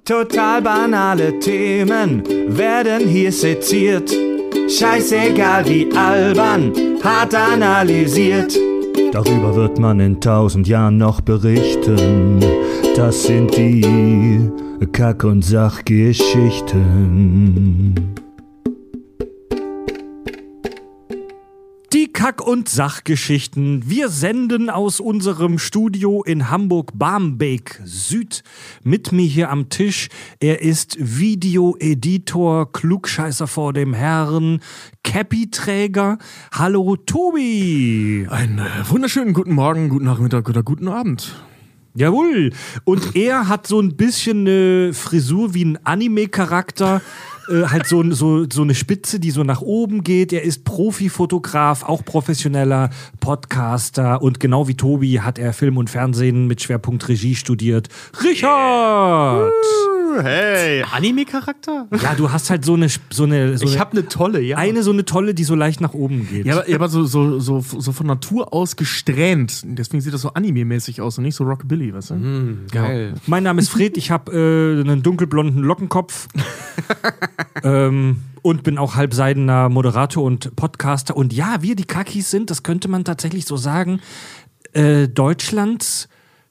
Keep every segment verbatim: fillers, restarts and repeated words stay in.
Total banale Themen werden hier seziert. Scheißegal wie albern, hart analysiert. Darüber wird man in tausend Jahren noch berichten. Das sind die Kack- und Sachgeschichten. Die Kack- und Sachgeschichten. Wir senden aus unserem Studio in Hamburg-Barmbek Süd. Mit mir hier am Tisch, er ist Videoeditor, Klugscheißer vor dem Herrn, Cappy-Träger. Hallo Tobi. Einen äh, wunderschönen guten Morgen, guten Nachmittag oder guten Abend. Jawohl. Und er hat so ein bisschen eine Frisur wie ein Anime-Charakter. Äh, halt so, so, so eine Spitze, die so nach oben geht. Er ist Profifotograf, auch professioneller Podcaster. Und genau wie Tobi hat er Film und Fernsehen mit Schwerpunkt Regie studiert. Richard! Hey, Anime-Charakter? Ja, du hast halt so eine... So eine so ich eine, hab eine tolle, ja. Eine so eine tolle, die so leicht nach oben geht. Ja, aber, ja, aber so, so, so, so von Natur aus gesträhnt. Deswegen sieht das so anime-mäßig aus und nicht so Rockabilly, weißt du? Mm, geil. Ja. Mein Name ist Fred, ich habe äh, einen dunkelblonden Lockenkopf. ähm, und bin auch halbseidener Moderator und Podcaster. Und ja, wir, die Kakis sind, das könnte man tatsächlich so sagen, äh, Deutschlands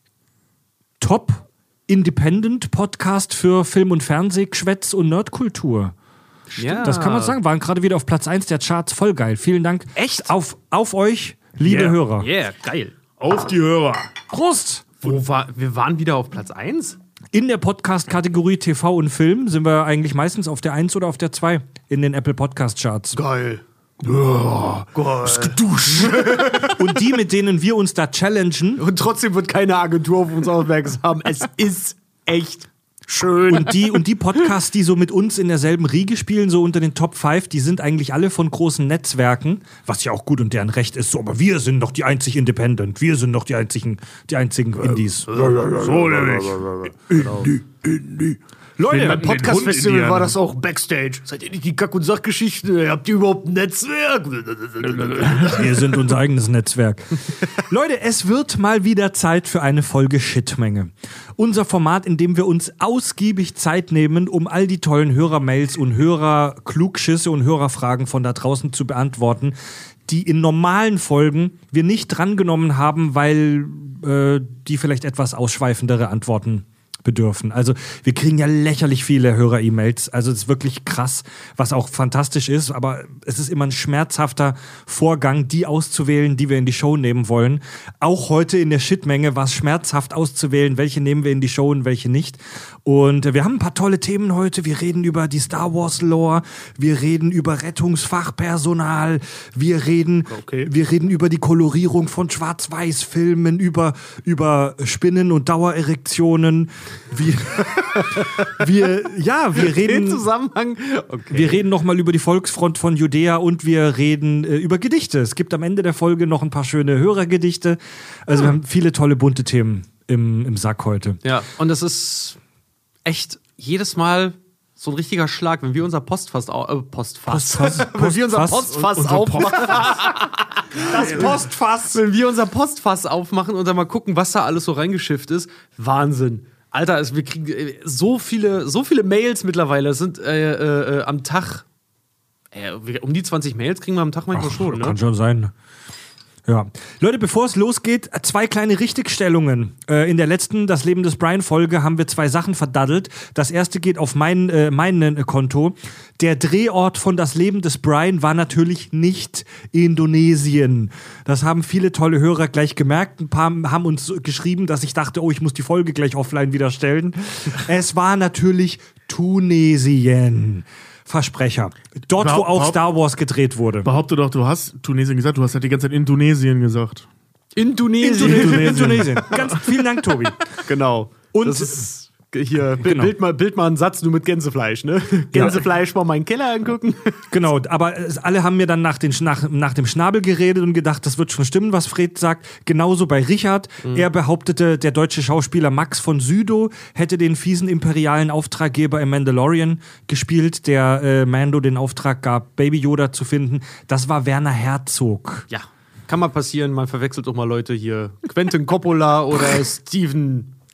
Top Independent Podcast für Film- und Fernsehgeschwätz und Nerdkultur. Ja. Das kann man sagen. Waren gerade wieder auf Platz eins der Charts. Voll geil. Vielen Dank. Echt? Auf, auf euch, liebe Yeah. Hörer. Yeah, geil. Auf die Hörer! Prost! Wo war, wir waren wieder auf Platz eins? In der Podcast-Kategorie T V und Film sind wir eigentlich meistens auf der eins oder auf der zwei in den Apple Podcast Charts. Geil. Oh, Geduscht! Und die, mit denen wir uns da challengen, Und trotzdem wird keine Agentur auf uns aufmerksam. Es ist echt schön. und die, und die Podcasts, die so mit uns in derselben Riege spielen, so unter den Top fünf, die sind eigentlich alle von großen Netzwerken, was ja auch gut und deren Recht ist, so, aber wir sind doch die einzig Independent, wir sind doch die einzigen, die einzigen Indies. So nämlich. Indie, Indie. Leute, beim Podcast-Festival war das auch Backstage. Seid ihr nicht die Kack- und Sachgeschichten? Habt ihr überhaupt ein Netzwerk? Wir sind unser eigenes Netzwerk. Leute, es wird mal wieder Zeit für eine Folge Shitmenge. Unser Format, in dem wir uns ausgiebig Zeit nehmen, um all die tollen Hörermails und Hörerklugschisse und Hörerfragen von da draußen zu beantworten, die in normalen Folgen wir nicht drangenommen haben, weil äh, die vielleicht etwas ausschweifendere Antworten bedürfen. Also wir kriegen ja lächerlich viele Hörer-E-Mails. Also es ist wirklich krass, was auch fantastisch ist, aber es ist immer ein schmerzhafter Vorgang, die auszuwählen, die wir in die Show nehmen wollen. Auch heute in der Shitmenge war es schmerzhaft auszuwählen, welche nehmen wir in die Show und welche nicht. Und wir haben ein paar tolle Themen heute. Wir reden über die Star Wars Lore, wir reden über Rettungsfachpersonal, wir reden, Okay. wir reden über die Kolorierung von Schwarz-Weiß-Filmen, über, über Spinnen und Dauererektionen. Wir, wir, ja, wir Den reden, Zusammenhang? Okay. wir reden nochmal über die Volksfront von Judäa und wir reden äh, über Gedichte. Es gibt am Ende der Folge noch ein paar schöne Hörergedichte. Also wir haben viele tolle bunte Themen im, im Sack heute. Ja, und das ist echt jedes Mal so ein richtiger Schlag, wenn wir unser Postfass au- äh, Postfass. Postfass- wenn wir unser Postfass- Postfass unser aufmachen. Das Postfass. Wenn wir unser Postfass aufmachen und dann mal gucken, was da alles so reingeschifft ist. Wahnsinn. Alter, es, wir kriegen äh, so viele, so viele Mails mittlerweile. Es sind äh, äh, am Tag äh, wir- um die zwanzig Mails kriegen wir am Tag manchmal schon, ne? Kann schon sein. Ja. Leute, bevor es losgeht, zwei kleine Richtigstellungen. Äh, in der letzten Das Leben des Brian-Folge haben wir zwei Sachen verdaddelt. Das erste geht auf mein, äh, mein äh, Konto. Der Drehort von Das Leben des Brian war natürlich nicht Indonesien. Das haben viele tolle Hörer gleich gemerkt. Ein paar haben uns geschrieben, dass ich dachte, oh, ich muss die Folge gleich offline wieder stellen. Es war natürlich Tunesien. Versprecher. Dort, wo Behaupt- auch Star Wars gedreht wurde. Behaupte doch, du hast Tunesien gesagt, du hast halt die ganze Zeit Indonesien gesagt. Indonesien. Indonesien. Indonesien. Ganz vielen Dank, Tobi. Genau. Und- das ist hier, Genau. bild, mal, bild mal einen Satz nur mit Gänsefleisch, ne? Gänsefleisch mal meinen Keller angucken. Genau, aber es- alle haben mir dann nach, den, nach, nach dem Schnabel geredet und gedacht, das wird schon stimmen, was Fred sagt. Genauso bei Richard. Mhm. Er behauptete, der deutsche Schauspieler Max von Sydow hätte den fiesen imperialen Auftraggeber im Mandalorian gespielt, der äh, Mando den Auftrag gab, Baby Yoda zu finden. Das war Werner Herzog. Ja, kann mal passieren, man verwechselt doch mal Leute hier. Quentin Coppola oder Steven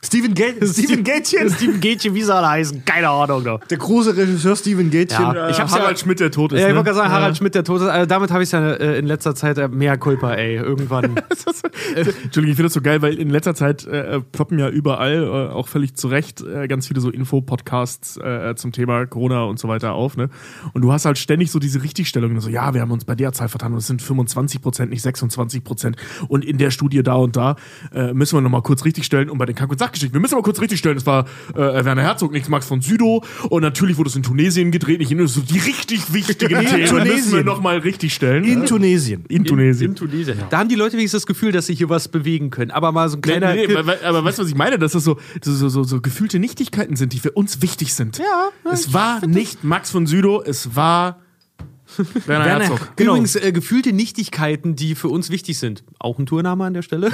Steven, Ga- Steven Gätchen. Steven Gätchen, wie sie alle heißen. Keine Ahnung. Noch. Der große Regisseur Steven Gätchen. Ja. Ich Ich hab's Harald ja- Schmidt, der tot ist. Ja, ich ne? wollte gerade sagen, Harald Schmidt, der Tote. Also damit habe ich es ja äh, in letzter Zeit äh, mehr Culpa, ey. Irgendwann. Entschuldigung, ich finde das so geil, weil in letzter Zeit äh, ploppen ja überall, äh, auch völlig zu Recht, äh, ganz viele so Info-Podcasts äh, zum Thema Corona und so weiter auf, ne? Und du hast halt ständig so diese Richtigstellungen, so, ja, wir haben uns bei der Zahl vertan und es sind fünfundzwanzig Prozent, nicht sechsundzwanzig Prozent. Und in der Studie da und da äh, müssen wir nochmal kurz richtigstellen. Und bei den Kack- und Sachgeschichten, wir müssen mal kurz richtigstellen, es war äh, Werner Herzog, nicht Max von Sydow. Und natürlich wurde es in Tunesien gedreht, nicht in so die richtig wichtigen In Themen müssen wir Tunesien. nochmal richtigstellen. In Tunesien. In Tunesien. In Tunesien. Da haben die Leute wenigstens das Gefühl, dass sie hier was bewegen können. Aber mal so ein Nee, kleiner. nee, nee, aber, aber weißt du, was ich meine? Dass das so, so, so, so gefühlte Nichtigkeiten sind, die für uns wichtig sind. Ja, Es war nicht Max von Sydow, es war Werner Werner- Herzog. Genau. Übrigens, äh, gefühlte Nichtigkeiten, die für uns wichtig sind. Auch ein Tourname an der Stelle.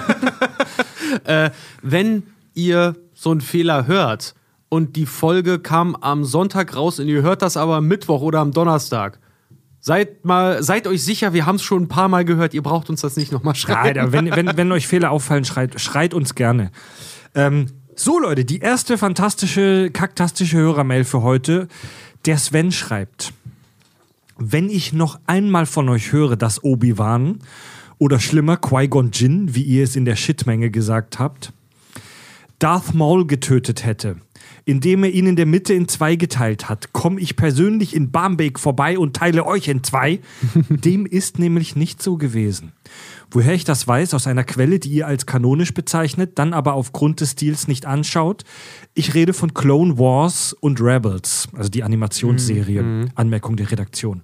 äh, wenn ihr so einen Fehler hört und die Folge kam am Sonntag raus und ihr hört das aber am Mittwoch oder am Donnerstag, seid mal, seid euch sicher, wir haben es schon ein paar Mal gehört, ihr braucht uns das nicht nochmal schreiben. Alter, wenn, wenn, wenn euch Fehler auffallen, schreit, schreit uns gerne. Ähm, so, Leute, die erste fantastische, kaktastische Hörermail für heute. Der Sven schreibt: Wenn ich noch einmal von euch höre, dass Obi-Wan oder schlimmer Qui-Gon Jinn, wie ihr es in der Shitmenge gesagt habt, Darth Maul getötet hätte, indem er ihn in der Mitte in zwei geteilt hat, komme ich persönlich in Barmbek vorbei und teile euch in zwei. Dem ist nämlich nicht so gewesen. Woher ich das weiß, aus einer Quelle, die ihr als kanonisch bezeichnet, dann aber aufgrund des Stils nicht anschaut. Ich rede von Clone Wars und Rebels, also die Animationsserie. Mhm. Anmerkung der Redaktion.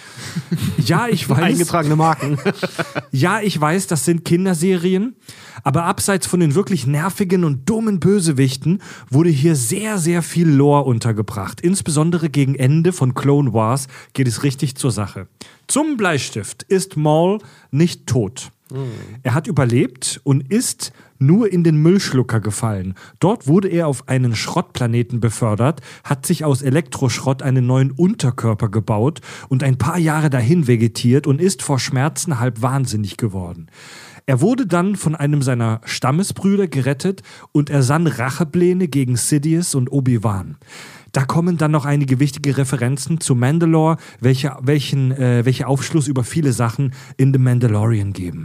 Ja, ich weiß. Eingetragene Marken. Ja, ich weiß, das sind Kinderserien, aber abseits von den wirklich nervigen und dummen Bösewichten wurde hier sehr, sehr viel Lore untergebracht. Insbesondere gegen Ende von Clone Wars geht es richtig zur Sache. Zum Bleistift ist Maul nicht tot. Er hat überlebt und ist nur in den Müllschlucker gefallen. Dort wurde er auf einen Schrottplaneten befördert, hat sich aus Elektroschrott einen neuen Unterkörper gebaut und ein paar Jahre dahin vegetiert und ist vor Schmerzen halb wahnsinnig geworden. Er wurde dann von einem seiner Stammesbrüder gerettet und ersann Rachepläne gegen Sidious und Obi-Wan. Da kommen dann noch einige wichtige Referenzen zu Mandalore, welche, welchen, äh, welche Aufschluss über viele Sachen in The Mandalorian geben.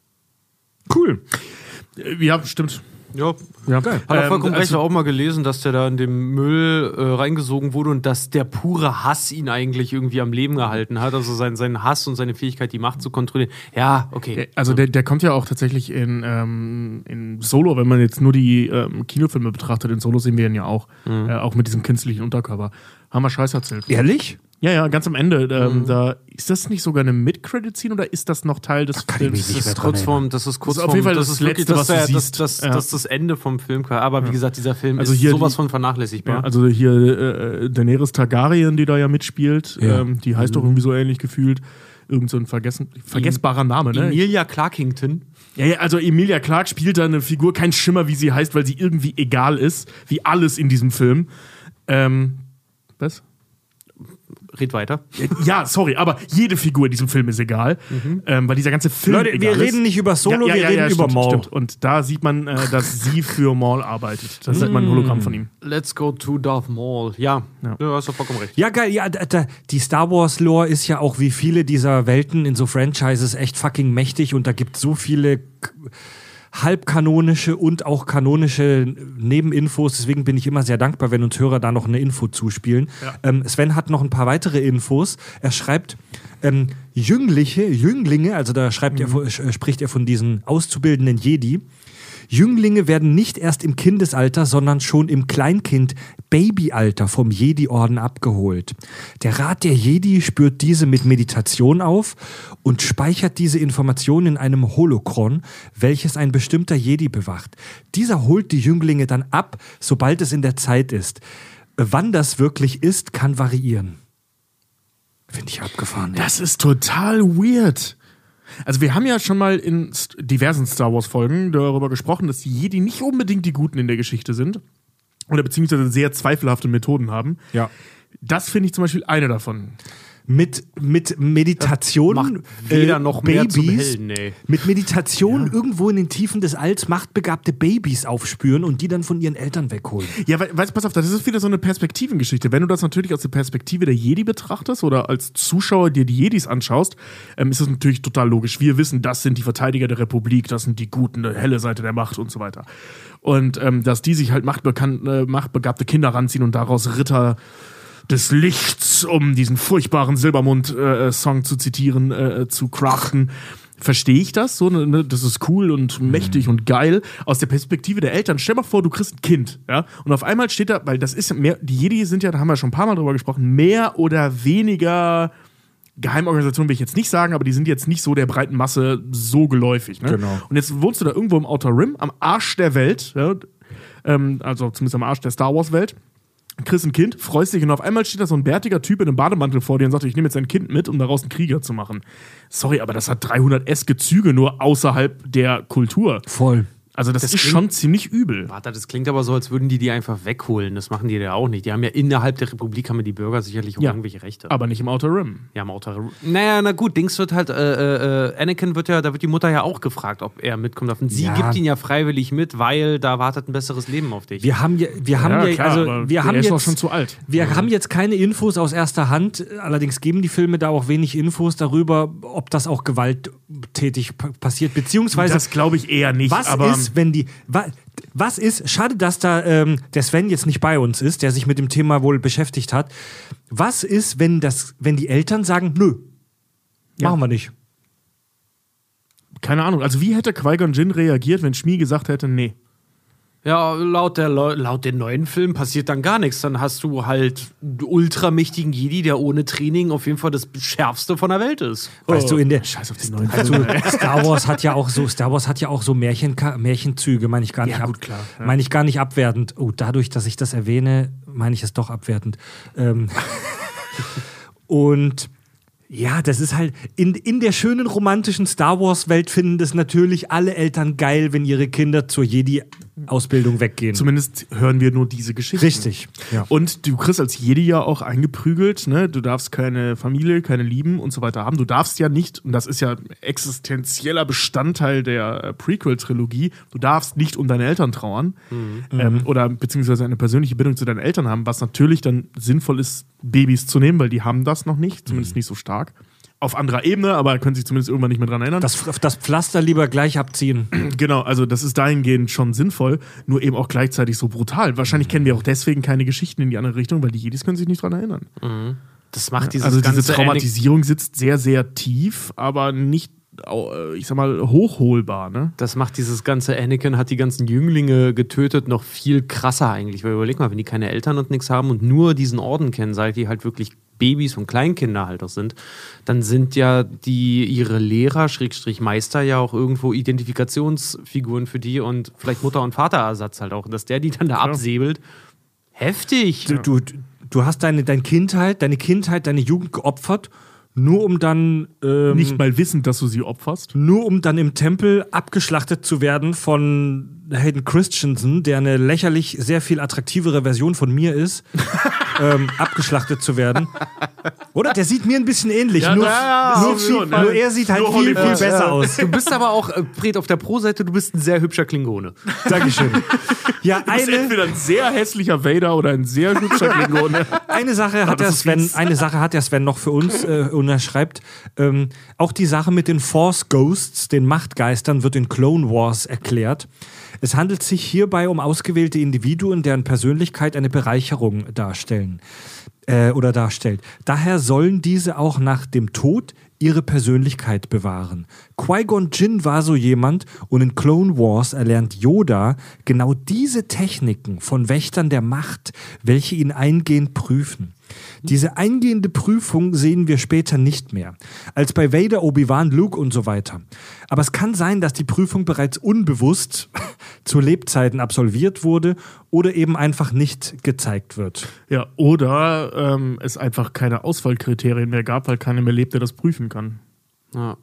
Cool. Äh, Ja, stimmt. Ja, Ja. hat er vollkommen Ähm, recht. Ich also- habe auch mal gelesen, dass der da in den Müll äh, reingesogen wurde und dass der pure Hass ihn eigentlich irgendwie am Leben gehalten hat. Also sein, sein Hass und seine Fähigkeit, die Macht zu kontrollieren. Ja, okay. Also der, der kommt ja auch tatsächlich in, ähm, in Solo, wenn man jetzt nur die ähm, Kinofilme betrachtet, in Solo sehen wir ihn ja auch, Mhm. äh, auch mit diesem künstlichen Unterkörper. Haben wir Scheiß erzählt. Ehrlich? Ja, ja, ganz am Ende. Ähm, Mhm. da, ist das nicht sogar eine Mid-Credit-Scene oder ist das noch Teil des kann ich mich Films? nicht Das mehr ist dran kurz vorm, das ist kurz Das ist auf vorm, jeden Fall das das ist wirklich, Letzte, das, was du wär- das, siehst. das, Ja. das ist das Ende vom Film. Aber wie gesagt, dieser Film Also ist hier sowas die- von vernachlässigbar. Ja, also hier äh, Daenerys Targaryen, die da ja mitspielt, Ja. ähm, die heißt doch irgendwie so ähnlich gefühlt. Irgend so ein vergessen, vergessbarer Name, ne? Emilia Clarkington. Ja, ja, also Emilia Clarke spielt da eine Figur, kein Schimmer, wie sie heißt, weil sie irgendwie egal ist, wie alles in diesem Film. Ähm, was? Red weiter. Ja, sorry, aber jede Figur in diesem Film ist egal, ähm, weil dieser ganze Film Leute, wir egal reden ist. nicht über Solo, wir reden über stimmt, Maul. Stimmt. Und da sieht man, äh, dass sie für Maul arbeitet. Das ist mal ein Hologramm von ihm. Let's go to Darth Maul. Ja, Ja. du hast doch vollkommen recht. Ja, geil. Ja, da, da, die Star Wars Lore ist ja auch wie viele dieser Welten in so Franchises echt fucking mächtig und da gibt es so viele k- halbkanonische und auch kanonische Nebeninfos. Deswegen bin ich immer sehr dankbar, wenn uns Hörer da noch eine Info zuspielen. Ja. Ähm, Sven hat noch ein paar weitere Infos. Er schreibt, ähm, Jüngliche, Jünglinge, also da schreibt er, von- äh, spricht er von diesen auszubildenden Jedi. Jünglinge werden nicht erst im Kindesalter, sondern schon im Kleinkind-Babyalter vom Jedi-Orden abgeholt. Der Rat der Jedi spürt diese mit Meditation auf und speichert diese Informationen in einem Holokron, welches ein bestimmter Jedi bewacht. Dieser holt die Jünglinge dann ab, sobald es in der Zeit ist. Wann das wirklich ist, kann variieren. Finde ich abgefahren. Ja. Das ist total weird. Also wir haben ja schon mal in st- diversen Star Wars Folgen darüber gesprochen, dass die Jedi nicht unbedingt die Guten in der Geschichte sind. Oder beziehungsweise sehr zweifelhafte Methoden haben. Ja. Das finde ich zum Beispiel eine davon. mit, mit Meditation Macht weder äh, noch mehr Babys, zum Helden, ey. mit Meditation irgendwo in den Tiefen des Alls machtbegabte Babys aufspüren und die dann von ihren Eltern wegholen. Ja, we weißt du, pass auf, das ist wieder so eine Perspektivengeschichte. Wenn du das natürlich aus der Perspektive der Jedi betrachtest oder als Zuschauer dir die Jedis anschaust, ähm, ist das natürlich total logisch. Wir wissen, das sind die Verteidiger der Republik, das sind die Guten, die helle Seite der Macht und so weiter. Und ähm, dass die sich halt machtbekan- äh, machtbegabte Kinder ranziehen und daraus Ritter des Lichts, um diesen furchtbaren Silbermond-Song äh, zu zitieren, äh, zu craften. Verstehe ich das? So, ne, das ist cool und mächtig und geil. Aus der Perspektive der Eltern, stell mal vor, du kriegst ein Kind, ja, und auf einmal steht da, weil das ist mehr, die Jedi sind ja, da haben wir schon ein paar Mal drüber gesprochen, mehr oder weniger Geheimorganisationen will ich jetzt nicht sagen, aber die sind jetzt nicht so der breiten Masse so geläufig. Ne? Genau. Und jetzt wohnst du da irgendwo im Outer Rim, am Arsch der Welt, ja, ähm, also zumindest am Arsch der Star Wars Welt. Kriegst ein Kind, freust dich und auf einmal steht da so ein bärtiger Typ in einem Bademantel vor dir und sagt, ich nehme jetzt ein Kind mit, um daraus einen Krieger zu machen. Sorry, aber das hat dreihundert eske Züge nur außerhalb der Kultur. Voll. Also das, Das ist klingt- schon ziemlich übel. Warte, das klingt aber so, als würden die die einfach wegholen. Das machen die ja auch nicht. Die haben ja innerhalb der Republik haben ja die Bürger sicherlich auch Ja. irgendwelche Rechte. Aber nicht im Outer Rim. Ja, im Outer. Naja, na gut, Dings wird halt, äh, äh, Anakin wird ja, da wird die Mutter ja auch gefragt, ob er mitkommt darf. Und sie Ja. gibt ihn ja freiwillig mit, weil da wartet ein besseres Leben auf dich. Wir haben ja, wir haben ja, klar, also aber wir der haben ist jetzt doch schon zu alt. Wir haben jetzt keine Infos aus erster Hand, allerdings geben die Filme da auch wenig Infos darüber, ob das auch gewalttätig p- passiert, beziehungsweise Das glaube ich eher nicht. was aber ist, wenn die wa, was ist, schade, dass da ähm, der Sven jetzt nicht bei uns ist, der sich mit dem Thema wohl beschäftigt hat. Was ist, wenn das, wenn die Eltern sagen, nö, Ja. machen wir nicht. keine Ahnung. Also wie hätte Qui-Gon Jinn reagiert, wenn Shmi gesagt hätte, nee? Ja, laut, der, Leu- laut den neuen Filmen passiert dann gar nichts. Dann hast du halt einen ultramächtigen Jedi, der ohne Training auf jeden Fall das Schärfste von der Welt ist. Weißt du, in der Scheiß auf die neuen Also Filme. Star Wars hat ja auch so, Star Wars hat ja auch so Märchen, Märchenzüge, meine ich gar nicht Ja, ab, gut, klar, ja. meine ich gar nicht abwertend. Oh, dadurch, dass ich das erwähne, meine ich es doch abwertend. Ähm, und ja, das ist halt, in, in der schönen romantischen Star Wars-Welt finden das natürlich alle Eltern geil, wenn ihre Kinder zur Jedi-Ausbildung weggehen. Zumindest hören wir nur diese Geschichten. Richtig, ja. Und du kriegst als Jedi ja auch eingeprügelt, ne? Du darfst keine Familie, keine Lieben und so weiter haben. Du darfst ja nicht, und das ist ja existenzieller Bestandteil der äh, Prequel-Trilogie, du darfst nicht um deine Eltern trauern ähm, oder beziehungsweise eine persönliche Bindung zu deinen Eltern haben, was natürlich dann sinnvoll ist, Babys zu nehmen, weil die haben das noch nicht, zumindest nicht so stark. Auf anderer Ebene, aber können sich zumindest irgendwann nicht mehr dran erinnern. Das, das Pflaster lieber gleich abziehen. Genau, also das ist dahingehend schon sinnvoll, nur eben auch gleichzeitig so brutal. Wahrscheinlich kennen wir auch deswegen keine Geschichten in die andere Richtung, weil die Jedis können sich nicht dran erinnern. Das macht dieses Also diese ganze Traumatisierung sitzt sehr, sehr tief, aber nicht, äh, ich sag mal, hochholbar, ne? Das macht dieses ganze Anakin hat die ganzen Jünglinge getötet noch viel krasser eigentlich. Weil überleg mal, wenn die keine Eltern und nichts haben und nur diesen Orden kennen, seit die halt wirklich Babys und Kleinkinder halt auch sind, dann sind ja die ihre Lehrer, Schrägstrich Meister ja auch irgendwo Identifikationsfiguren für die und vielleicht Mutter- und Vaterersatz halt auch. Dass der die dann da absäbelt. Heftig. Du, du, du hast deine, deine Kindheit, deine Kindheit, deine Jugend geopfert, nur um dann ähm, Nicht mal wissend, dass du sie opferst. nur um dann im Tempel abgeschlachtet zu werden von Hayden Christensen, der eine lächerlich sehr viel attraktivere Version von mir ist, ähm, abgeschlachtet zu werden. Oder? Der sieht mir ein bisschen ähnlich. Ja, nur, ja, ja, nur, auch schon, nur ja. er sieht halt Nur viel, viel Hollywood. besser aus. Du bist aber auch, äh, Fred, auf der Pro-Seite, du bist ein sehr hübscher Klingone. Dankeschön. Ja, Du bist eine, entweder ein sehr hässlicher Vader oder ein sehr hübscher Klingone. Eine Sache hat das der ist Sven, fies. eine Sache hat der Sven noch für uns äh, und er schreibt, ähm, auch die Sache mit den Force Ghosts, den Machtgeistern, wird in Clone Wars erklärt. Es handelt sich hierbei um ausgewählte Individuen, deren Persönlichkeit eine Bereicherung darstellen äh, oder darstellt. Daher sollen diese auch nach dem Tod ihre Persönlichkeit bewahren. Qui-Gon Jinn war so jemand und in Clone Wars erlernt Yoda genau diese Techniken von Wächtern der Macht, welche ihn eingehend prüfen. Diese eingehende Prüfung sehen wir später nicht mehr, als bei Vader, Obi-Wan, Luke und so weiter. Aber es kann sein, dass die Prüfung bereits unbewusst zu Lebzeiten absolviert wurde oder eben einfach nicht gezeigt wird. Ja, oder ähm, es einfach keine Auswahlkriterien mehr gab, weil keiner mehr lebt, der das prüfen kann. Ja.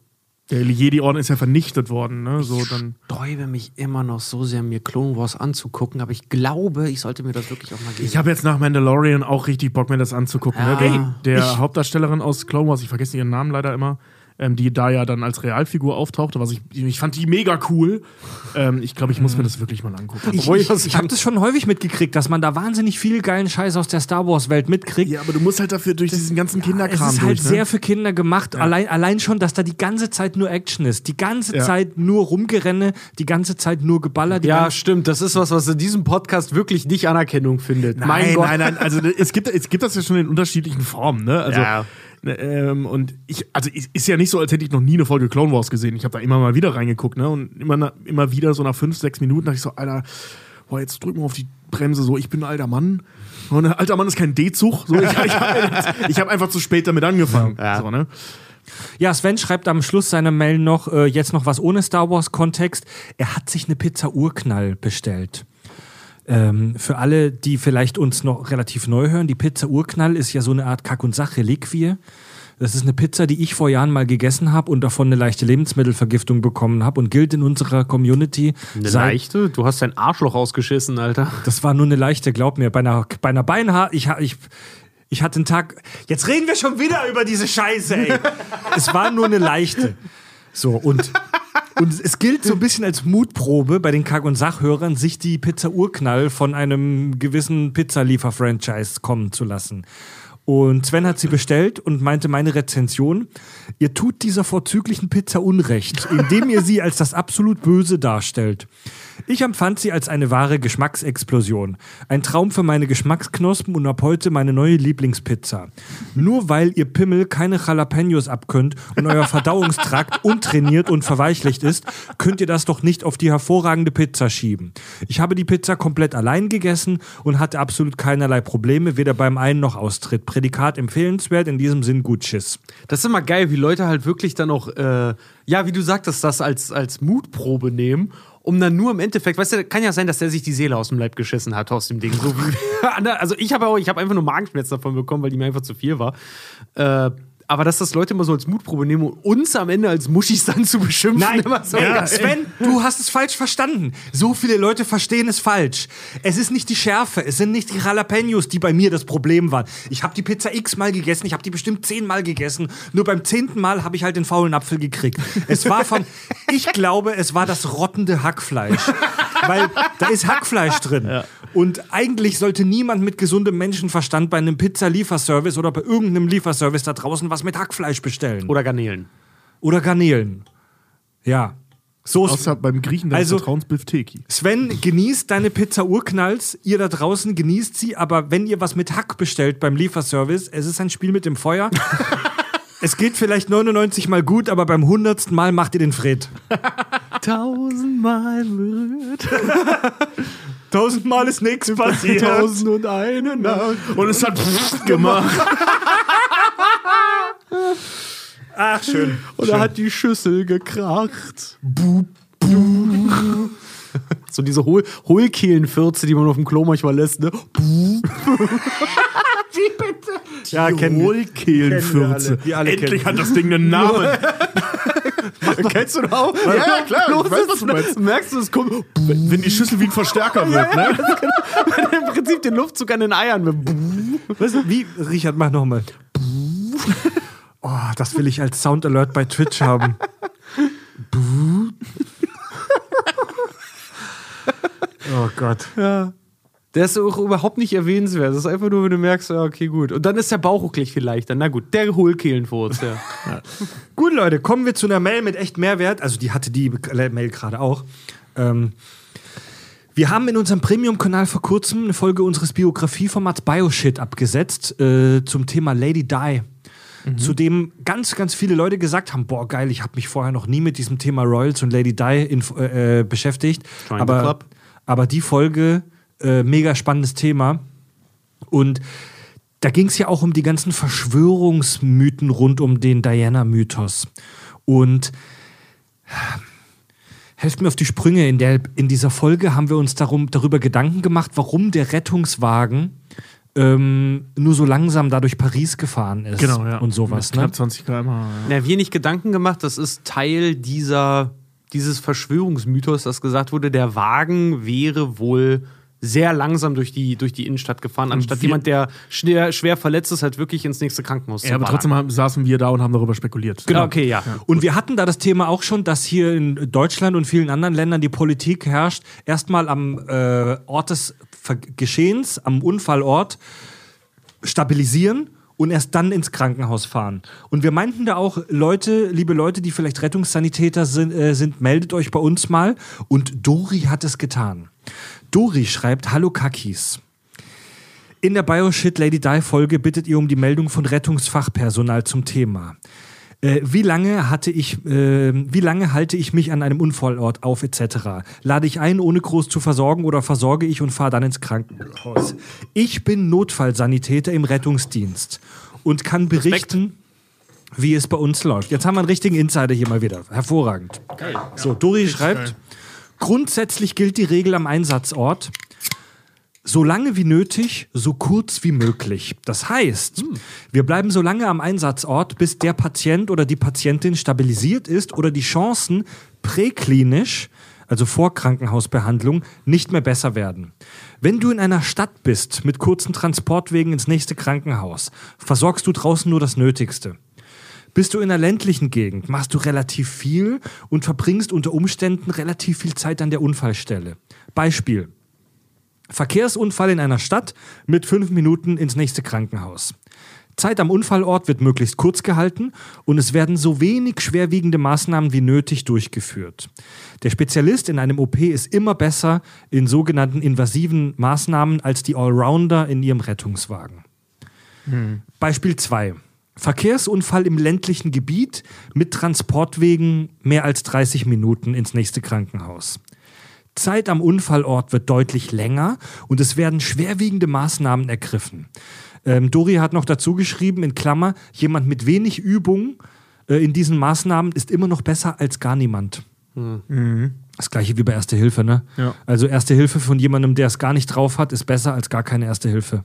Der Jedi-Orden ist ja vernichtet worden, ne? So, dann Ich sträube mich immer noch so sehr, mir Clone Wars anzugucken, aber ich glaube, ich sollte mir das wirklich auch mal geben. Ich habe jetzt nach Mandalorian auch richtig Bock, mir das anzugucken. Ja. Ne? Der, Ey, der ich- Hauptdarstellerin aus Clone Wars, ich vergesse ihren Namen leider immer, ähm, die da ja dann als Realfigur auftauchte, was ich, ich fand die mega cool. Ähm, ich glaube, ich muss mir das wirklich mal angucken. Ich, Obwohl ich ich, was ich habe das schon häufig mitgekriegt, dass man da wahnsinnig viel geilen Scheiß aus der Star Wars-Welt mitkriegt. Ja, aber du musst halt dafür durch diesen ganzen Kinderkram Es ist halt durch, ne? sehr für Kinder gemacht. Allein, allein schon, dass da die ganze Zeit nur Action ist. Die ganze Ja. Zeit nur Rumgerenne, die ganze Zeit nur Geballer. Die Ja, ganze stimmt. Das ist was, was in diesem Podcast wirklich nicht Anerkennung findet. Nein, mein Gott. nein, nein. Also es gibt, es gibt das ja schon in unterschiedlichen Formen, ne? Also, Ja. ne, ähm, und ich, also es ist ja nicht so, als hätte ich noch nie eine Folge Clone Wars gesehen. Ich habe da immer mal wieder reingeguckt, ne? Und immer, na- immer wieder so nach fünf, sechs Minuten dachte ich so, Alter, boah, jetzt drück mal auf die Bremse, so, ich bin ein alter Mann. Und ein alter Mann ist kein D-Zug. So, ich ich habe hab einfach zu spät damit angefangen. Ja. So, ne? Ja, Sven schreibt am Schluss seiner Mail noch, äh, jetzt noch was ohne Star Wars-Kontext. Er hat sich eine Pizza Urknall bestellt. Ähm, für alle, die vielleicht uns noch relativ neu hören, die Pizza Urknall ist ja so eine Art Kack- und Sach-Reliquie. Das ist eine Pizza, die ich vor Jahren mal gegessen habe und davon eine leichte Lebensmittelvergiftung bekommen habe und gilt in unserer Community. Eine seit- leichte? Du hast dein Arschloch ausgeschissen, Alter. Das war nur eine leichte, glaub mir. Bei einer, bei einer Beinhaar, ich, ha- ich, ich hatte einen Tag. Jetzt reden wir schon wieder über diese Scheiße, ey. Es war nur eine leichte. So, und, und es gilt so ein bisschen als Mutprobe bei den Kack- und Sachhörern, sich die Pizza Urknall von einem gewissen Pizzaliefer-Franchise kommen zu lassen. Und Sven hat sie bestellt und meinte meine Rezension, ihr tut dieser vorzüglichen Pizza Unrecht, indem ihr sie als das absolut Böse darstellt. Ich empfand sie als eine wahre Geschmacksexplosion. Ein Traum für meine Geschmacksknospen und ab heute meine neue Lieblingspizza. Nur weil ihr Pimmel keine Jalapenos abkönnt und euer Verdauungstrakt untrainiert und verweichlicht ist, könnt ihr das doch nicht auf die hervorragende Pizza schieben. Ich habe die Pizza komplett allein gegessen und hatte absolut keinerlei Probleme, weder beim Ein- noch Austritt. Prädikat empfehlenswert, in diesem Sinn gut Schiss. Das ist immer geil, wie Leute halt wirklich dann auch, äh, ja, wie du sagtest, das als, als Mutprobe nehmen, um dann nur im Endeffekt, weißt du, kann ja sein, dass der sich die Seele aus dem Leib geschissen hat aus dem Ding. So wie, also ich habe auch, ich habe einfach nur Magenschmerzen davon bekommen, weil die mir einfach zu viel war. Äh, aber dass das Leute immer so als Mutprobe nehmen und uns am Ende als Muschis dann zu beschimpfen. Nein, immer so, ja, geil. Sven, du hast es falsch verstanden. So viele Leute verstehen es falsch. Es ist nicht die Schärfe, es sind nicht die Jalapenos, die bei mir das Problem waren. Ich habe die Pizza x-mal gegessen, ich habe die bestimmt zehnmal gegessen. Nur beim zehnten Mal habe ich halt den faulen Apfel gekriegt. Es war von, ich glaube, es war das rottende Hackfleisch. Weil da ist Hackfleisch drin. Ja. Und eigentlich sollte niemand mit gesundem Menschenverstand bei einem Pizza-Lieferservice oder bei irgendeinem Lieferservice da draußen was mit Hackfleisch bestellen. Oder Garnelen. Oder Garnelen. Ja. So ist Außer beim Griechen deines Also- Vertrauens Bifteki. Sven, genießt deine Pizza Urknalls. Ihr da draußen genießt sie, aber wenn ihr was mit Hack bestellt beim Lieferservice, es ist ein Spiel mit dem Feuer. Es geht vielleicht neunundneunzig Mal gut, aber beim hundertsten Mal macht ihr den Fred. Tausendmal berührt. Tausendmal ist nichts passiert. Tausend und eine Nacht. Und es hat gemacht. Ach, schön. Und da hat die Schüssel gekracht. Buh, buh. So diese Hohl Hohlkehlenfürze, die man auf dem Klo manchmal lässt, ne? Buh. Wie bitte? Ja, kennen wir. Hohlkehlenfürze. Die alle Endlich kennen. hat das Ding einen Namen. Kennst du das auch? Ja, ja, klar, ich Los weiß, ist, was du meinst. Merkst du, es kommt Wenn die Schüssel wie ein Verstärker wird, ne? im Prinzip den Luftzug an den Eiern. Mit Buh. Was? Wie? Richard, mach nochmal. Oh, das will ich als Sound Alert bei Twitch haben. Oh Gott. Ja. Der ist auch überhaupt nicht erwähnenswert. Das ist einfach nur, wenn du merkst, ja, okay, gut. Und dann ist der Bauch auch gleich viel leichter. Na gut, der Hohlkehlenfurz, ja. Gut, Leute, kommen wir zu einer Mail mit echt Mehrwert. Also, die hatte die Mail gerade auch. Ähm, wir haben in unserem Premium-Kanal vor kurzem eine Folge unseres Biografieformats Bioshit abgesetzt äh, zum Thema Lady Di. Mhm. Zu dem ganz, ganz viele Leute gesagt haben, boah, geil, ich habe mich vorher noch nie mit diesem Thema Royals und Lady Di inf- äh, beschäftigt. Join the Aber, club. aber die Folge, äh, mega spannendes Thema. Und da ging es ja auch um die ganzen Verschwörungsmythen rund um den Diana-Mythos. Und helft mir auf die Sprünge. In, der, in dieser Folge haben wir uns darum, darüber Gedanken gemacht, warum der Rettungswagen ähm, nur so langsam da durch Paris gefahren ist Genau, ja. und sowas. Mit knapp Ne? zwanzig Kilometer pro Stunde. Ja. Na, wir nicht Gedanken gemacht, das ist Teil dieser, dieses Verschwörungsmythos, dass gesagt wurde, der Wagen wäre wohl sehr langsam durch die, durch die Innenstadt gefahren, anstatt wir- jemand, der schwer, schwer verletzt ist, halt wirklich ins nächste Krankenhaus Ja, zu aber ballern. trotzdem haben, saßen wir da und haben darüber spekuliert. Genau, okay, ja. Und wir hatten da das Thema auch schon, dass hier in Deutschland und vielen anderen Ländern die Politik herrscht, erstmal am äh, Ort des Ver Geschehens, am Unfallort stabilisieren und erst dann ins Krankenhaus fahren. Und wir meinten da auch, Leute, liebe Leute, die vielleicht Rettungssanitäter sind, äh, sind meldet euch bei uns mal. Und Dori hat es getan. Dori schreibt, hallo Kakis. In der Bioshit Lady Die Folge bittet ihr um die Meldung von Rettungsfachpersonal zum Thema. Äh, wie lange hatte ich, äh, wie lange halte ich mich an einem Unfallort auf et cetera? Lade ich ein, ohne groß zu versorgen, oder versorge ich und fahre dann ins Krankenhaus? Ich bin Notfallsanitäter im Rettungsdienst und kann berichten, wie es bei uns läuft. Jetzt haben wir einen richtigen Insider hier mal wieder. Hervorragend. Geil. So, Dori schreibt, grundsätzlich gilt die Regel am Einsatzort, so lange wie nötig, so kurz wie möglich. Das heißt, wir bleiben so lange am Einsatzort, bis der Patient oder die Patientin stabilisiert ist oder die Chancen präklinisch, also vor Krankenhausbehandlung, nicht mehr besser werden. Wenn du in einer Stadt bist, mit kurzen Transportwegen ins nächste Krankenhaus, versorgst du draußen nur das Nötigste. Bist du in einer ländlichen Gegend, machst du relativ viel und verbringst unter Umständen relativ viel Zeit an der Unfallstelle. Beispiel: Verkehrsunfall in einer Stadt mit fünf Minuten ins nächste Krankenhaus. Zeit am Unfallort wird möglichst kurz gehalten und es werden so wenig schwerwiegende Maßnahmen wie nötig durchgeführt. Der Spezialist in einem O P ist immer besser in sogenannten invasiven Maßnahmen als die Allrounder in ihrem Rettungswagen. Hm. Beispiel zwei. Verkehrsunfall im ländlichen Gebiet mit Transportwegen mehr als dreißig Minuten ins nächste Krankenhaus. Zeit am Unfallort wird deutlich länger und es werden schwerwiegende Maßnahmen ergriffen. Ähm, Dori hat noch dazu geschrieben, in Klammer, jemand mit wenig Übung äh, in diesen Maßnahmen ist immer noch besser als gar niemand. Mhm. Das gleiche wie bei Erste Hilfe, ne? Ja. Also Erste Hilfe von jemandem, der es gar nicht drauf hat, ist besser als gar keine Erste Hilfe.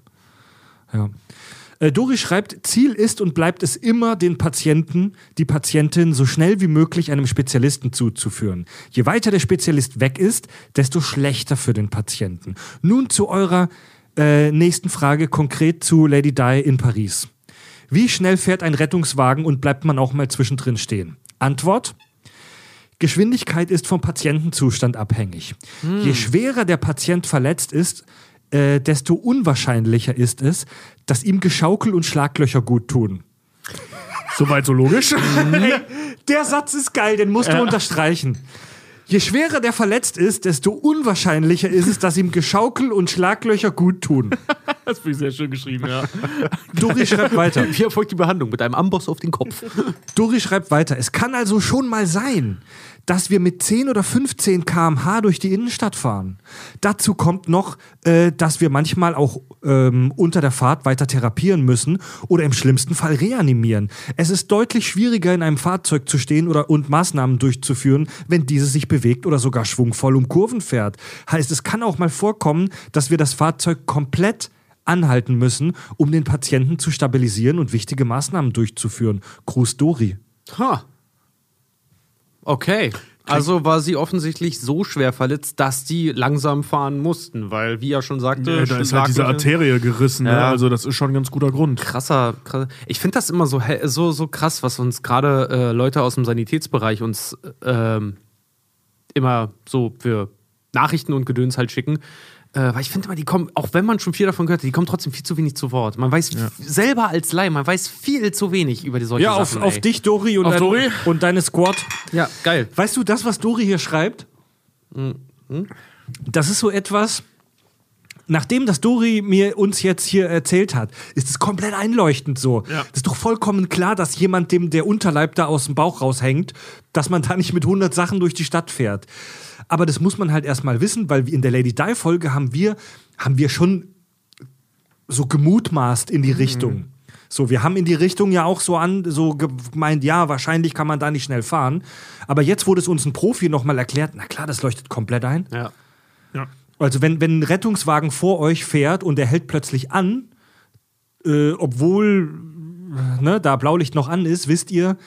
Ja. Äh, Dori schreibt, Ziel ist und bleibt es immer, den Patienten, die Patientin so schnell wie möglich einem Spezialisten zuzuführen. Je weiter der Spezialist weg ist, desto schlechter für den Patienten. Nun zu eurer äh, nächsten Frage, konkret zu Lady Di in Paris. Wie schnell fährt ein Rettungswagen und bleibt man auch mal zwischendrin stehen? Antwort: Geschwindigkeit ist vom Patientenzustand abhängig. Hm. Je schwerer der Patient verletzt ist, Äh, desto unwahrscheinlicher ist es, dass ihm Geschaukel und Schlaglöcher gut tun. Soweit so logisch. Hey, der Satz ist geil, den musst du unterstreichen. Je schwerer der verletzt ist, desto unwahrscheinlicher ist es, dass ihm Geschaukel und Schlaglöcher gut tun. Das finde ich sehr schön geschrieben, ja. Dori schreibt weiter. Wie erfolgt die Behandlung? Mit einem Amboss auf den Kopf. Dori schreibt weiter. Es kann also schon mal sein, dass wir mit zehn oder fünfzehn Kilometer pro Stunde durch die Innenstadt fahren. Dazu kommt noch, äh, dass wir manchmal auch ähm, unter der Fahrt weiter therapieren müssen oder im schlimmsten Fall reanimieren. Es ist deutlich schwieriger, in einem Fahrzeug zu stehen oder und Maßnahmen durchzuführen, wenn dieses sich bewegt oder sogar schwungvoll um Kurven fährt. Heißt, es kann auch mal vorkommen, dass wir das Fahrzeug komplett anhalten müssen, um den Patienten zu stabilisieren und wichtige Maßnahmen durchzuführen. Gruß Dori. Ha. Okay. Also war sie offensichtlich so schwer verletzt, dass die langsam fahren mussten, weil, wie er schon sagte, Ja, da ist halt diese Arterie gerissen, ne? Ja. Also das ist schon ein ganz guter Grund. krasser, krasser. Ich finde das immer so, he- so, so krass, was uns gerade äh, Leute aus dem Sanitätsbereich uns ähm, immer so für Nachrichten und Gedöns halt schicken. Äh, weil ich finde immer, die kommen, auch wenn man schon viel davon gehört hat, die kommen trotzdem viel zu wenig zu Wort. Man weiß f- selber als Laie, man weiß viel zu wenig über die solche Ja, auf, Sachen. auf ey. dich, Dori, und, Auf dein, Dori? und deine Squad. Ja, geil. Weißt du, das, was Dori hier schreibt, das ist so etwas, nachdem das Dori mir uns jetzt hier erzählt hat, ist es komplett einleuchtend so. Ja. Das ist doch vollkommen klar, dass jemand, dem der Unterleib da aus dem Bauch raushängt, dass man da nicht mit hundert Sachen durch die Stadt fährt. Aber das muss man halt erstmal wissen, weil in der Lady Di-Folge haben wir, haben wir schon so gemutmaßt in die Richtung. So, wir haben in die Richtung ja auch so an, so gemeint, ja, wahrscheinlich kann man da nicht schnell fahren. Aber jetzt wurde es uns ein Profi nochmal erklärt, na klar, das leuchtet komplett ein. Ja. Ja. Also wenn, wenn ein Rettungswagen vor euch fährt und der hält plötzlich an, äh, obwohl ne, da Blaulicht noch an ist, wisst ihr,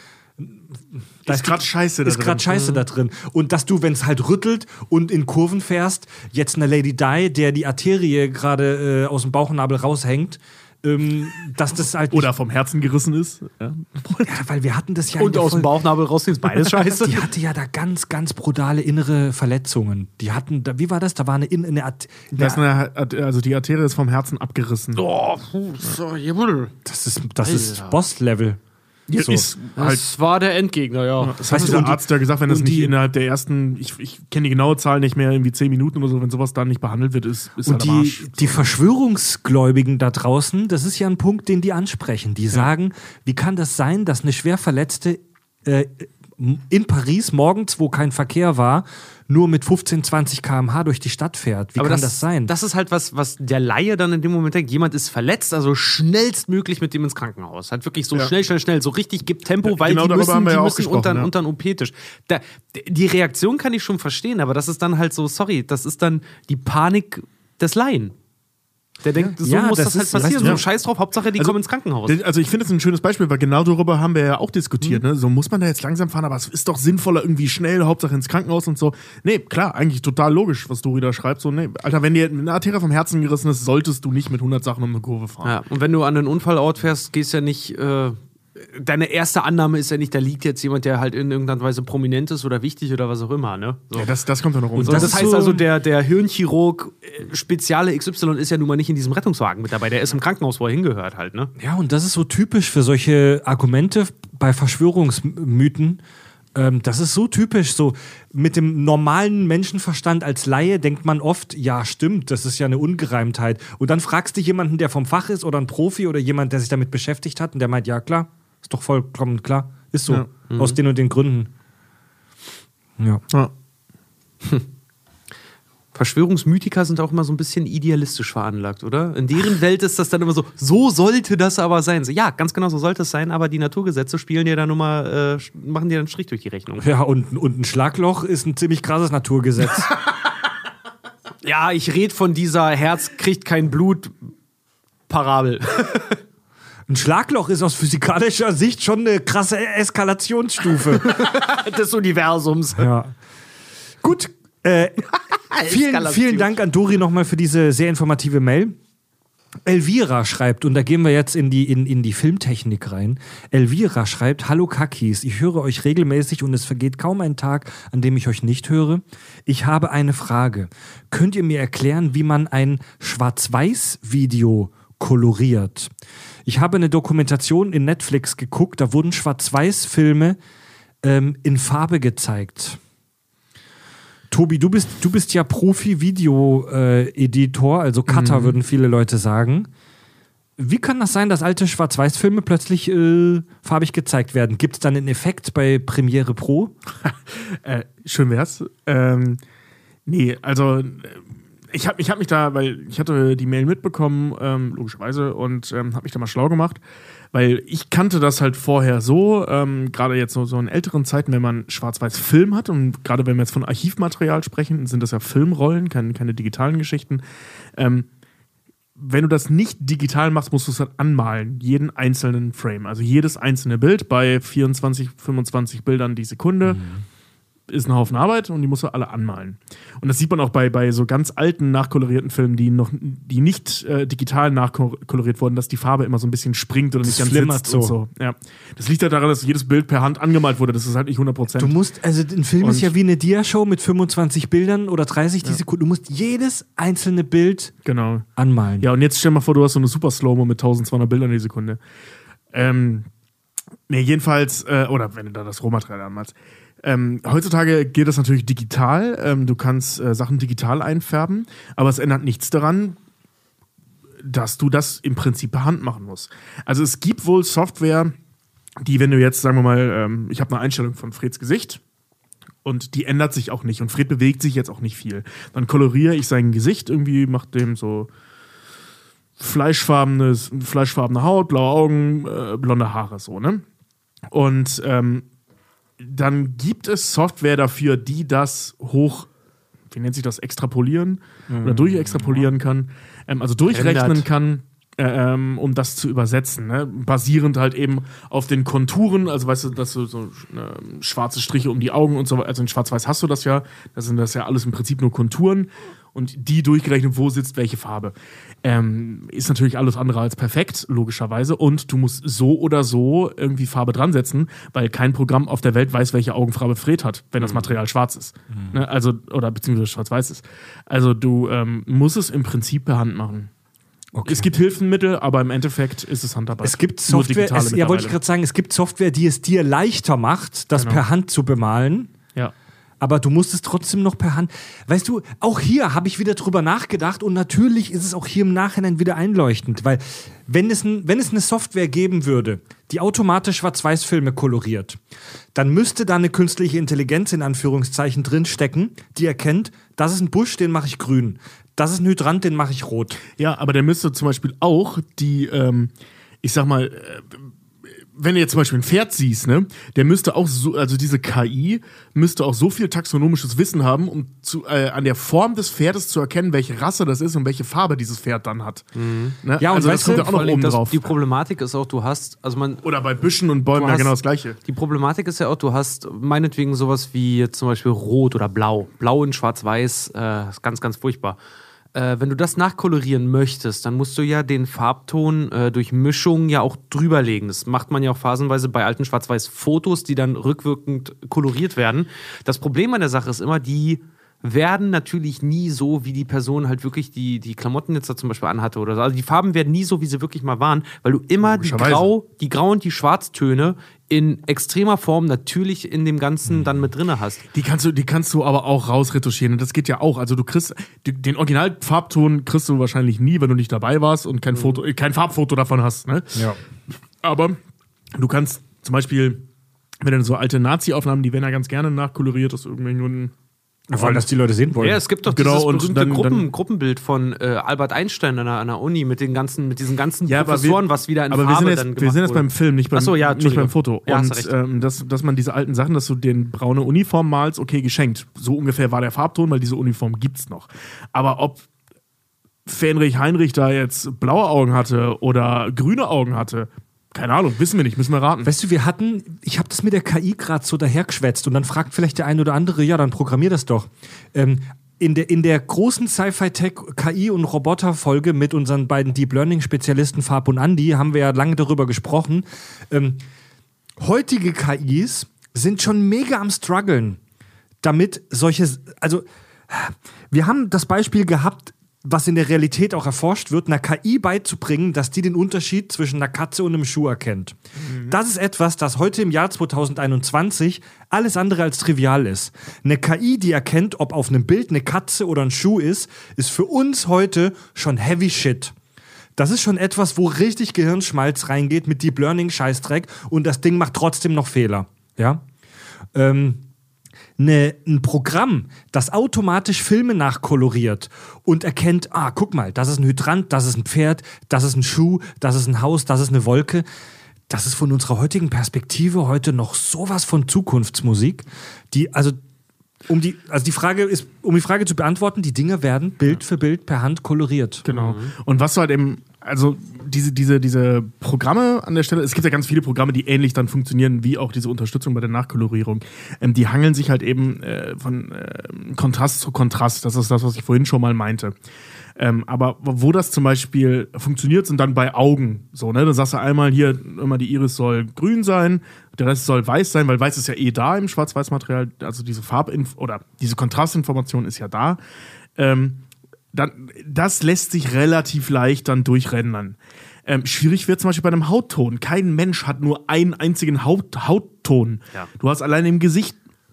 da ist gerade Scheiße da ist gerade Scheiße da drin. Und dass du, wenn es halt rüttelt und in Kurven fährst, jetzt eine Lady Di, der die Arterie gerade äh, aus dem Bauchnabel raushängt, ähm, dass das halt oder vom Herzen gerissen ist. Ja, ja weil wir hatten das ja und aus dem Bauchnabel rausziehen, ist beides scheiße. Die hatte ja da ganz, ganz brutale innere Verletzungen. Die hatten, da, wie war das? Da war eine, in, eine, Art, das eine also die Arterie ist vom Herzen abgerissen. Oh, so, das ist, das ist Boss-Level. Ja, so. ist halt, das war der Endgegner, ja. ja das hat der Arzt ja gesagt, wenn das nicht die, innerhalb der ersten, ich, ich kenne die genaue Zahl nicht mehr, irgendwie zehn Minuten oder so, wenn sowas dann nicht behandelt wird, ist, ist und halt die, am Arsch. die Verschwörungsgläubigen da draußen, das ist ja ein Punkt, den die ansprechen. Die ja. sagen, wie kann das sein, dass eine schwer Verletzte äh, in Paris morgens, wo kein Verkehr war, nur mit fünfzehn, zwanzig Kilometer pro Stunde durch die Stadt fährt. Wie Aber kann das, das sein? Das ist halt was, was der Laie dann in dem Moment denkt. Jemand ist verletzt, also schnellstmöglich mit dem ins Krankenhaus. Halt wirklich so ja. schnell, schnell, schnell, so richtig gibt Tempo, weil genau die müssen, haben wir die ja müssen und dann, ja. und dann O P-Tisch. Da, die Reaktion kann ich schon verstehen, aber das ist dann halt so, sorry, das ist dann die Panik des Laien. Der denkt, so ja, muss das das, ist, halt passieren. weißt du, so scheiß drauf, Hauptsache die also, kommen ins Krankenhaus. Also ich finde es ein schönes Beispiel, weil genau darüber haben wir ja auch diskutiert. Mhm. Ne? So muss man da jetzt langsam fahren, aber es ist doch sinnvoller irgendwie schnell, Hauptsache ins Krankenhaus und so. Nee, klar, eigentlich total logisch, was Dori da schreibt. So, nee, Alter, wenn dir eine Arterie vom Herzen gerissen ist, solltest du nicht mit hundert Sachen um eine Kurve fahren. Ja, und wenn du an den Unfallort fährst, gehst ja nicht... Äh Deine erste Annahme ist ja nicht, da liegt jetzt jemand, der halt in irgendeiner Weise prominent ist oder wichtig oder was auch immer, ne? So. Ja, das, das kommt ja noch rum. Und das, das heißt so also, der, der Hirnchirurg Speziale X Y ist ja nun mal nicht in diesem Rettungswagen mit dabei. Der ist im Krankenhaus, wo er hingehört halt, ne? Ja, und das ist so typisch für solche Argumente bei Verschwörungsmythen. Ähm, das ist so typisch. So mit dem normalen Menschenverstand als Laie denkt man oft, ja, stimmt, das ist ja eine Ungereimtheit. Und dann fragst du jemanden, der vom Fach ist oder ein Profi oder jemand, der sich damit beschäftigt hat und der meint, ja, klar. Ist doch vollkommen klar. Ist so. Ja. Mhm. Aus den und den Gründen. Ja. ja. Hm. Verschwörungsmythiker sind auch immer so ein bisschen idealistisch veranlagt, oder? In deren Welt ist das dann immer so, so sollte das aber sein. So, ja, ganz genau so sollte es sein, aber die Naturgesetze spielen dir dann nur mal, äh, machen dir dann einen Strich durch die Rechnung. Ja, und, und ein Schlagloch ist ein ziemlich krasses Naturgesetz. Ja, ich rede von dieser Herz kriegt kein Blut Parabel. Ein Schlagloch ist aus physikalischer Sicht schon eine krasse Eskalationsstufe des Universums. Ja. Gut. Äh, vielen, vielen Dank an Dori nochmal für diese sehr informative Mail. Elvira schreibt, und da gehen wir jetzt in die, in, in die Filmtechnik rein. Elvira schreibt, hallo Kakis, ich höre euch regelmäßig und es vergeht kaum ein Tag, an dem ich euch nicht höre. Ich habe eine Frage. Könnt ihr mir erklären, wie man ein Schwarz-Weiß-Video koloriert? Ich habe eine Dokumentation in Netflix geguckt, da wurden Schwarz-Weiß-Filme ähm, in Farbe gezeigt. Tobi, du bist, du bist ja Profi-Video-Editor, also Cutter, mhm. würden viele Leute sagen. Wie kann das sein, dass alte Schwarz-Weiß-Filme plötzlich äh, farbig gezeigt werden? Gibt es dann einen Effekt bei Premiere Pro? äh, schön wär's. Ähm, nee, also ich habe ich hab mich da, weil ich hatte die Mail mitbekommen, ähm, logischerweise, und ähm, habe mich da mal schlau gemacht, weil ich kannte das halt vorher so, ähm, gerade jetzt so, so in älteren Zeiten, wenn man Schwarz-Weiß-Film hat und gerade wenn wir jetzt von Archivmaterial sprechen, sind das ja Filmrollen, keine, keine digitalen Geschichten. Ähm, wenn du das nicht digital machst, musst du es halt anmalen, jeden einzelnen Frame, also jedes einzelne Bild bei vierundzwanzig, fünfundzwanzig Bildern die Sekunde. Mhm. Ist ein Haufen Arbeit und die musst du alle anmalen. Und das sieht man auch bei, bei so ganz alten nachkolorierten Filmen, die noch die nicht äh, digital nachkoloriert wurden, dass die Farbe immer so ein bisschen springt oder nicht ganz sitzt so. und so. Ja. Das liegt ja daran, dass jedes Bild per Hand angemalt wurde. Das ist halt nicht hundert Prozent. Du musst, also ein Film und ist ja wie eine Dia-Show mit fünfundzwanzig Bildern oder dreißig die ja. Sekunde. Du musst jedes einzelne Bild genau. anmalen. Ja, und jetzt stell dir mal vor, du hast so eine super Slow-Mo mit zwölfhundert Bildern die Sekunde. Ähm, nee, jedenfalls, äh, oder wenn du da das Rohmaterial anmalst. Ähm, heutzutage geht das natürlich digital. Ähm, du kannst äh, Sachen digital einfärben, aber es ändert nichts daran, dass du das im Prinzip per Hand machen musst. Also es gibt wohl Software, die, wenn du jetzt, sagen wir mal, ähm, ich habe eine Einstellung von Freds Gesicht und die ändert sich auch nicht und Fred bewegt sich jetzt auch nicht viel. Dann koloriere ich sein Gesicht irgendwie, mache dem so fleischfarbenes, fleischfarbene Haut, blaue Augen, äh, blonde Haare, so, ne? Und ähm, dann gibt es Software dafür, die das hoch, wie nennt sich das, extrapolieren mhm. oder durchextrapolieren kann, ähm, also durchrechnen Rendert. kann ähm, um das zu übersetzen, ne? Basierend halt eben auf den Konturen, also weißt du, dass du so äh, schwarze Striche um die Augen und so weiter, also in Schwarz-Weiß hast du das ja, das sind das ja alles im Prinzip nur Konturen und die durchgerechnet, wo sitzt welche Farbe. Ähm, ist natürlich alles andere als perfekt, logischerweise, und du musst so oder so irgendwie Farbe dran setzen, weil kein Programm auf der Welt weiß, welche Augenfarbe Fred hat, wenn das Material schwarz ist. Mhm. Ne? Also, oder beziehungsweise schwarz-weiß ist. Also du ähm, musst es im Prinzip per Hand machen. Okay. Es gibt Hilfsmittel, aber im Endeffekt ist es Handarbeit. Es gibt Software, es, ja, wollte ich gerade sagen, es gibt Software, die es dir leichter macht, das genau. per Hand zu bemalen. Ja. Aber du musst es trotzdem noch per Hand. Weißt du, auch hier habe ich wieder drüber nachgedacht und natürlich ist es auch hier im Nachhinein wieder einleuchtend, weil wenn es, ein, wenn es eine Software geben würde, die automatisch Schwarz-Weiß-Filme koloriert, dann müsste da eine künstliche Intelligenz in Anführungszeichen drinstecken, die erkennt, das ist ein Busch, den mache ich grün. Das ist ein Hydrant, den mache ich rot. Ja, aber der müsste zum Beispiel auch die, ähm, ich sag mal, äh, wenn du jetzt zum Beispiel ein Pferd siehst, ne, der müsste auch so, also diese K I müsste auch so viel taxonomisches Wissen haben, um zu, äh, an der Form des Pferdes zu erkennen, welche Rasse das ist und welche Farbe dieses Pferd dann hat. Mhm. Ne? Ja, und also das kommt ja auch noch oben das, drauf. Die Problematik ist auch, du hast, also man. Oder bei Büschen und Bäumen ja genau das Gleiche. Die Problematik ist ja auch, du hast meinetwegen sowas wie jetzt zum Beispiel Rot oder Blau. Blau in Schwarz-Weiß, äh, ist ganz, ganz furchtbar. Äh, wenn du das nachkolorieren möchtest, dann musst du ja den Farbton äh, durch Mischung ja auch drüberlegen. Das macht man ja auch phasenweise bei alten Schwarz-Weiß-Fotos, die dann rückwirkend koloriert werden. Das Problem an der Sache ist immer, die werden natürlich nie so, wie die Person halt wirklich die, die Klamotten jetzt da zum Beispiel anhatte oder so. Also die Farben werden nie so, wie sie wirklich mal waren, weil du immer die Grau, die Grau- und die Schwarztöne in extremer Form natürlich in dem Ganzen dann mit drinne hast. Die kannst du, die kannst du aber auch rausretuschieren. Und das geht ja auch. Also du kriegst den Originalfarbton kriegst du wahrscheinlich nie, wenn du nicht dabei warst und kein Foto, kein Farbfoto davon hast. Ne? Ja. Aber du kannst zum Beispiel, wenn du so alte Nazi-Aufnahmen, die werden ja ganz gerne nachkoloriert aus irgendwelchen Gründen. Weil das die Leute sehen wollen. Ja, es gibt doch genau, dieses und berühmte dann, Gruppen, dann, Gruppenbild von äh, Albert Einstein an der, an der Uni mit, den ganzen, mit diesen ganzen ja, Professoren, wir, was wieder in aber Farbe wir sind jetzt, dann gemacht wir sind jetzt wurde. beim Film, nicht beim, so, ja, nicht beim Foto. Ja, und ähm, dass, dass man diese alten Sachen, dass du den braune Uniform malst, okay, geschenkt. So ungefähr war der Farbton, weil diese Uniform gibt's noch. Aber ob Fähnrich Heinrich da jetzt blaue Augen hatte oder grüne Augen hatte, keine Ahnung, wissen wir nicht, müssen wir raten. Weißt du, wir hatten, ich habe das mit der K I gerade so dahergeschwätzt und dann fragt vielleicht der eine oder andere, ja, dann programmier das doch. Ähm, in der, in der großen Sci-Fi-Tech K I- und Roboter-Folge mit unseren beiden Deep Learning-Spezialisten Fab und Andi haben wir ja lange darüber gesprochen. Ähm, heutige K Is sind schon mega am struggeln, damit solche, also wir haben das Beispiel gehabt, was in der Realität auch erforscht wird, einer K I beizubringen, dass die den Unterschied zwischen einer Katze und einem Schuh erkennt. Mhm. Das ist etwas, das heute im Jahr zwanzig einundzwanzig alles andere als trivial ist. Eine K I, die erkennt, ob auf einem Bild eine Katze oder ein Schuh ist, ist für uns heute schon heavy shit. Das ist schon etwas, wo richtig Gehirnschmalz reingeht mit Deep Learning Scheißdreck und das Ding macht trotzdem noch Fehler. Ja? Ähm... Ne, ein Programm, das automatisch Filme nachkoloriert und erkennt, ah, guck mal, das ist ein Hydrant, das ist ein Pferd, das ist ein Schuh, das ist ein Haus, das ist eine Wolke. Das ist von unserer heutigen Perspektive heute noch sowas von Zukunftsmusik, die, also, um die, also die Frage ist, um die Frage zu beantworten, die Dinge werden Bild für Bild per Hand koloriert. Genau. Und was du halt eben, also diese, diese, diese Programme an der Stelle, es gibt ja ganz viele Programme, die ähnlich dann funktionieren wie auch diese Unterstützung bei der Nachkolorierung. Ähm, die hangeln sich halt eben äh, von äh, Kontrast zu Kontrast. Das ist das, was ich vorhin schon mal meinte. Ähm, aber wo das zum Beispiel funktioniert, sind dann bei Augen. So, ne? Da sagst du einmal hier, immer die Iris soll grün sein, der Rest soll weiß sein, weil weiß ist ja eh da im Schwarz-Weiß-Material. Also diese Farbinf- oder diese Kontrastinformation ist ja da. Ähm, Dann, das lässt sich relativ leicht dann durchrendern. Ähm, schwierig wird zum Beispiel bei einem Hautton. Kein Mensch hat nur einen einzigen Haut, Hautton. Ja. Du hast allein im Gesicht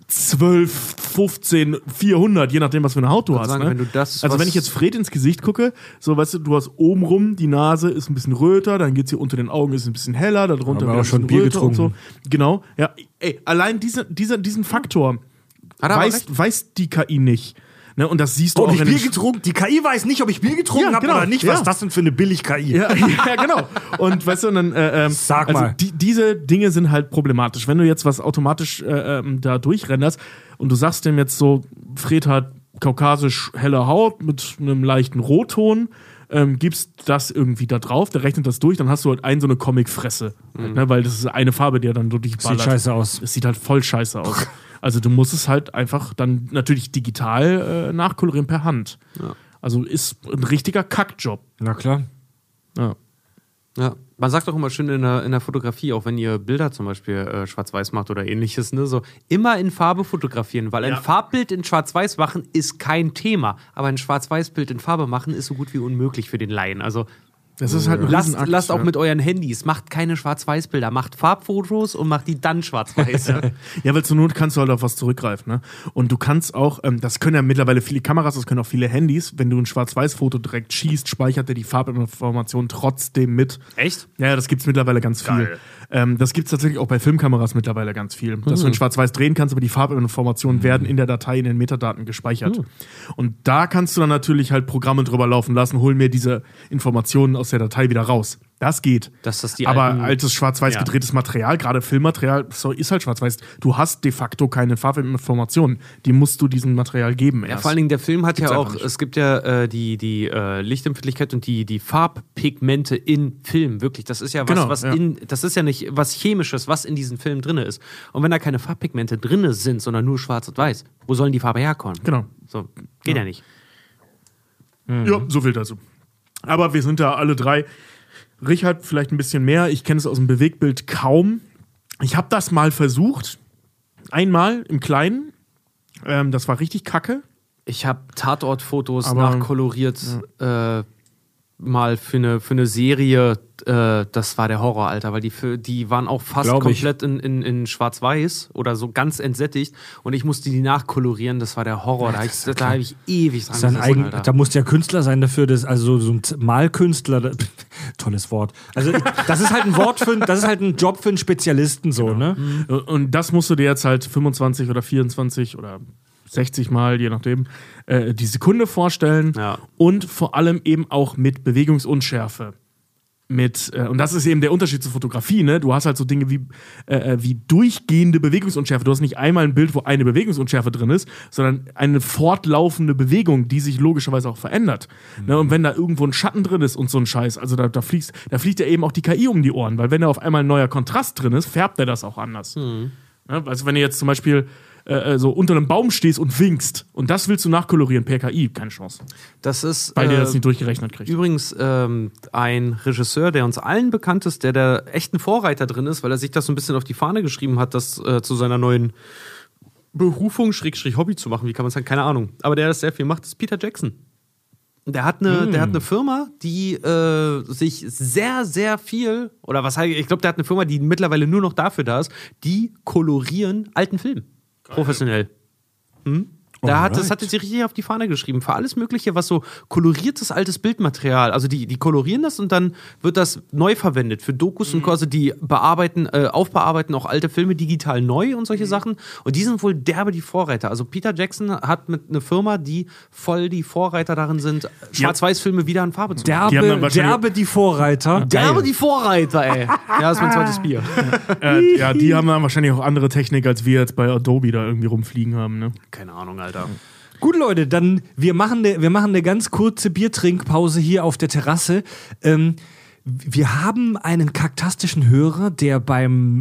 zwölf, fünfzehn, vierhundert, je nachdem, was für eine Haut du hast. Sagen, ne? wenn du das, also wenn ich jetzt Fred ins Gesicht gucke, so weißt du, du hast oben rum, die Nase ist ein bisschen röter, dann geht's hier unter den Augen, ist ein bisschen heller, darunter aber auch schon ein Bier röter und getrunken. so. Genau, ja. Ey, allein diese, diese, diesen Faktor Hat er aber weiß, recht. weiß die K I nicht. Ne, und das siehst du Ob auch ich in Bier den getrunken, die K I weiß nicht, ob ich Bier getrunken Ja, habe genau, oder nicht. ja. Was ist das denn für eine Billig-K I? Ja, ja, genau. Und weißt du, und dann, äh, ähm, Sag also mal. Die, diese Dinge sind halt problematisch. Wenn du jetzt was automatisch äh, ähm, da durchrenderst und du sagst dem jetzt so, Fred hat kaukasisch helle Haut mit einem leichten Rotton, ähm, gibst das irgendwie da drauf, der rechnet das durch, dann hast du halt einen so eine Comic-Fresse. Mhm. Halt, ne? Weil das ist eine Farbe, die er dann so durchballert. Sieht scheiße aus. Das sieht halt voll scheiße aus. Also du musst es halt einfach dann natürlich digital äh, nachkolorieren per Hand. Ja. Also ist ein richtiger Kackjob. Na klar. Ja. Ja, man sagt auch immer schön in der, in der Fotografie, auch wenn ihr Bilder zum Beispiel äh, schwarz-weiß macht oder ähnliches, ne, so immer in Farbe fotografieren, weil ein Ja. Farbbild in schwarz-weiß machen ist kein Thema, aber ein schwarz-weiß-Bild in Farbe machen ist so gut wie unmöglich für den Laien. Also Das ist halt ein lasst, Riesenakt, lasst auch ja. mit euren Handys, macht keine Schwarz-Weiß-Bilder, macht Farbfotos und macht die dann schwarz-weiß. Ja, weil zur Not kannst du halt auf was zurückgreifen. Ne? Und du kannst auch, ähm, das können ja mittlerweile viele Kameras, das können auch viele Handys, wenn du ein Schwarz-Weiß-Foto direkt schießt, speichert er die Farbinformation trotzdem mit. Echt? Ja, das gibt's mittlerweile ganz viel. Geil. Ähm, das gibt's tatsächlich auch bei Filmkameras mittlerweile ganz viel. Dass du in Schwarz-Weiß drehen kannst, aber die Farbinformationen werden in der Datei, in den Metadaten gespeichert. Und da kannst du dann natürlich halt Programme drüber laufen lassen, hol mir diese Informationen aus der Datei wieder raus. Das geht. Dass das die aber alten- altes schwarz-weiß Ja. gedrehtes Material, gerade Filmmaterial, sorry, ist halt schwarz-weiß. Du hast de facto keine Farbinformationen. Die musst du diesem Material geben Ja, erst. vor allen Dingen der Film hat Gibt's ja einfach auch, nicht. es gibt ja äh, die, die äh, Lichtempfindlichkeit und die, die Farbpigmente in Film, wirklich. Das ist ja was, Genau, was ja. in, das ist ja nicht was Chemisches, was in diesem Film drin ist. Und wenn da keine Farbpigmente drin sind, sondern nur schwarz und weiß, wo sollen die Farbe herkommen? Genau. So, geht ja, nicht. Ja, so viel dazu. Aber wir sind da alle drei. Richard vielleicht ein bisschen mehr. Ich kenne es aus dem Bewegtbild kaum. Ich habe das mal versucht. Einmal im Kleinen. Ähm, das war richtig kacke. Ich habe Tatortfotos Aber- nachkoloriert, äh, mal für eine, für eine Serie. Äh, das war der Horror, Alter, weil die, für, die waren auch fast Glaub ich. komplett in, in, in schwarz-weiß oder so ganz entsättigt und ich musste die nachkolorieren. Das war der Horror. Da habe ich, da hab ich ewig dran Das ist ein gesessen, eigen, Alter. da muss ja Künstler sein dafür, das, also so ein Z- Malkünstler, da, tolles Wort. Also das ist halt ein Wort für, das ist halt ein Job für einen Spezialisten so, ne? Und das musst du dir jetzt halt fünfundzwanzig oder vierundzwanzig oder sechzig Mal, je nachdem, äh, die Sekunde vorstellen. Ja. Und vor allem eben auch mit Bewegungsunschärfe. Mit, äh, und das ist eben der Unterschied zur Fotografie, ne? Du hast halt so Dinge wie, äh, wie durchgehende Bewegungsunschärfe. Du hast nicht einmal ein Bild, wo eine Bewegungsunschärfe drin ist, sondern eine fortlaufende Bewegung, die sich logischerweise auch verändert. Mhm. Ne? Und wenn da irgendwo ein Schatten drin ist und so ein Scheiß, also da, da, fliegst, da fliegt ja eben auch die K I um die Ohren, weil wenn da auf einmal ein neuer Kontrast drin ist, färbt er das auch anders. Mhm. Ne? Also wenn du jetzt zum Beispiel äh, so unter einem Baum stehst und winkst und das willst du nachkolorieren per K I, keine Chance. Das ist Weil äh, der das nicht durchgerechnet kriegt. übrigens ähm, ein Regisseur, der uns allen bekannt ist, der da echt ein Vorreiter drin ist, weil er sich das so ein bisschen auf die Fahne geschrieben hat, das äh, zu seiner neuen Berufung, Schrägstrich Hobby zu machen. Wie kann man sagen? Keine Ahnung. Aber der das sehr viel macht, ist Peter Jackson. Der hat eine, mm. der hat eine Firma, die äh, sich sehr, sehr viel, oder was heißt, ich glaube, der hat eine Firma, die mittlerweile nur noch dafür da ist, die kolorieren alten Film. Professionell. Hm? Da hat, das hat er sich richtig auf die Fahne geschrieben. Für alles Mögliche, was so koloriertes altes Bildmaterial. Also die, die kolorieren das und dann wird das neu verwendet für Dokus mhm. und Kurse, die bearbeiten, äh, aufbearbeiten auch alte Filme digital neu und solche mhm. Sachen. Und die sind wohl derbe die Vorreiter. Also Peter Jackson hat mit einer Firma, die voll die Vorreiter darin sind, Schwarz-Weiß-Filme wieder in Farbe zu machen. Die haben dann Derbe, wahrscheinlich- derbe die Vorreiter. Derbe die Vorreiter, ey. Ja, das ist mein zweites Bier. äh, ja, die haben dann wahrscheinlich auch andere Technik, als wir jetzt bei Adobe da irgendwie rumfliegen haben, ne? Keine Ahnung, Alter. Gut, Leute, dann wir machen eine wir machen eine ganz kurze Biertrinkpause hier auf der Terrasse. Ähm, wir haben einen kaktastischen Hörer, der beim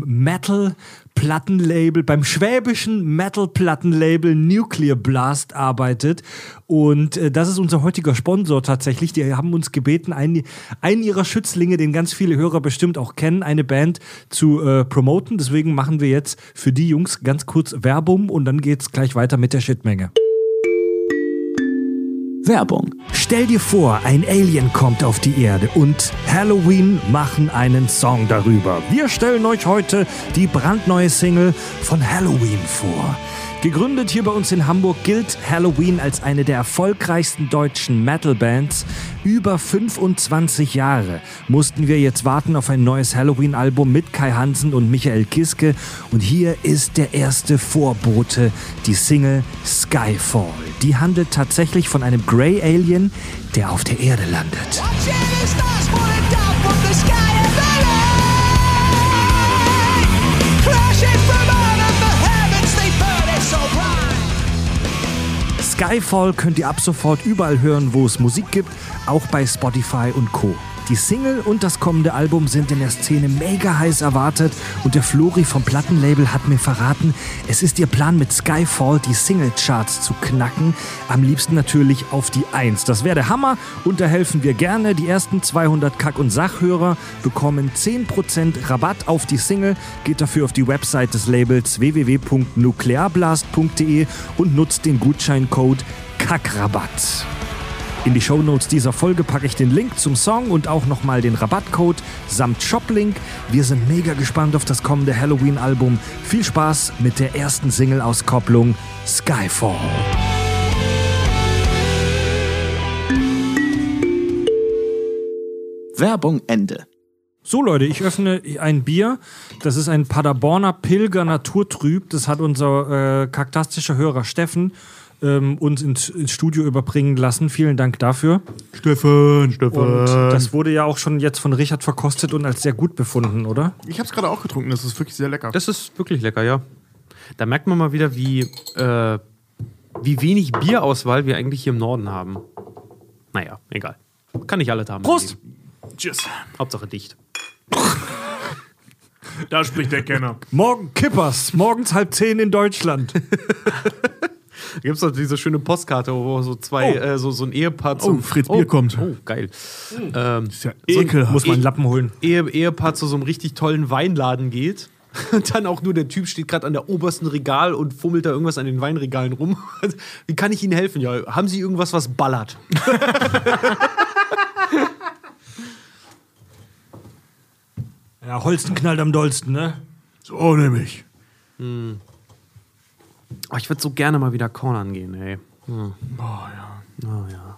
Metal-Plattenlabel, beim schwäbischen Metal-Plattenlabel Nuclear Blast arbeitet. Und äh, das ist unser heutiger Sponsor tatsächlich. Die haben uns gebeten, einen, einen ihrer Schützlinge, den ganz viele Hörer bestimmt auch kennen, eine Band zu äh, promoten. Deswegen machen wir jetzt für die Jungs ganz kurz Werbung und dann geht's gleich weiter mit der Shitmenge. Werbung. Stell dir vor, ein Alien kommt auf die Erde und Halloween machen einen Song darüber. Wir stellen euch heute die brandneue Single von Halloween vor. Gegründet hier bei uns in Hamburg gilt Halloween als eine der erfolgreichsten deutschen Metal-Bands. Über fünfundzwanzig Jahre mussten wir jetzt warten auf ein neues Halloween-Album mit Kai Hansen und Michael Kiske. Und hier ist der erste Vorbote, die Single Skyfall. Die handelt tatsächlich von einem Grey Alien, der auf der Erde landet. Skyfall könnt ihr ab sofort überall hören, wo es Musik gibt, auch bei Spotify und Co. Die Single und das kommende Album sind in der Szene mega heiß erwartet und der Flori vom Plattenlabel hat mir verraten, es ist ihr Plan mit Skyfall die Singlecharts zu knacken, am liebsten natürlich auf die eins. Das wäre der Hammer und da helfen wir gerne. Die ersten zweihundert Kack- und Sachhörer bekommen zehn Prozent Rabatt auf die Single, geht dafür auf die Website des Labels w w w punkt nuklearblast punkt d e und nutzt den Gutscheincode Kackrabatt. In die Shownotes dieser Folge packe ich den Link zum Song und auch nochmal den Rabattcode samt Shoplink. Wir sind mega gespannt auf das kommende Halloween-Album. Viel Spaß mit der ersten Single-Auskopplung Skyfall. Werbung Ende. So Leute, ich öffne ein Bier. Das ist ein Paderborner Pilger Naturtrüb. Das hat unser äh, kaktastischer Hörer Steffen ähm, uns ins, ins Studio überbringen lassen. Vielen Dank dafür. Steffen, Steffen. Und das wurde ja auch schon jetzt von Richard verkostet und als sehr gut befunden, oder? Ich habe es gerade auch getrunken, das ist wirklich sehr lecker. Das ist wirklich lecker, ja. Da merkt man mal wieder, wie, äh, wie wenig Bierauswahl wir eigentlich hier im Norden haben. Naja, egal. Kann nicht alle haben. Prost! Tschüss. Hauptsache dicht. Da spricht der Kenner. Morgen Kippers, morgens halb zehn in Deutschland. Da gibt es doch diese schöne Postkarte, wo so zwei, Oh. äh, so, so ein Ehepaar zum. Oh, Fritz Bier kommt. Oh, geil. Ähm, Ist ja so ein- ekelhaft. Muss man einen Lappen holen. Ehe, Ehepaar zu so einem richtig tollen Weinladen geht. Und dann auch nur der Typ steht gerade an der obersten Regal und fummelt da irgendwas an den Weinregalen rum. Wie kann ich Ihnen helfen? Ja, haben Sie irgendwas, was ballert? Ja, Holsten knallt am dollsten, ne? So nämlich. Oh, ich würde so gerne mal wieder cornern gehen, ey. Hm. Oh ja. Oh, ja.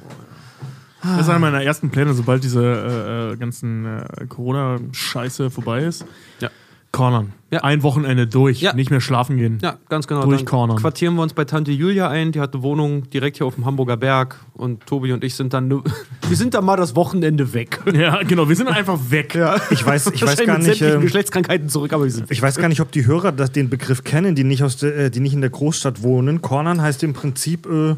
Das ist einer meiner ersten Pläne, sobald diese äh, äh, ganzen äh, Corona-Scheiße vorbei ist. Ja. Cornern. Ja. Ein Wochenende durch, Ja. nicht mehr schlafen gehen. Ja, ganz genau. Durchcornern. Dann quartieren wir uns bei Tante Julia ein. Die hat eine Wohnung direkt hier auf dem Hamburger Berg. Und Tobi und ich sind dann, ne, wir sind dann mal das Wochenende weg. Ja, genau, wir sind einfach weg. Ja. Ich weiß, ich weiß Wahrscheinlich gar mit nicht. sämtlichen ähm, Geschlechtskrankheiten zurück, aber wir sind weg. Ich weiß gar nicht, ob die Hörer das, den Begriff kennen, die nicht, aus der, äh, die nicht in der Großstadt wohnen. Cornern heißt im Prinzip äh,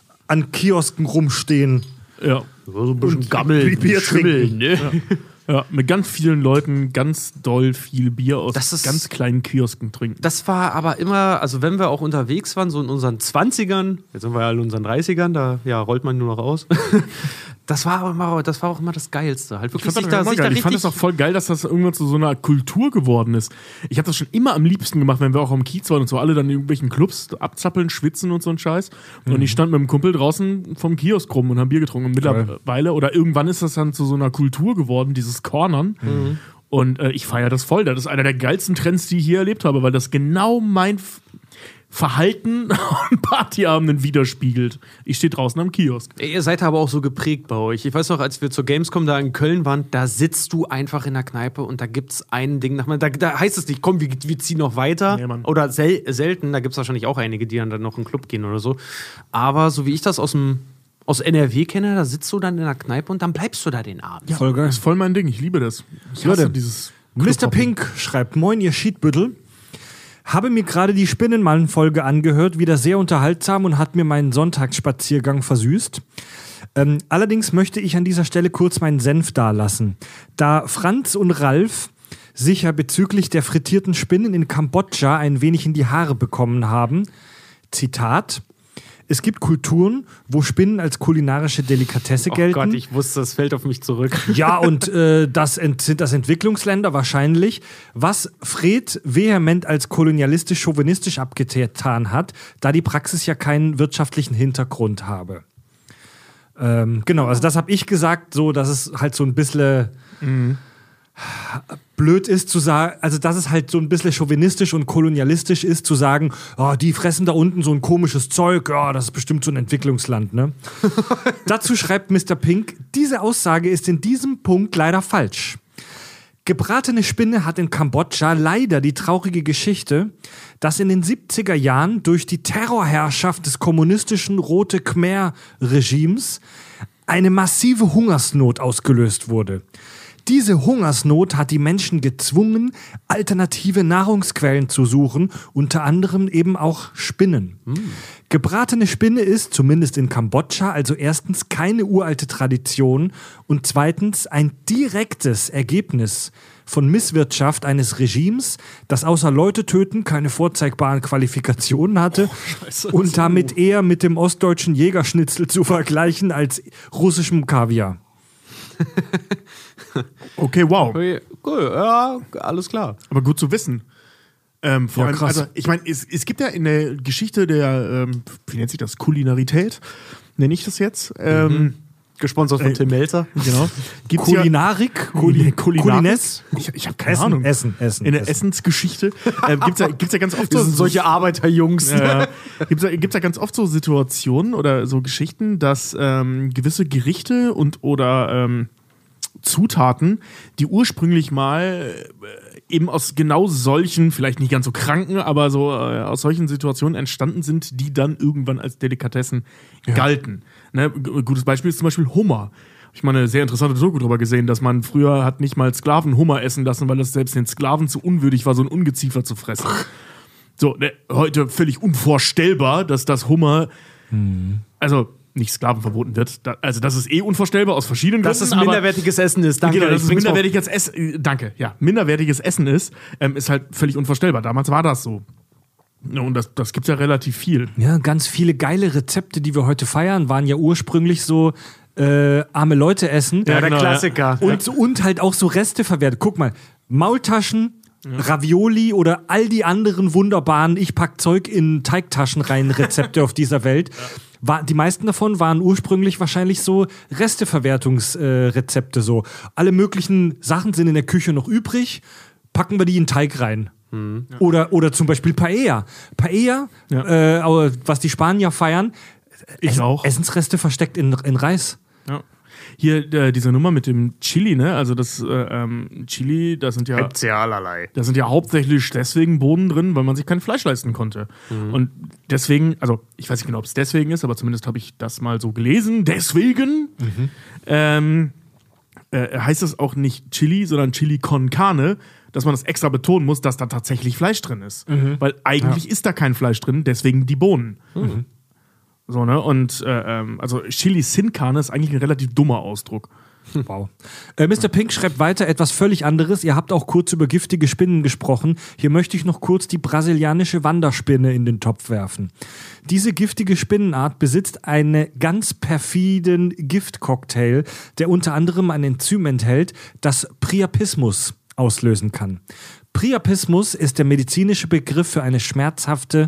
an Kiosken rumstehen. Ja. So ein bisschen gammeln, Bier schimmeln, ne? Ja, mit ganz vielen Leuten ganz doll viel Bier aus Das ist- ganz kleinen Kiosken trinken. Das war aber immer, also wenn wir auch unterwegs waren, so in unseren zwanzigern, jetzt sind wir ja in unseren dreißigern, da ja, rollt man nur noch aus. Das war, aber immer, das war auch immer das Geilste. Halt Ich wirklich fand, sich das da, immer sich da geil. ich fand das richtig. auch voll geil, dass das irgendwann zu so einer Kultur geworden ist. Ich habe das schon immer am liebsten gemacht, wenn wir auch am Kiez waren und so alle dann in irgendwelchen Clubs abzappeln, schwitzen und so ein Scheiß. Und ich stand mit dem Kumpel draußen vom Kiosk rum und haben Bier getrunken. Und mittlerweile, oder irgendwann ist das dann zu so einer Kultur geworden, dieses Cornern. Mhm. Und äh, ich feiere das voll. Das ist einer der geilsten Trends, die ich hier erlebt habe, weil das genau mein F- Verhalten an Partyabenden widerspiegelt. Ich stehe draußen am Kiosk. Ey, ihr seid aber auch so geprägt bei euch. Ich weiß noch, als wir zur Gamescom da in Köln waren, da sitzt du einfach in der Kneipe und da gibt's ein Ding nach da, da heißt es nicht, komm, wir, wir ziehen noch weiter. Nee, Mann. Oder sel selten, da gibt's wahrscheinlich auch einige, die dann, dann noch in den Club gehen oder so. Aber so wie ich das aus dem aus N R W kenne, da sitzt du dann in der Kneipe und dann bleibst du da den Abend. Ja, Voll geil. Das ist voll mein Ding. Ich liebe das. Ich Leute, hasse dieses Mister Pink schreibt, moin ihr Schiedbüttel. Habe mir gerade die Spinnenmallen-Folge angehört, wieder sehr unterhaltsam und hat mir meinen Sonntagsspaziergang versüßt. Ähm, allerdings möchte ich an dieser Stelle kurz meinen Senf dalassen. Da Franz und Ralf sich ja bezüglich der frittierten Spinnen in Kambodscha ein wenig in die Haare bekommen haben. Zitat: Es gibt Kulturen, wo Spinnen als kulinarische Delikatesse Oh gelten. Gott, ich wusste, das fällt auf mich zurück. Ja, und äh, das ent- sind das Entwicklungsländer wahrscheinlich, was Fred vehement als kolonialistisch-chauvinistisch abgetan hat, da die Praxis ja keinen wirtschaftlichen Hintergrund habe. Ähm, genau, also das habe ich gesagt, so, dass es halt so ein bisschen blöd ist zu sagen, also dass es halt so ein bisschen chauvinistisch und kolonialistisch ist, zu sagen, oh, die fressen da unten so ein komisches Zeug, ja, das ist bestimmt so ein Entwicklungsland, ne? Dazu schreibt Mister Pink, diese Aussage ist in diesem Punkt leider falsch. Gebratene Spinne hat in Kambodscha leider die traurige Geschichte, dass in den siebziger Jahren durch die Terrorherrschaft des kommunistischen Rote Khmer-Regimes eine massive Hungersnot ausgelöst wurde. Diese Hungersnot hat die Menschen gezwungen, alternative Nahrungsquellen zu suchen, unter anderem eben auch Spinnen. Mm. Gebratene Spinne ist, zumindest in Kambodscha, also erstens keine uralte Tradition und zweitens ein direktes Ergebnis von Misswirtschaft eines Regimes, das außer Leute töten keine vorzeigbaren Qualifikationen hatte oh, Scheiße, und damit eher mit dem ostdeutschen Jägerschnitzel zu vergleichen als russischem Kaviar. Okay, wow. Okay, cool, ja, alles klar. Aber gut zu wissen. Ähm, vor Ja, allem, krass. also ich meine, es, es gibt ja in der Geschichte der, ähm, wie nennt sich das, Kulinarität, nenne ich das jetzt. Ähm, Mhm. Gesponsert von Äh, Tim Melzer. Genau. Gibt's Kulinarik? Kuli- Kulinarik? Kulines? Ich, ich habe keine Essen, Ahnung. Essen, Essen. In der Essen. Essensgeschichte äh, gibt es ja, gibt's ja ganz oft Wir so, sind solche Arbeiterjungs. äh, gibt's ja, gibt's ja ganz oft so Situationen oder so Geschichten, dass ähm, gewisse Gerichte und oder ähm, Zutaten, die ursprünglich mal äh, eben aus genau solchen, vielleicht nicht ganz so kranken, aber so äh, aus solchen Situationen entstanden sind, die dann irgendwann als Delikatessen Ja. galten. Ne? G- Gutes Beispiel ist zum Beispiel Hummer. Hab ich mal eine sehr interessante Doku drüber gesehen, dass man früher hat nicht mal Sklaven Hummer essen lassen, weil es selbst den Sklaven zu unwürdig war, so ein Ungeziefer zu fressen. So, ne, heute völlig unvorstellbar, dass das Hummer, also nicht Sklaven verboten wird. Da, also das ist eh unvorstellbar aus verschiedenen Dass Gründen. es aber- minderwertiges Essen ist. Danke. Genau, dass ich es bring's auf. minderwertiges Essen, äh, danke, ja, minderwertiges Essen ist, ähm, ist halt völlig unvorstellbar. Damals war das so. Ja, und das, das gibt's ja relativ viel. Ja, ganz viele geile Rezepte, die wir heute feiern, waren ja ursprünglich so äh, arme Leute essen. Ja, der genau, Klassiker. Und, und halt auch so Reste verwertet. Guck mal, Maultaschen, Ravioli oder all die anderen wunderbaren Ich pack Zeug in Teigtaschen rein Rezepte auf dieser Welt. War, die meisten davon waren ursprünglich wahrscheinlich so Resteverwertungsrezepte. Äh, Rezepte so. Alle möglichen Sachen sind in der Küche noch übrig, packen wir die in Teig rein. Mhm. Oder, oder zum Beispiel Paella. Paella, Ja. äh, aber was die Spanier feiern, Ich Essen- auch. Essensreste versteckt in, in Reis. Ja. Hier äh, diese Nummer mit dem Chili, ne? Also das äh, ähm, Chili, da sind ja Gibt's ja allerlei. Da sind ja hauptsächlich deswegen Bohnen drin, weil man sich kein Fleisch leisten konnte. Und deswegen, also ich weiß nicht genau, ob es deswegen ist, aber zumindest habe ich das mal so gelesen. Deswegen ähm, äh, heißt es auch nicht Chili, sondern Chili con Carne, dass man das extra betonen muss, dass da tatsächlich Fleisch drin ist. Weil eigentlich ist da kein Fleisch drin, deswegen die Bohnen. So, ne? Und äh, ähm, also Chili sin Carne ist eigentlich ein relativ dummer Ausdruck. Wow. Äh, Mister Pink schreibt weiter etwas völlig anderes. Ihr habt auch kurz über giftige Spinnen gesprochen. Hier möchte ich noch kurz die brasilianische Wanderspinne in den Topf werfen. Diese giftige Spinnenart besitzt einen ganz perfiden Giftcocktail, der unter anderem ein Enzym enthält, das Priapismus auslösen kann. Priapismus ist der medizinische Begriff für eine schmerzhafte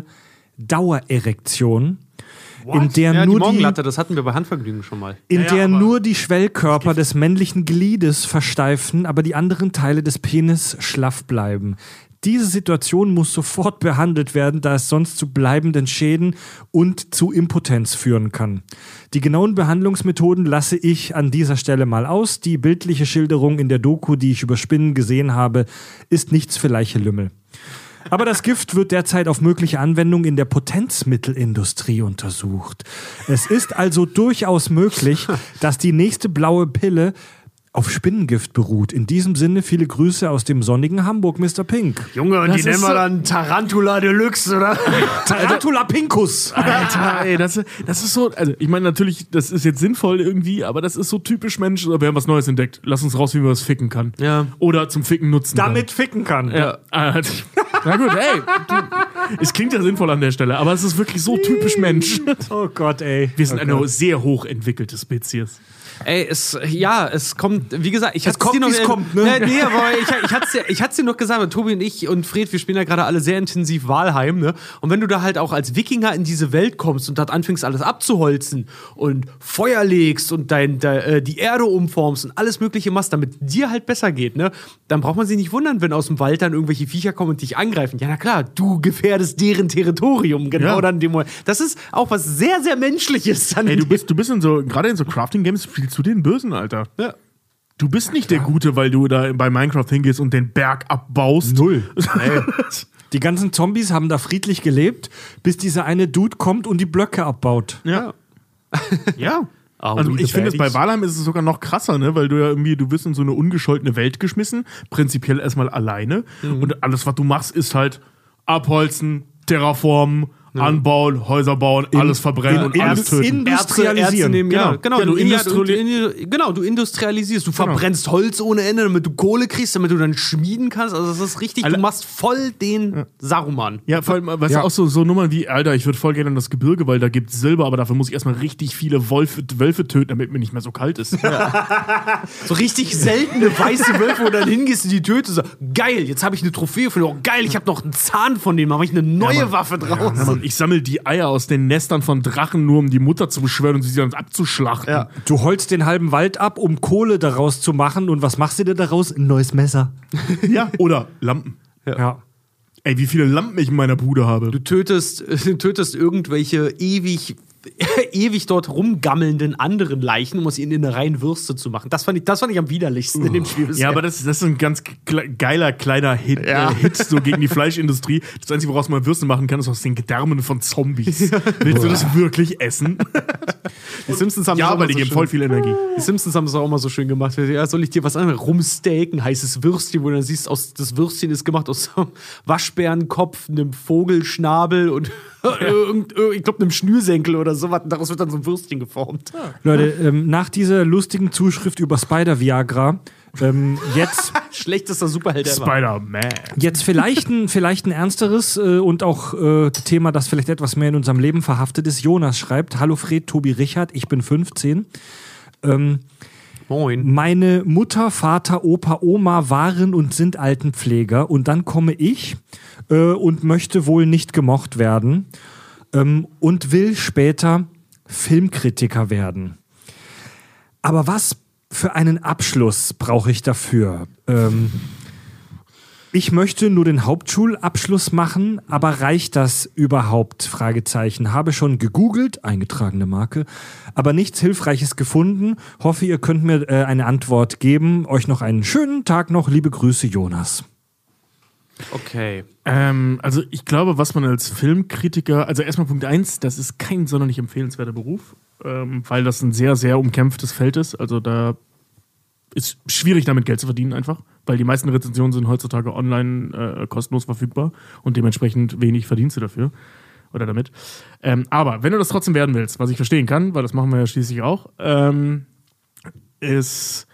Dauererektion, in der Ja, die nur die Morgenlatte, das hatten wir bei Handvergnügen schon mal. in Ja, der aber- nur die Schwellkörper des männlichen Gliedes versteifen, aber die anderen Teile des Penis schlaff bleiben. Diese Situation muss sofort behandelt werden, da es sonst zu bleibenden Schäden und zu Impotenz führen kann. Die genauen Behandlungsmethoden lasse ich an dieser Stelle mal aus. Die bildliche Schilderung in der Doku, die ich über Spinnen gesehen habe, ist nichts für leiche Lümmel. Aber das Gift wird derzeit auf mögliche Anwendung in der Potenzmittelindustrie untersucht. Es ist also durchaus möglich, dass die nächste blaue Pille auf Spinnengift beruht. In diesem Sinne viele Grüße aus dem sonnigen Hamburg, Mister Pink. Junge, und Das die nennen ist wir so- dann Tarantula Deluxe, oder? Tarantula Pincus. Alter, ey, das, das ist so, also ich meine natürlich, das ist jetzt sinnvoll irgendwie, aber das ist so typisch Mensch, wir haben was Neues entdeckt, lass uns raus, wie man das ficken kann. Ja. Oder zum Ficken nutzen. Damit ficken kann. Ja. Äh, Na gut, ey. Du, es klingt ja sinnvoll an der Stelle, aber es ist wirklich so typisch Mensch. Oh Gott, ey. Wir sind oh eine Gott. sehr hochentwickelte Spezies. Ey, es, ja, es kommt, wie gesagt, ich Es hatte kommt, dir noch, wie's kommt, ne? Nee, nee, aber ich, ich hatte es dir, ich hat's dir noch gesagt, weil Tobi und ich und Fred, wir spielen ja gerade alle sehr intensiv Walheim, ne? Und wenn du da halt auch als Wikinger in diese Welt kommst und dort anfängst, alles abzuholzen und Feuer legst und dein, de, äh, die Erde umformst und alles Mögliche machst, damit dir halt besser geht, ne? Dann braucht man sich nicht wundern, wenn aus dem Wald dann irgendwelche Viecher kommen und dich angreifen. Ja, na klar, du gefährdest deren Territorium, genau Ja. dann in dem Moment. Das ist auch was sehr, sehr Menschliches. Dann Ey, du bist, du bist in so, gerade in so Crafting-Games spielst du den Bösen, Alter. Ja. Du bist nicht der Gute, weil du da bei Minecraft hingehst und den Berg abbaust. Null. Die ganzen Zombies haben da friedlich gelebt, bis dieser eine Dude kommt und die Blöcke abbaut. Ja. Ja. Are Also we the ich finde, es bei baddies? Valheim ist es sogar noch krasser, ne? Weil du ja irgendwie, du wirst in so eine ungescholtene Welt geschmissen, prinzipiell erstmal alleine. Mhm. Und alles, was du machst, ist halt abholzen, terraformen, anbauen, Häuser bauen, alles verbrennen in- und alles in- töten. in- Industrialisieren. nehmen, ja, Genau. genau. Ja, du du, ja, industriali- du, genau, du industrialisierst. Du verbrennst Holz ohne Ende, damit du Kohle kriegst, damit du dann schmieden kannst. Also das ist richtig, Alle- du machst voll den Saruman. Ja, vor allem, weißt Ja. du, auch so, so Nummern wie, Alter, ich würde voll gerne in das Gebirge, weil da gibt's Silber, aber dafür muss ich erstmal richtig viele Wolfe, Wölfe töten, damit mir nicht mehr so kalt ist. So richtig seltene weiße Wölfe, wo du dann hingehst und die tötest. So, geil, jetzt habe ich eine Trophäe von dir. Oh, geil, ich habe noch einen Zahn von denen. Mache ich eine neue Waffe draus. Ja, Mann, ich sammle die Eier aus den Nestern von Drachen, nur um die Mutter zu beschwören und sie dann abzuschlachten. Ja. Du holst den halben Wald ab, um Kohle daraus zu machen. Und was machst du dir daraus? Ein neues Messer. Ja, oder Lampen. Ja. Ey, wie viele Lampen ich in meiner Bude habe. Du tötest, du tötest irgendwelche ewig, ewig dort rumgammelnden anderen Leichen, um aus ihnen Innereien Würste zu machen. Das fand ich, das fand ich am widerlichsten in dem Spiel bisher. Ja, aber das, das ist ein ganz kle- geiler kleiner Hit, Ja. äh, Hit so gegen die Fleischindustrie. Das Einzige, woraus man Würste machen kann, ist aus den Gedärmen von Zombies. Willst du das wirklich essen? die Simpsons haben Ja, das auch aber mal die so geben schön- voll viel Energie. Die Simpsons haben es auch mal so schön gemacht. Ja, soll ich dir was anderes? Rumsteaken, heißes Würstchen, wo du dann siehst, aus, das Würstchen ist gemacht aus so einem Waschbärenkopf, einem Vogelschnabel und irgend, ich glaube, einem Schnürsenkel oder sowas. Und daraus wird dann so ein Würstchen geformt. Leute, ähm, nach dieser lustigen Zuschrift über Spider-Viagra, ähm, jetzt, Schlechtester Superheld ever. Spider-Man. jetzt vielleicht ein, vielleicht ein ernsteres äh, und auch äh, Thema, das vielleicht etwas mehr in unserem Leben verhaftet ist. Jonas schreibt: Hallo Fred, Tobi, Richard, ich bin fünfzehn. Ähm, Moin. Meine Mutter, Vater, Opa, Oma waren und sind Altenpfleger und dann komme ich äh, und möchte wohl nicht gemocht werden ähm, und will später Filmkritiker werden. Aber was für einen Abschluss brauche ich dafür? Ähm, ich möchte nur den Hauptschulabschluss machen, aber reicht das überhaupt? Fragezeichen. Habe schon gegoogelt, eingetragene Marke, aber nichts Hilfreiches gefunden. Hoffe, ihr könnt mir äh, eine Antwort geben. Euch noch einen schönen Tag noch. Liebe Grüße, Jonas. Okay. Ähm, also ich glaube, was man als Filmkritiker, also erstmal Punkt eins, das ist kein sonderlich empfehlenswerter Beruf, ähm, weil das ein sehr, sehr umkämpftes Feld ist. Also da ist schwierig, damit Geld zu verdienen einfach, weil die meisten Rezensionen sind heutzutage online äh, kostenlos verfügbar und dementsprechend wenig verdienst du dafür oder damit. Ähm, aber wenn du das trotzdem werden willst, was ich verstehen kann, weil das machen wir ja schließlich auch, ähm, ist,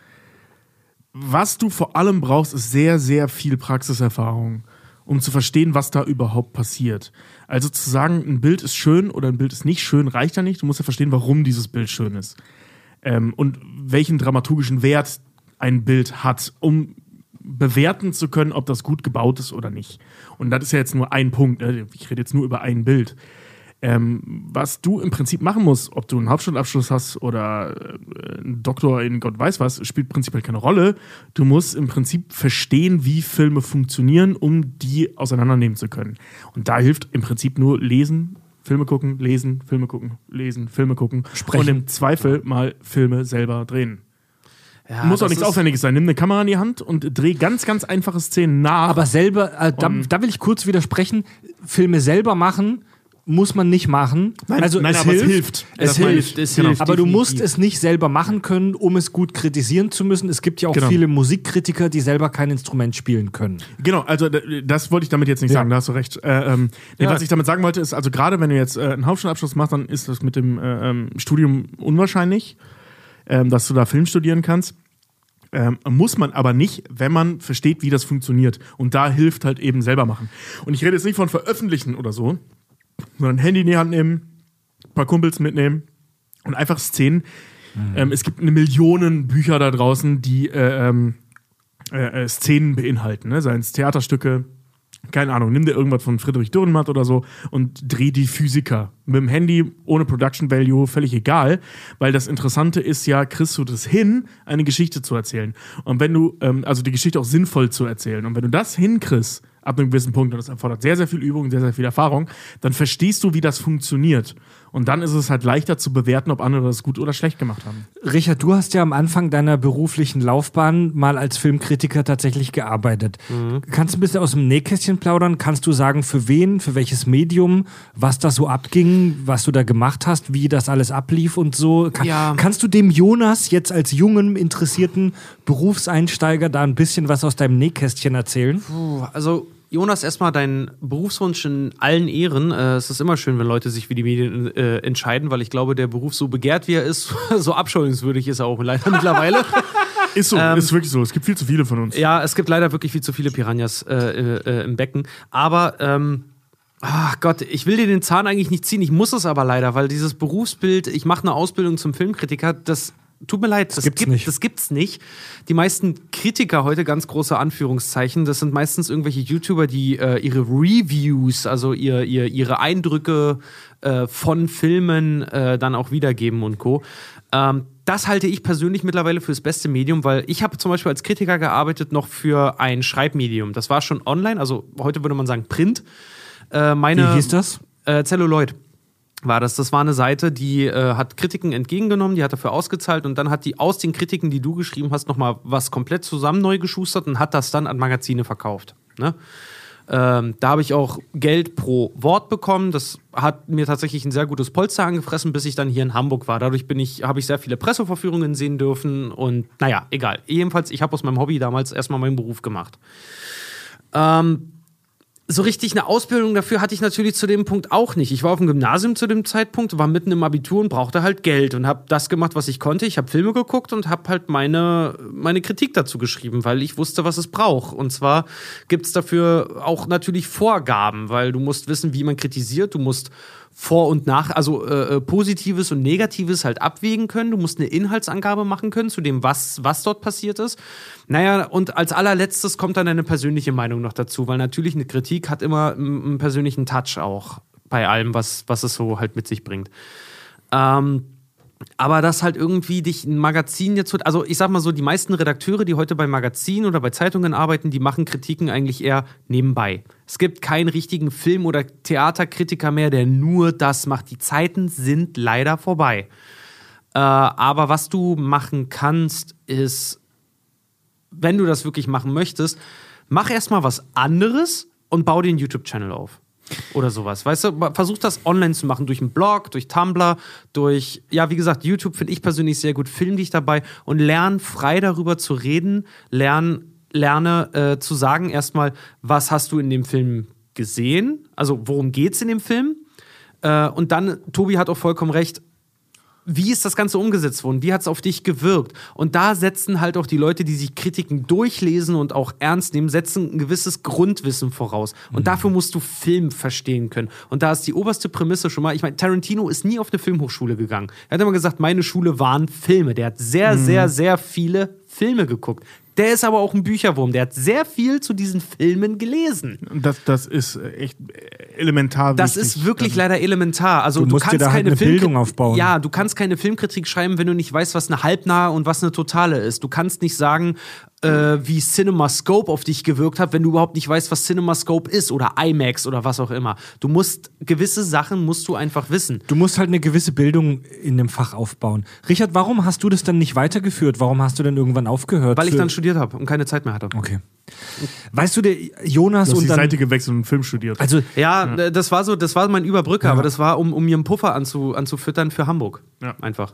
was du vor allem brauchst, ist sehr, sehr viel Praxiserfahrung, um zu verstehen, was da überhaupt passiert. Also zu sagen, ein Bild ist schön oder ein Bild ist nicht schön, reicht ja nicht. Du musst ja verstehen, warum dieses Bild schön ist. Ähm, und welchen dramaturgischen Wert ein Bild hat, um bewerten zu können, ob das gut gebaut ist oder nicht. Und das ist ja jetzt nur ein Punkt. Ne? Ich rede jetzt nur über ein Bild. Ähm, was du im Prinzip machen musst, ob du einen Hauptschulabschluss hast oder äh, einen Doktor in Gott weiß was, spielt prinzipiell keine Rolle. Du musst im Prinzip verstehen, wie Filme funktionieren, um die auseinandernehmen zu können. Und da hilft im Prinzip nur lesen, Filme gucken, lesen, Filme gucken, lesen, Filme gucken. Sprechen. Und im Zweifel mal Filme selber drehen. Ja, Muss auch das nichts ist- Aufwendiges sein. Nimm eine Kamera in die Hand und dreh ganz, ganz einfache Szenen nach. Aber selber, äh, da, Um- da will ich kurz widersprechen, Filme selber machen muss man nicht machen. Nein, also nein, es aber es hilft. hilft. Es Das meine hilft. ich. Es Genau. hilft. Aber du definitiv. musst es nicht selber machen können, um es gut kritisieren zu müssen. Es gibt ja auch Genau. viele Musikkritiker, die selber kein Instrument spielen können. Genau, also d- das wollte ich damit jetzt nicht Ja. sagen, da hast du recht. Äh, ähm, nee, Ja. Was ich damit sagen wollte, ist, also gerade wenn du jetzt äh, einen Hauptschulabschluss machst, dann ist das mit dem äh, ähm, Studium unwahrscheinlich, ähm, dass du da Film studieren kannst. Ähm, muss man aber nicht, wenn man versteht, wie das funktioniert. Und da hilft halt eben selber machen. Und ich rede jetzt nicht von veröffentlichen oder so, sondern Handy in die Hand nehmen, ein paar Kumpels mitnehmen und einfach Szenen. Ähm, es gibt eine Millionen Bücher da draußen, die äh, ähm, äh, äh, Szenen beinhalten, ne? Seien es Theaterstücke, keine Ahnung, nimm dir irgendwas von Friedrich Dürrenmatt oder so und dreh die Physiker. Mit dem Handy, ohne Production Value, völlig egal, weil das Interessante ist ja, kriegst du das hin, eine Geschichte zu erzählen. Und wenn du, ähm, also die Geschichte auch sinnvoll zu erzählen. Und wenn du das hinkriegst, ab einem gewissen Punkt, und das erfordert sehr, sehr viel Übung, sehr, sehr viel Erfahrung, dann verstehst du, wie das funktioniert. Und dann ist es halt leichter zu bewerten, ob andere das gut oder schlecht gemacht haben. Richard, du hast ja am Anfang deiner beruflichen Laufbahn mal als Filmkritiker tatsächlich gearbeitet. Mhm. Kannst du ein bisschen aus dem Nähkästchen plaudern? Kannst du sagen, für wen, für welches Medium, was da so abging, was du da gemacht hast, wie das alles ablief und so? Kann, ja. Kannst du dem Jonas jetzt als jungen, interessierten Berufseinsteiger da ein bisschen was aus deinem Nähkästchen erzählen? Puh, also Jonas, erstmal dein Berufswunsch in allen Ehren. Äh, es ist immer schön, wenn Leute sich für die Medien äh, entscheiden, weil ich glaube, der Beruf, so begehrt wie er ist, so abscheuungswürdig ist er auch leider mittlerweile. Ist so, ähm, ist wirklich so. Es gibt viel zu viele von uns. Ja, es gibt leider wirklich viel zu viele Piranhas äh, äh, im Becken. Aber, ähm, ach Gott, ich will dir den Zahn eigentlich nicht ziehen. Ich muss es aber leider, weil dieses Berufsbild, ich mache eine Ausbildung zum Filmkritiker, das tut mir leid, das, das, gibt's, gibt, nicht. das gibt's nicht. Die meisten Kritiker heute, ganz große Anführungszeichen, das sind meistens irgendwelche YouTuber, die äh, ihre Reviews, also ihr, ihr, ihre Eindrücke äh, von Filmen äh, dann auch wiedergeben und Co. Ähm, das halte ich persönlich mittlerweile für das beste Medium, weil ich habe zum Beispiel als Kritiker gearbeitet noch für ein Schreibmedium. Das war schon online, also heute würde man sagen Print. Äh, meine, Wie hieß das? Äh, Celluloid. War das. Das war eine Seite, die äh, hat Kritiken entgegengenommen, die hat dafür ausgezahlt und dann hat die aus den Kritiken, die du geschrieben hast, nochmal was komplett zusammen neu geschustert und hat das dann an Magazine verkauft. Ne? Ähm, da habe ich auch Geld pro Wort bekommen. Das hat mir tatsächlich ein sehr gutes Polster angefressen, bis ich dann hier in Hamburg war. Dadurch bin ich, habe ich sehr viele Presseverführungen sehen dürfen und naja, egal. Jedenfalls, ich habe aus meinem Hobby damals erstmal meinen Beruf gemacht. Ähm, So richtig eine Ausbildung dafür hatte ich natürlich zu dem Punkt auch nicht. Ich war auf dem Gymnasium zu dem Zeitpunkt, war mitten im Abitur und brauchte halt Geld und habe das gemacht, was ich konnte. Ich habe Filme geguckt und habe halt meine, meine Kritik dazu geschrieben, weil ich wusste, was es braucht. Und zwar gibt es dafür auch natürlich Vorgaben, weil du musst wissen, wie man kritisiert. Du musst Vor- und Nach-, also äh, Positives und Negatives halt abwägen können. Du musst eine Inhaltsangabe machen können zu dem, was, was dort passiert ist. Naja, und als allerletztes kommt dann deine persönliche Meinung noch dazu, weil natürlich eine Kritik hat immer einen persönlichen Touch auch bei allem, was, was es so halt mit sich bringt. Ähm, aber dass halt irgendwie dich ein Magazin jetzt, also ich sag mal so, die meisten Redakteure, die heute bei Magazinen oder bei Zeitungen arbeiten, die machen Kritiken eigentlich eher nebenbei. Es gibt keinen richtigen Film- oder Theaterkritiker mehr, der nur das macht. Die Zeiten sind leider vorbei. Äh, aber was du machen kannst, ist, wenn du das wirklich machen möchtest, mach erstmal was anderes und bau den YouTube-Channel auf. Oder sowas, weißt du, versuch das online zu machen, durch einen Blog, durch Tumblr, durch, ja, wie gesagt, YouTube finde ich persönlich sehr gut, film dich dabei und lern frei darüber zu reden, lern, lerne äh, zu sagen erstmal, was hast du in dem Film gesehen, also worum geht's in dem Film äh, und dann, Tobi hat auch vollkommen recht, wie ist das Ganze umgesetzt worden? Wie hat es auf dich gewirkt? Und da setzen halt auch die Leute, die sich Kritiken durchlesen und auch ernst nehmen, setzen ein gewisses Grundwissen voraus. Und mhm. dafür musst du Film verstehen können. Und da ist die oberste Prämisse schon mal, ich meine, Tarantino ist nie auf eine Filmhochschule gegangen. Er hat immer gesagt, meine Schule waren Filme. Der hat sehr, mhm. sehr, sehr viele Filme geguckt. Der ist aber auch ein Bücherwurm. Der hat sehr viel zu diesen Filmen gelesen. Das, das ist echt elementar Das wichtig. ist wirklich leider elementar. Also, du, du musst kannst dir da halt keine eine Film- Bildung aufbauen. Ja, du kannst keine Filmkritik schreiben, wenn du nicht weißt, was eine halbnahe und was eine totale ist. Du kannst nicht sagen, äh, wie CinemaScope auf dich gewirkt hat, wenn du überhaupt nicht weißt, was CinemaScope ist oder IMAX oder was auch immer. Du musst, gewisse Sachen musst du einfach wissen. Du musst halt eine gewisse Bildung in dem Fach aufbauen. Richard, warum hast du das dann nicht weitergeführt? Warum hast du dann irgendwann aufgehört? Weil ich dann studiert habe und keine Zeit mehr hatte. Okay. Weißt du, der Jonas du hast und die dann... Seite gewechselt und Film studiert. Also, ja, ja, das war so, das war mein Überbrücker, ja. aber das war, um, um mir einen Puffer anzu, anzufüttern für Hamburg. Ja. Einfach.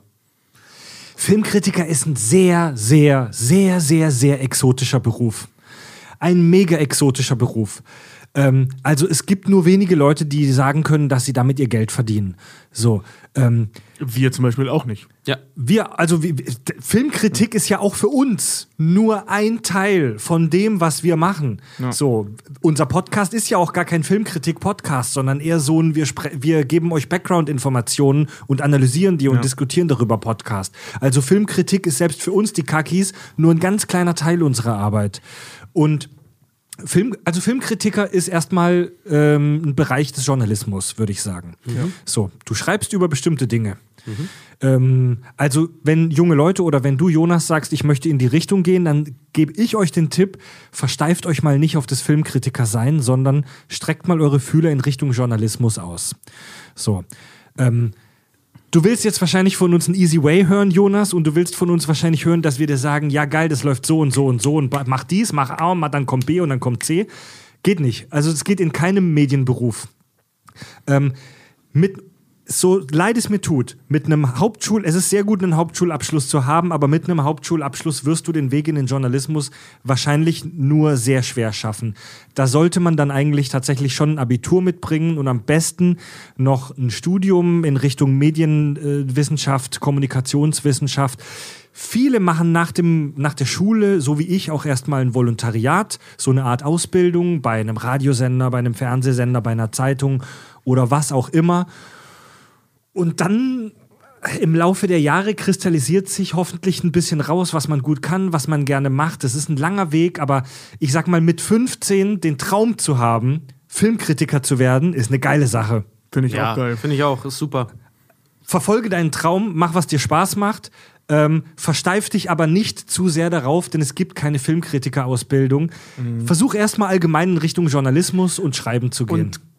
Filmkritiker ist ein sehr, sehr, sehr, sehr, sehr exotischer Beruf. Ein mega exotischer Beruf. Ähm, also es gibt nur wenige Leute, die sagen können, dass sie damit ihr Geld verdienen. So, ähm, wir zum Beispiel auch nicht. Ja. Wir, also wie, Filmkritik ist ja auch für uns nur ein Teil von dem, was wir machen. Ja. So, unser Podcast ist ja auch gar kein Filmkritik-Podcast, sondern eher so ein, wir, spre- wir geben euch Background-Informationen und analysieren die und ja. diskutieren darüber Podcast. Also Filmkritik ist selbst für uns, die Kakis, nur ein ganz kleiner Teil unserer Arbeit. Und Film, also Filmkritiker ist erstmal ähm, ein Bereich des Journalismus, würde ich sagen. Mhm. So, du schreibst über bestimmte Dinge. Mhm. Ähm, also wenn junge Leute oder wenn du, Jonas, sagst, ich möchte in die Richtung gehen, dann gebe ich euch den Tipp, versteift euch mal nicht auf das Filmkritiker sein, sondern streckt mal eure Fühler in Richtung Journalismus aus. So, ähm, du willst jetzt wahrscheinlich von uns einen Easy Way hören, Jonas, und du willst von uns wahrscheinlich hören, dass wir dir sagen, ja geil, das läuft so und so und so und mach dies, mach A, dann kommt B und dann kommt C. Geht nicht. Also es geht in keinem Medienberuf. Ähm, mit so leid es mir tut, mit einem Hauptschul, es ist sehr gut, einen Hauptschulabschluss zu haben, aber mit einem Hauptschulabschluss wirst du den Weg in den Journalismus wahrscheinlich nur sehr schwer schaffen. Da sollte man dann eigentlich tatsächlich schon ein Abitur mitbringen und am besten noch ein Studium in Richtung Medienwissenschaft, Kommunikationswissenschaft. Viele machen nach, dem, nach der Schule, so wie ich, auch erstmal ein Volontariat, so eine Art Ausbildung bei einem Radiosender, bei einem Fernsehsender, bei einer Zeitung oder was auch immer. Und dann im Laufe der Jahre kristallisiert sich hoffentlich ein bisschen raus, was man gut kann, was man gerne macht. Das ist ein langer Weg, aber ich sag mal, mit fünfzehn den Traum zu haben, Filmkritiker zu werden, ist eine geile Sache. Finde ich Ja, auch geil. finde ich auch, ist super. Verfolge deinen Traum, mach, was dir Spaß macht. Ähm, versteif dich aber nicht zu sehr darauf, denn es gibt keine Filmkritiker-Ausbildung. Mhm. Versuch erstmal allgemein in Richtung Journalismus und Schreiben zu gehen. Und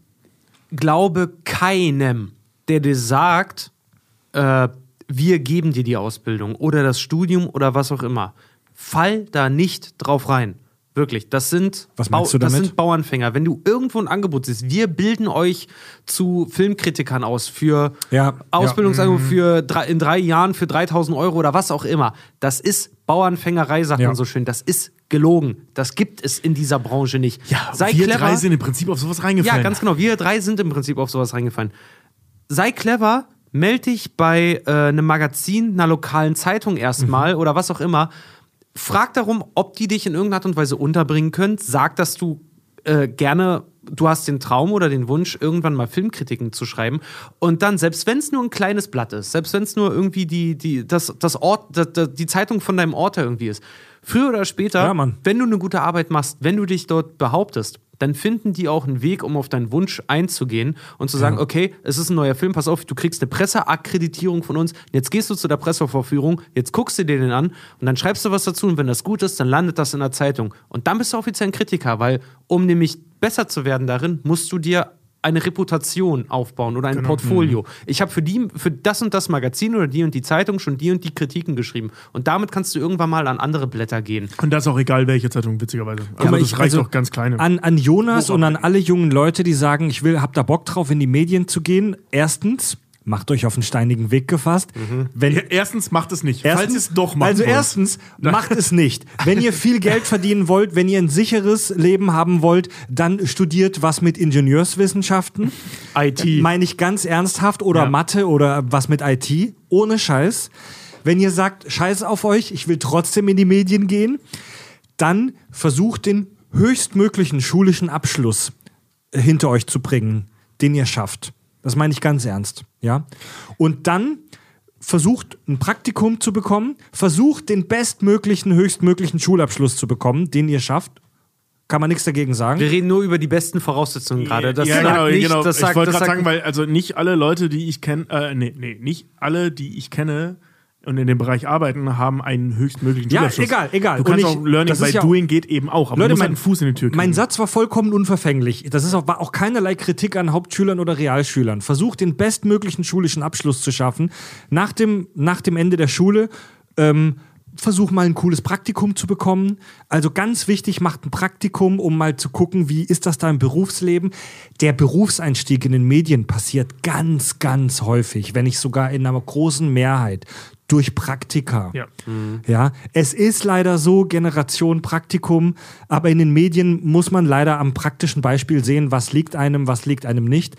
glaube keinem, der dir sagt, äh, wir geben dir die Ausbildung oder das Studium oder was auch immer. Fall da nicht drauf rein. Wirklich, das sind, Was meinst du das damit? sind Bauernfänger. Wenn du irgendwo ein Angebot siehst, wir bilden euch zu Filmkritikern aus für Ja, Ausbildungsangebot für drei, in drei Jahren für dreitausend Euro oder was auch immer. Das ist Bauernfängerei, sagt Ja. man so schön. Das ist gelogen. Das gibt es in dieser Branche nicht. Ja, Sei wir clever. drei sind im Prinzip auf sowas reingefallen. Ja, ganz genau. Wir drei sind im Prinzip auf sowas reingefallen. Sei clever, melde dich bei äh, einem Magazin, einer lokalen Zeitung erstmal Mhm. oder was auch immer. Frag darum, ob die dich in irgendeiner Art und Weise unterbringen können. Sag, dass du äh, gerne, du hast den Traum oder den Wunsch, irgendwann mal Filmkritiken zu schreiben. Und dann, selbst wenn es nur ein kleines Blatt ist, selbst wenn es nur irgendwie die, die, das, das Ort, das, die Zeitung von deinem Ort da irgendwie ist, früher oder später, Ja, Mann. wenn du eine gute Arbeit machst, wenn du dich dort behauptest, dann finden die auch einen Weg, um auf deinen Wunsch einzugehen und zu sagen, Ja. okay, es ist ein neuer Film, pass auf, du kriegst eine Presseakkreditierung von uns, jetzt gehst du zu der Pressevorführung, jetzt guckst du dir den an und dann schreibst du was dazu und wenn das gut ist, dann landet das in der Zeitung. Und dann bist du offiziell ein Kritiker, weil um nämlich besser zu werden darin, musst du dir eine Reputation aufbauen oder ein Genau. Portfolio. Ich habe für die, für das und das Magazin oder die und die Zeitung schon die und die Kritiken geschrieben. Und damit kannst du irgendwann mal an andere Blätter gehen. Und das ist auch egal, welche Zeitung, witzigerweise. Also mal, das ich- reicht also auch ganz kleine. An, an Jonas Worauf- und an alle jungen Leute, die sagen, ich will, hab da Bock drauf, in die Medien zu gehen. Erstens, macht euch auf einen steinigen Weg gefasst. Wenn, Ja, erstens macht es nicht. Erstens, Falls ihr es doch machen Also wollt. erstens, macht es nicht. Wenn ihr viel Geld verdienen wollt, wenn ihr ein sicheres Leben haben wollt, dann studiert was mit Ingenieurswissenschaften. I T. Meine ich ganz ernsthaft. Oder Ja. Mathe oder was mit I T. Ohne Scheiß. Wenn ihr sagt, Scheiß auf euch, ich will trotzdem in die Medien gehen, dann versucht den höchstmöglichen schulischen Abschluss äh, hinter euch zu bringen, den ihr schafft. Das meine ich ganz ernst, ja. Und dann versucht ein Praktikum zu bekommen, versucht den bestmöglichen, höchstmöglichen Schulabschluss zu bekommen, den ihr schafft. Kann man nichts dagegen sagen. Wir reden nur über die besten Voraussetzungen gerade. Das ja, sagt genau, nicht, genau. das sagt, ich wollte das gerade sagt sagen, weil also nicht alle Leute, die ich kenne, äh, nee, nee, nicht alle, die ich kenne und in dem Bereich arbeiten, haben einen höchstmöglichen Ja, Schulabschluss. egal, egal. Du kannst Und ich- auch Learning das ist by ja- Doing geht eben auch, aber Leute, du musst mein- halt einen Fuß in die Tür kriegen. Mein Satz war vollkommen unverfänglich. Das ist auch, war auch keinerlei Kritik an Hauptschülern oder Realschülern. Versucht den bestmöglichen schulischen Abschluss zu schaffen. Nach dem, nach dem Ende der Schule ähm, versuch mal ein cooles Praktikum zu bekommen. Also ganz wichtig, macht ein Praktikum, um mal zu gucken, wie ist das da im Berufsleben. Der Berufseinstieg in den Medien passiert ganz, ganz häufig, wenn nicht sogar in einer großen Mehrheit, durch Praktika. Ja. Ja, es ist leider so, Generation Praktikum, aber in den Medien muss man leider am praktischen Beispiel sehen, was liegt einem, was liegt einem nicht.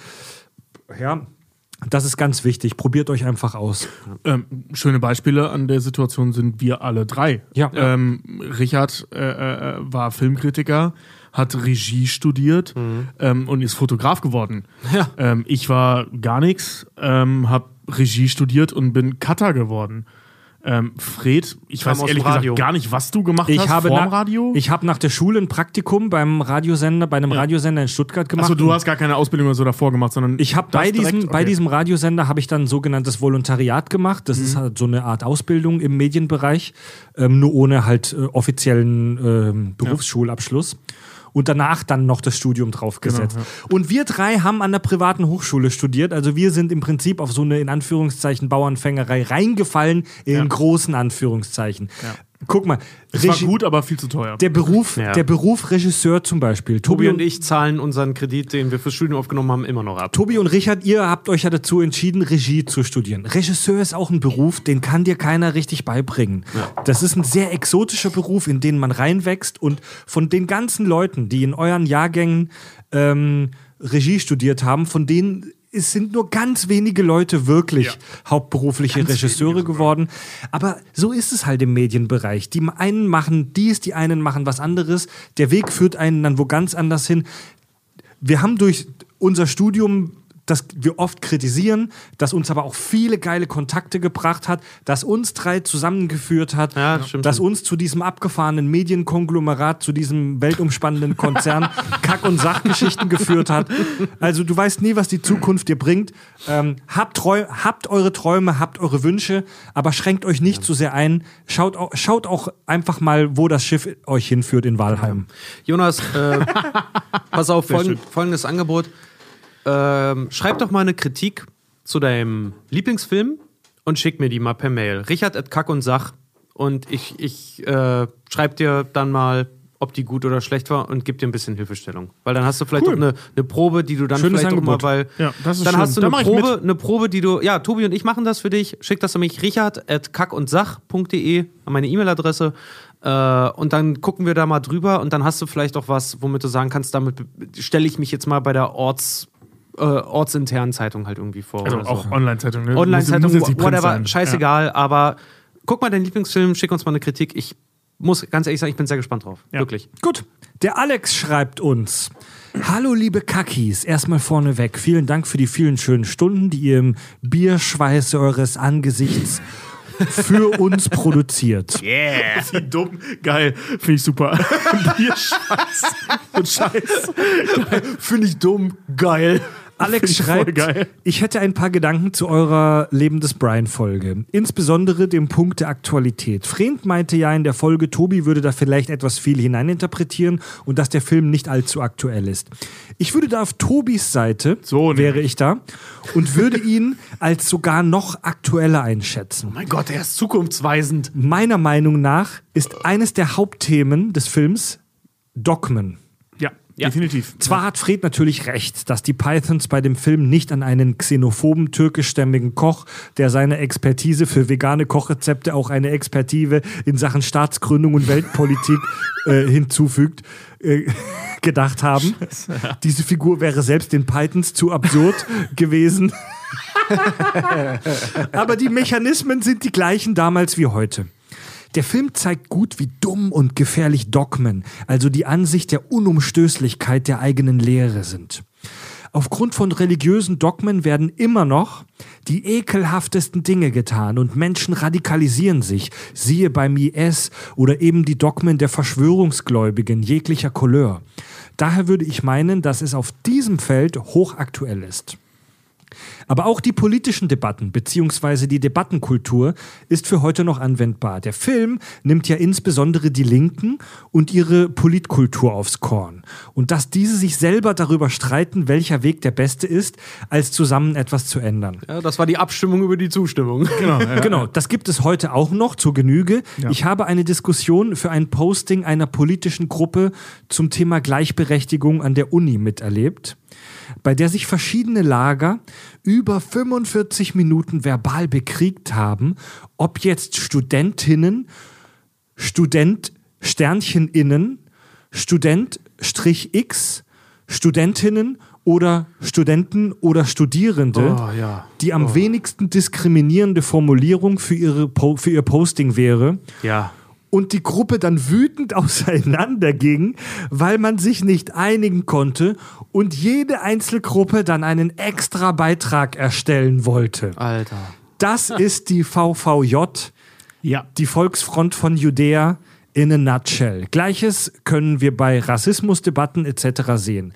Ja, das ist ganz wichtig. Probiert euch einfach aus. Ähm, schöne Beispiele an der Situation sind wir alle drei. Ja. Ähm, Richard äh, äh, war Filmkritiker, hat Regie studiert ähm, und ist Fotograf geworden. Ja. Ähm, ich war gar nichts, ähm, habe Regie studiert und bin Cutter geworden. Ähm, Fred, ich Kam weiß aus ehrlich dem Radio. gesagt gar nicht, was du gemacht Ich hast habe, vorm na, Radio. ich habe nach der Schule ein Praktikum beim Radiosender, bei einem Radiosender in Stuttgart gemacht. Achso, du hast gar keine Ausbildung oder so davor gemacht, sondern Ich habe das bei diesem, direkt? bei Okay. diesem Radiosender habe ich dann ein sogenanntes Volontariat gemacht. Das Mhm. ist halt so eine Art Ausbildung im Medienbereich, ähm, nur ohne halt äh, offiziellen ähm, Berufsschulabschluss. Und danach dann noch das Studium draufgesetzt. Genau, Und wir drei haben an der privaten Hochschule studiert. Also wir sind im Prinzip auf so eine, in Anführungszeichen, Bauernfängerei reingefallen, in Ja. großen Anführungszeichen. Ja. Guck mal, Es war Regie- gut, aber viel zu teuer. der Beruf, Ja. der Beruf Regisseur zum Beispiel. Tobi und ich zahlen unseren Kredit, den wir fürs Studium aufgenommen haben, immer noch ab. Tobi und Richard, ihr habt euch ja dazu entschieden, Regie zu studieren. Regisseur ist auch ein Beruf, den kann dir keiner richtig beibringen. Das ist ein sehr exotischer Beruf, in den man reinwächst und von den ganzen Leuten, die in euren Jahrgängen ähm, Regie studiert haben, von denen es sind nur ganz wenige Leute wirklich Ja. hauptberufliche Ganz Regisseure wenige sogar. geworden. Aber so ist es halt im Medienbereich. Die einen machen dies, die einen machen was anderes. Der Weg führt einen dann wo ganz anders hin. Wir haben durch unser Studium, das wir oft kritisieren, das uns aber auch viele geile Kontakte gebracht hat, das uns drei zusammengeführt hat, Ja, das stimmt das schon. uns zu diesem abgefahrenen Medienkonglomerat, zu diesem weltumspannenden Konzern Kack- und Sachgeschichten geführt hat. Also du weißt nie, was die Zukunft dir bringt. Ähm, habt, Treu habt eure Träume, habt eure Wünsche, aber schränkt euch nicht zu sehr ein. Schaut, au schaut auch einfach mal, wo das Schiff euch hinführt in Walheim. Jonas, äh, pass auf, folgend, schön. folgendes Angebot. Ähm, schreib doch mal eine Kritik zu deinem Lieblingsfilm und schick mir die mal per Mail. Richard at Kack und Sach. Und ich, ich äh, schreib dir dann mal, ob die gut oder schlecht war und gib dir ein bisschen Hilfestellung. Weil dann hast du vielleicht Cool. auch eine, eine Probe, die du dann Schönes vielleicht Angebot. auch mal, weil Ja, das ist dann schön. hast du Da eine mach ich Probe, mit. eine Probe, die du, ja, Tobi und ich machen das für dich. Schick das an mich, richard at kack und sach punkt de, an meine E-Mail-Adresse. Äh, und dann gucken wir da mal drüber und dann hast du vielleicht auch was, womit du sagen kannst, damit stelle ich mich jetzt mal bei der Orts, äh, ortsinternen Zeitung halt irgendwie vor. Also oder so. auch Online-Zeitung. Ne? Online-Zeitung, Muss- muss jetzt nicht Print whatever, sein. scheißegal, aber guck mal deinen Lieblingsfilm, schick uns mal eine Kritik. Ich muss ganz ehrlich sagen, ich bin sehr gespannt drauf. Ja. Wirklich. Gut, der Alex schreibt uns. Hallo liebe Kackis, erstmal vorneweg, vielen Dank für die vielen schönen Stunden, die ihr im Bierschweiße eures Angesichts für uns produziert. Yeah. Wie dumm. Geil. Finde ich super. Bierscheiß. Und Scheiß. Finde ich dumm, geil. Alex Find ich voll schreibt, geil. ich hätte ein paar Gedanken zu eurer Leben des Brian-Folge. Insbesondere dem Punkt der Aktualität. Fred meinte ja in der Folge, Tobi würde da vielleicht etwas viel hineininterpretieren und dass der Film nicht allzu aktuell ist. Ich würde da auf Tobis Seite, So wäre ich da, und würde ihn als sogar noch aktueller einschätzen. Mein Gott, er ist zukunftsweisend. Meiner Meinung nach ist eines der Hauptthemen des Films Dogmen. Ja, definitiv. Zwar hat Fred natürlich recht, dass die Pythons bei dem Film nicht an einen xenophoben türkischstämmigen Koch, der seine Expertise für vegane Kochrezepte auch eine Expertise in Sachen Staatsgründung und Weltpolitik äh, hinzufügt, äh, gedacht haben. Diese Figur wäre selbst den Pythons zu absurd gewesen. Aber die Mechanismen sind die gleichen damals wie heute. Der Film zeigt gut, wie dumm und gefährlich Dogmen, also die Ansicht der Unumstößlichkeit der eigenen Lehre sind. Aufgrund von religiösen Dogmen werden immer noch die ekelhaftesten Dinge getan und Menschen radikalisieren sich, siehe beim I S oder eben die Dogmen der Verschwörungsgläubigen jeglicher Couleur. Daher würde ich meinen, dass es auf diesem Feld hochaktuell ist. Aber auch die politischen Debatten bzw. die Debattenkultur ist für heute noch anwendbar. Der Film nimmt ja insbesondere die Linken und ihre Politkultur aufs Korn. Und dass diese sich selber darüber streiten, welcher Weg der beste ist, als zusammen etwas zu ändern. Ja, das war die Abstimmung über die Zustimmung. Genau. Ja. Genau, das gibt es heute auch noch zur Genüge. Ja. Ich habe eine Diskussion für ein Posting einer politischen Gruppe zum Thema Gleichberechtigung an der Uni miterlebt, bei der sich verschiedene Lager über fünfundvierzig Minuten verbal bekriegt haben, ob jetzt Studentinnen, Student Sternchen innen, Student Strich X, Studentinnen oder Studenten oder Studierende, Oh, ja. die am wenigsten diskriminierende Formulierung für, ihre po für ihr Posting wäre. Ja. Und die Gruppe dann wütend auseinanderging, weil man sich nicht einigen konnte und jede Einzelgruppe dann einen extra Beitrag erstellen wollte. Alter. Das ist die V V J Ja. Die Volksfront von Judäa in a nutshell. Gleiches können wir bei Rassismusdebatten et cetera sehen.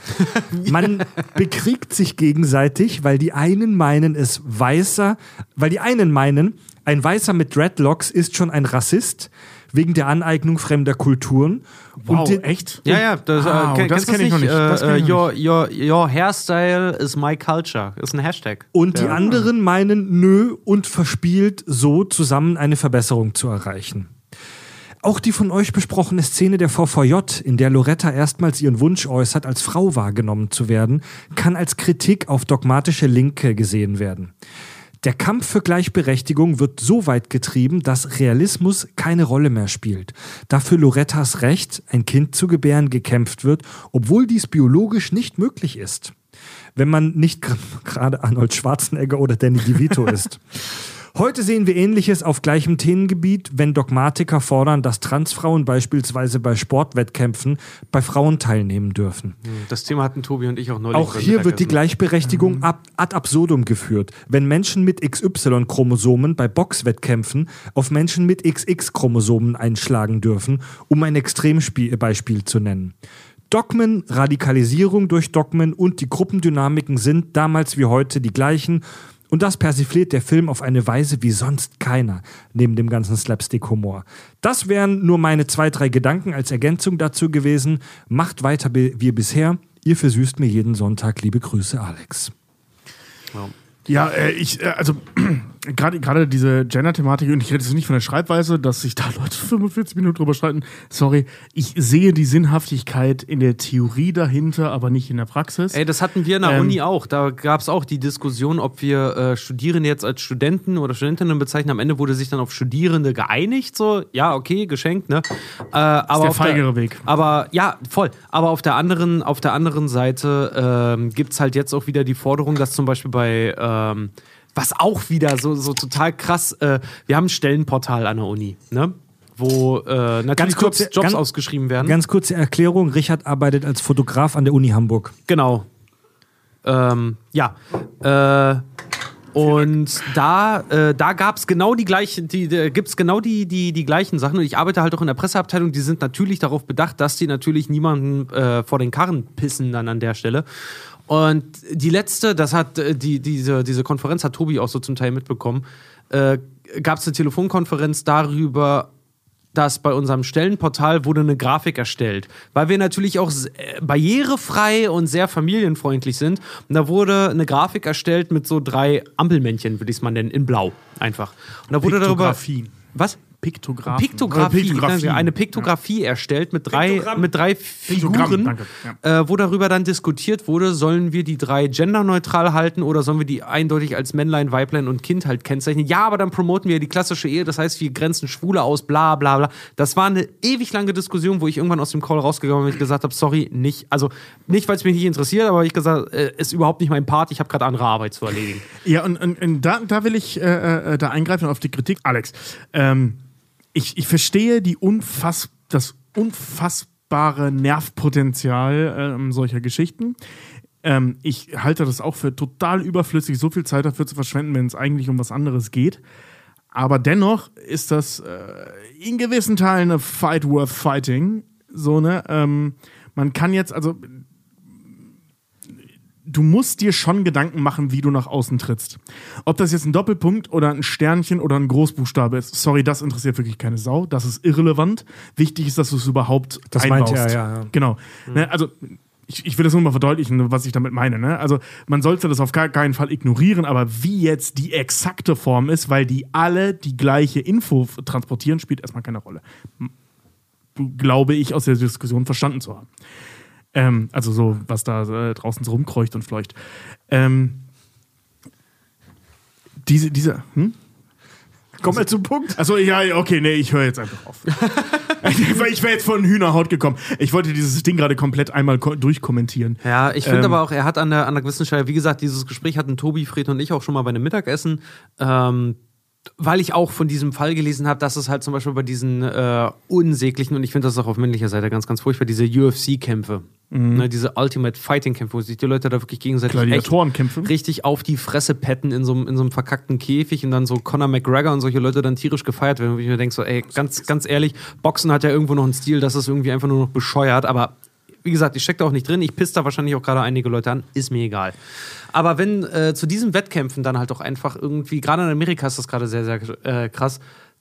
Man bekriegt sich gegenseitig, weil die einen meinen, es weißer, weil die einen meinen, ein Weißer mit Dreadlocks ist schon ein Rassist wegen der Aneignung fremder Kulturen. Wow, und den, echt? Ja, ja, das, Wow, äh, das kennst kenn ich du's noch nicht. Das kenn Äh, ich noch your, your, your hairstyle is my culture. Ist ein Hashtag. Und die Ja. anderen meinen, nö, und verspielt so zusammen eine Verbesserung zu erreichen. Auch die von euch besprochene Szene der V V J, in der Loretta erstmals ihren Wunsch äußert, als Frau wahrgenommen zu werden, kann als Kritik auf dogmatische Linke gesehen werden. Der Kampf für Gleichberechtigung wird so weit getrieben, dass Realismus keine Rolle mehr spielt. Da für Lorettas Recht, ein Kind zu gebären, gekämpft wird, obwohl dies biologisch nicht möglich ist. Wenn man nicht gerade Arnold Schwarzenegger oder Danny DeVito ist. Heute sehen wir Ähnliches auf gleichem Themengebiet, wenn Dogmatiker fordern, dass Transfrauen beispielsweise bei Sportwettkämpfen bei Frauen teilnehmen dürfen. Das Thema hatten Tobi und ich auch neulich. Auch hier wird die Gleichberechtigung ab, ad absurdum geführt, wenn Menschen mit X Y-Chromosomen bei Boxwettkämpfen auf Menschen mit X X-Chromosomen einschlagen dürfen, um ein Extrembeispiel zu nennen. Dogmen, Radikalisierung durch Dogmen und die Gruppendynamiken sind damals wie heute die gleichen. Und das persifliert der Film auf eine Weise wie sonst keiner, neben dem ganzen Slapstick-Humor. Das wären nur meine zwei, drei Gedanken als Ergänzung dazu gewesen. Macht weiter wie bisher. Ihr versüßt mir jeden Sonntag. Liebe Grüße, Alex. Ja. Ja, äh, ich, äh, also gerade gerade diese Gender-Thematik, und ich rede jetzt nicht von der Schreibweise, dass sich da Leute fünfundvierzig Minuten drüber streiten. Sorry, ich sehe die Sinnhaftigkeit in der Theorie dahinter, aber nicht in der Praxis. Ey, das hatten wir in der Ähm, Uni auch. Da gab es auch die Diskussion, ob wir äh, Studierende jetzt als Studenten oder Studentinnen bezeichnen. Am Ende wurde sich dann auf Studierende geeinigt. So, ja, okay, geschenkt, ne? Äh, aber der auf feigere Weg. Aber ja, voll. Aber auf der anderen, auf der anderen Seite ähm, gibt es halt jetzt auch wieder die Forderung, dass zum Beispiel bei ähm, was auch wieder so, so total krass, äh, wir haben ein Stellenportal an der Uni, ne? Wo äh, natürlich Ganz kurz, Jobs, Jobs ganz- ausgeschrieben werden. Ganz kurze Erklärung. Richard arbeitet als Fotograf an der Uni Hamburg. Genau. Ähm, ja. Äh, und da, äh, da gab es genau die gleichen, die, die gibt's genau die, die, die gleichen Sachen. Und ich arbeite halt auch in der Presseabteilung, die sind natürlich darauf bedacht, dass die natürlich niemanden äh, vor den Karren pissen dann an der Stelle. Und die letzte, das hat äh, die, diese, diese Konferenz hat Tobi auch so zum Teil mitbekommen, äh, gab es eine Telefonkonferenz darüber, dass bei unserem Stellenportal wurde eine Grafik erstellt, weil wir natürlich auch s- äh, barrierefrei und sehr familienfreundlich sind. Und da wurde eine Grafik erstellt mit so drei Ampelmännchen, würde ich es mal nennen, in Blau einfach. Und da wurde darüber... Piktografie. Was? Piktografie. Piktografie, Äh, Piktografie. eine Piktografie erstellt mit drei, Piktogramm. mit drei Piktogramm, Figuren, danke, äh, wo darüber dann diskutiert wurde, sollen wir die drei genderneutral halten oder sollen wir die eindeutig als Männlein, Weiblein und Kind halt kennzeichnen? Ja, aber dann promoten wir die klassische Ehe, das heißt, wir grenzen Schwule aus, bla bla bla. Das war eine ewig lange Diskussion, wo ich irgendwann aus dem Call rausgegangen bin und ich gesagt habe, sorry, nicht, also nicht, weil es mich nicht interessiert, aber ich gesagt, äh, ist überhaupt nicht mein Part, ich habe gerade andere Arbeit zu erledigen. Ja, und, und, und da, da will ich äh, äh, da eingreifen auf die Kritik. Alex, ähm, ich, ich verstehe die unfass, das unfassbare Nervpotenzial ähm, solcher Geschichten. Ähm, ich halte das auch für total überflüssig, so viel Zeit dafür zu verschwenden, wenn es eigentlich um was anderes geht. Aber dennoch ist das äh, in gewissen Teilen eine Fight worth fighting. So, ne? Ähm, man kann jetzt, also du musst dir schon Gedanken machen, wie du nach außen trittst. Ob das jetzt ein Doppelpunkt oder ein Sternchen oder ein Großbuchstabe ist, sorry, das interessiert wirklich keine Sau. Das ist irrelevant. Wichtig ist, dass du es überhaupt Das einbaust. meinte er, ja, ja. Genau. Ne, also ich, ich will das nur mal verdeutlichen, was ich damit meine. Ne? Also man sollte das auf gar keinen Fall ignorieren, aber wie jetzt die exakte Form ist, weil die alle die gleiche Info transportieren, spielt erstmal keine Rolle. Glaube ich, aus der Diskussion verstanden zu haben. Ähm, also so, was da äh, draußen so rumkreucht und fleucht. Ähm, diese, diese, hm? Kommen wir zum Punkt. Achso, ja, okay, nee, ich höre jetzt einfach auf. Ich wäre jetzt von Hühnerhaut gekommen. Ich wollte dieses Ding gerade komplett einmal ko- durchkommentieren. Ja, ich finde Ähm, aber auch, er hat an der, an der gewissen Stelle, wie gesagt, dieses Gespräch hatten Tobi, Fred und ich auch schon mal bei einem Mittagessen, ähm, weil ich auch von diesem Fall gelesen habe, dass es halt zum Beispiel bei diesen äh, unsäglichen, und ich finde das auch auf männlicher Seite ganz, ganz furchtbar, diese U F C-Kämpfe, Mhm. Ne, diese Ultimate Fighting Kämpfe, wo sich die Leute da wirklich gegenseitig Gladiatorenkämpfe. richtig auf die Fresse petten in so, in so einem verkackten Käfig und dann so Conor McGregor und solche Leute dann tierisch gefeiert werden. Wo ich mir denke, so, ey, ganz, ganz ehrlich, Boxen hat ja irgendwo noch einen Stil, das ist irgendwie einfach nur noch bescheuert, aber wie gesagt, ich stecke da auch nicht drin, ich pisse da wahrscheinlich auch gerade einige Leute an, ist mir egal. Aber wenn äh, zu diesen Wettkämpfen dann halt auch einfach irgendwie, gerade in Amerika ist das gerade sehr, sehr äh, krass,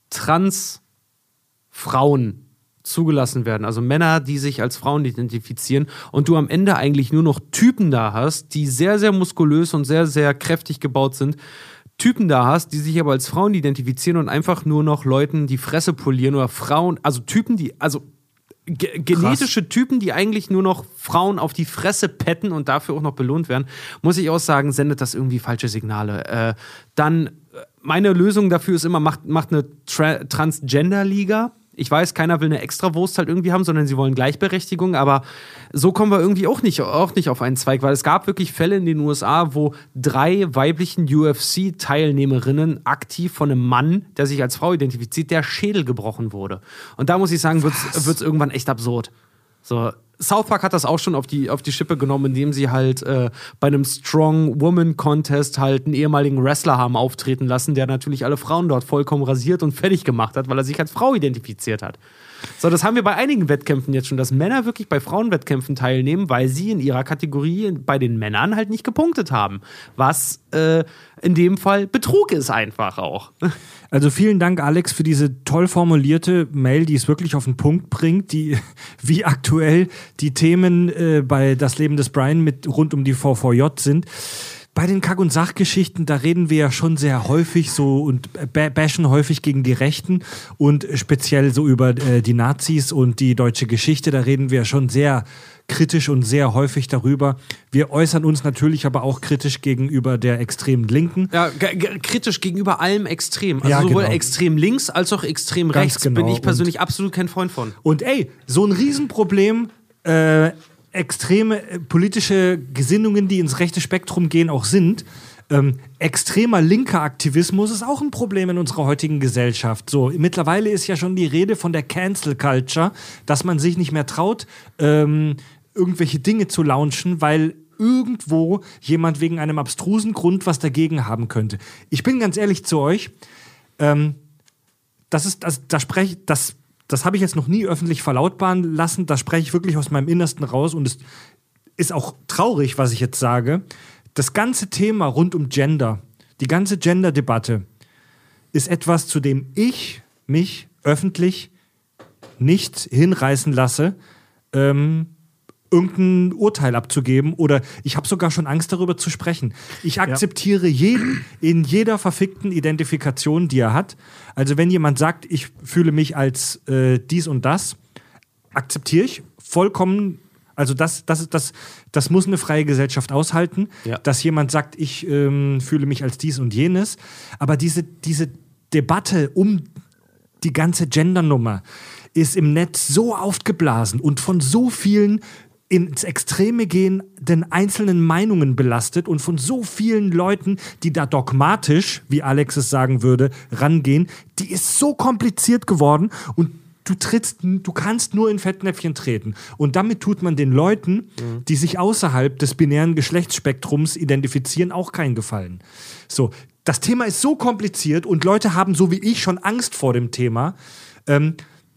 Trans-Frauen zugelassen werden, also Männer, die sich als Frauen identifizieren und du am Ende eigentlich nur noch Typen da hast, die sehr, sehr muskulös und sehr, sehr kräftig gebaut sind, Typen da hast, die sich aber als Frauen identifizieren und einfach nur noch Leuten die Fresse polieren oder Frauen, also Typen, die, also Ge- genetische Krass. Typen, die eigentlich nur noch Frauen auf die Fresse petten und dafür auch noch belohnt werden, muss ich auch sagen, sendet das irgendwie falsche Signale. Äh, dann, meine Lösung dafür ist immer, macht, macht eine Tra- Transgender-Liga. Ich weiß, keiner will eine Extrawurst halt irgendwie haben, sondern sie wollen Gleichberechtigung, aber so kommen wir irgendwie auch nicht, auch nicht auf einen Zweig, weil es gab wirklich Fälle in den U S A, wo drei weiblichen U F C-Teilnehmerinnen aktiv von einem Mann, der sich als Frau identifiziert, der Schädel gebrochen wurde. Und da muss ich sagen, wird es irgendwann echt absurd. So, South Park hat das auch schon auf die, auf die Schippe genommen, indem sie halt äh, bei einem Strong Woman Contest halt einen ehemaligen Wrestler haben auftreten lassen, der natürlich alle Frauen dort vollkommen rasiert und fertig gemacht hat, weil er sich als Frau identifiziert hat. So, das haben wir bei einigen Wettkämpfen jetzt schon, dass Männer wirklich bei Frauenwettkämpfen teilnehmen, weil sie in ihrer Kategorie bei den Männern halt nicht gepunktet haben. Was äh, in dem Fall Betrug ist einfach auch. Also vielen Dank, Alex, für diese toll formulierte Mail, die es wirklich auf den Punkt bringt, die wie aktuell die Themen äh, bei Das Leben des Brian mit rund um die V V J sind. Bei den Kack- und Sachgeschichten, da reden wir ja schon sehr häufig so und bashen häufig gegen die Rechten und speziell so über äh, die Nazis und die deutsche Geschichte, da reden wir schon sehr kritisch und sehr häufig darüber. Wir äußern uns natürlich aber auch kritisch gegenüber der extremen Linken. Ja, g- g- kritisch gegenüber allem Extrem. Also ja, sowohl genau. extrem links als auch extrem Ganz rechts genau. bin ich persönlich und absolut kein Freund von. Und ey, so ein Riesenproblem, äh, extreme äh, politische Gesinnungen, die ins rechte Spektrum gehen, auch sind. Ähm, extremer linker Aktivismus ist auch ein Problem in unserer heutigen Gesellschaft. So, mittlerweile ist ja schon die Rede von der Cancel Culture, dass man sich nicht mehr traut, ähm, irgendwelche Dinge zu launchen, weil irgendwo jemand wegen einem abstrusen Grund was dagegen haben könnte. Ich bin ganz ehrlich zu euch, ähm, das ist, das, da spreche das Das habe ich jetzt noch nie öffentlich verlautbaren lassen. Da spreche ich wirklich aus meinem Innersten raus. Und es ist auch traurig, was ich jetzt sage. Das ganze Thema rund um Gender, die ganze Gender-Debatte, ist etwas, zu dem ich mich öffentlich nicht hinreißen lasse, ähm, irgendein Urteil abzugeben. Oder ich habe sogar schon Angst, darüber zu sprechen. Ich akzeptiere ja. jeden in jeder verfickten Identifikation, die er hat. Also wenn jemand sagt, ich fühle mich als äh, dies und das, akzeptiere ich vollkommen. Also das, das, das, das muss eine freie Gesellschaft aushalten, ja. dass jemand sagt, ich ähm, fühle mich als dies und jenes. Aber diese, diese Debatte um die ganze Gendernummer ist im Netz so aufgeblasen und von so vielen ins Extreme gehenden einzelnen Meinungen belastet und von so vielen Leuten, die da dogmatisch, wie Alex es sagen würde, rangehen, die ist so kompliziert geworden und du trittst, du kannst nur in Fettnäpfchen treten. Und damit tut man den Leuten, mhm. die sich außerhalb des binären Geschlechtsspektrums identifizieren, auch keinen Gefallen. So, das Thema ist so kompliziert und Leute haben, so wie ich, schon Angst vor dem Thema, ähm,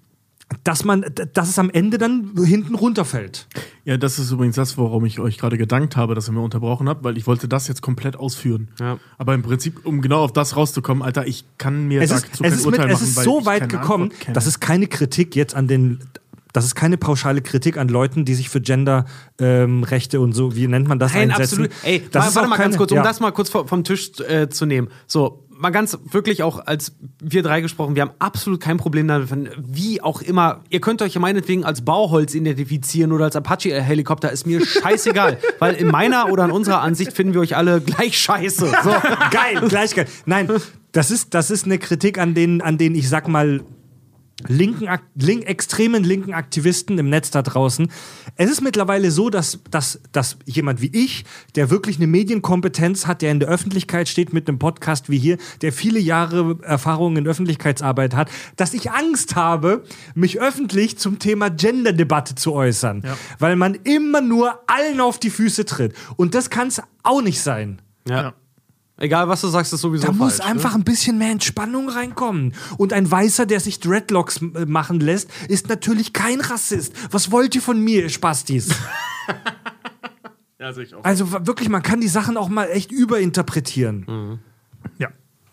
dass man, dass es am Ende dann hinten runterfällt. Ja, das ist übrigens das, worum ich euch gerade gedankt habe, dass ihr mir unterbrochen habt, weil ich wollte das jetzt komplett ausführen. Ja. Aber im Prinzip, um genau auf das rauszukommen, Alter, ich kann mir es da ist, zu es kein ist Urteil mit, machen, es ist weil so ich weit keine gekommen, das ist keine Kritik jetzt an den, das ist keine pauschale Kritik an Leuten, die sich für Genderrechte ähm, und so, wie nennt man das, Nein, einsetzen. Absolut. Ey, das warte, ist warte mal keine, ganz kurz, um ja. das mal kurz vom Tisch äh, zu nehmen. So, mal ganz wirklich auch als wir drei gesprochen, wir haben absolut kein Problem damit, wie auch immer. Ihr könnt euch ja meinetwegen als Bauholz identifizieren oder als Apache-Helikopter, ist mir scheißegal. Weil in meiner oder in unserer Ansicht finden wir euch alle gleich scheiße. So. Geil, gleich geil. Nein, das ist, das ist eine Kritik an denen, an denen ich sag mal, linken, link, extremen linken Aktivisten im Netz da draußen. Es ist mittlerweile so, dass, dass, dass jemand wie ich, der wirklich eine Medienkompetenz hat, der in der Öffentlichkeit steht mit einem Podcast wie hier, der viele Jahre Erfahrung in Öffentlichkeitsarbeit hat, dass ich Angst habe, mich öffentlich zum Thema Gender-Debatte zu äußern. Ja. Weil man immer nur allen auf die Füße tritt. Und das kann es auch nicht sein. Ja. ja. Egal, was du sagst, ist sowieso da falsch. Da muss einfach ne? ein bisschen mehr Entspannung reinkommen. Und ein Weißer, der sich Dreadlocks machen lässt, ist natürlich kein Rassist. Was wollt ihr von mir, ihr Spastis? Ja, sehe ich auch. Also wirklich, man kann die Sachen auch mal echt überinterpretieren. Mhm. Ja.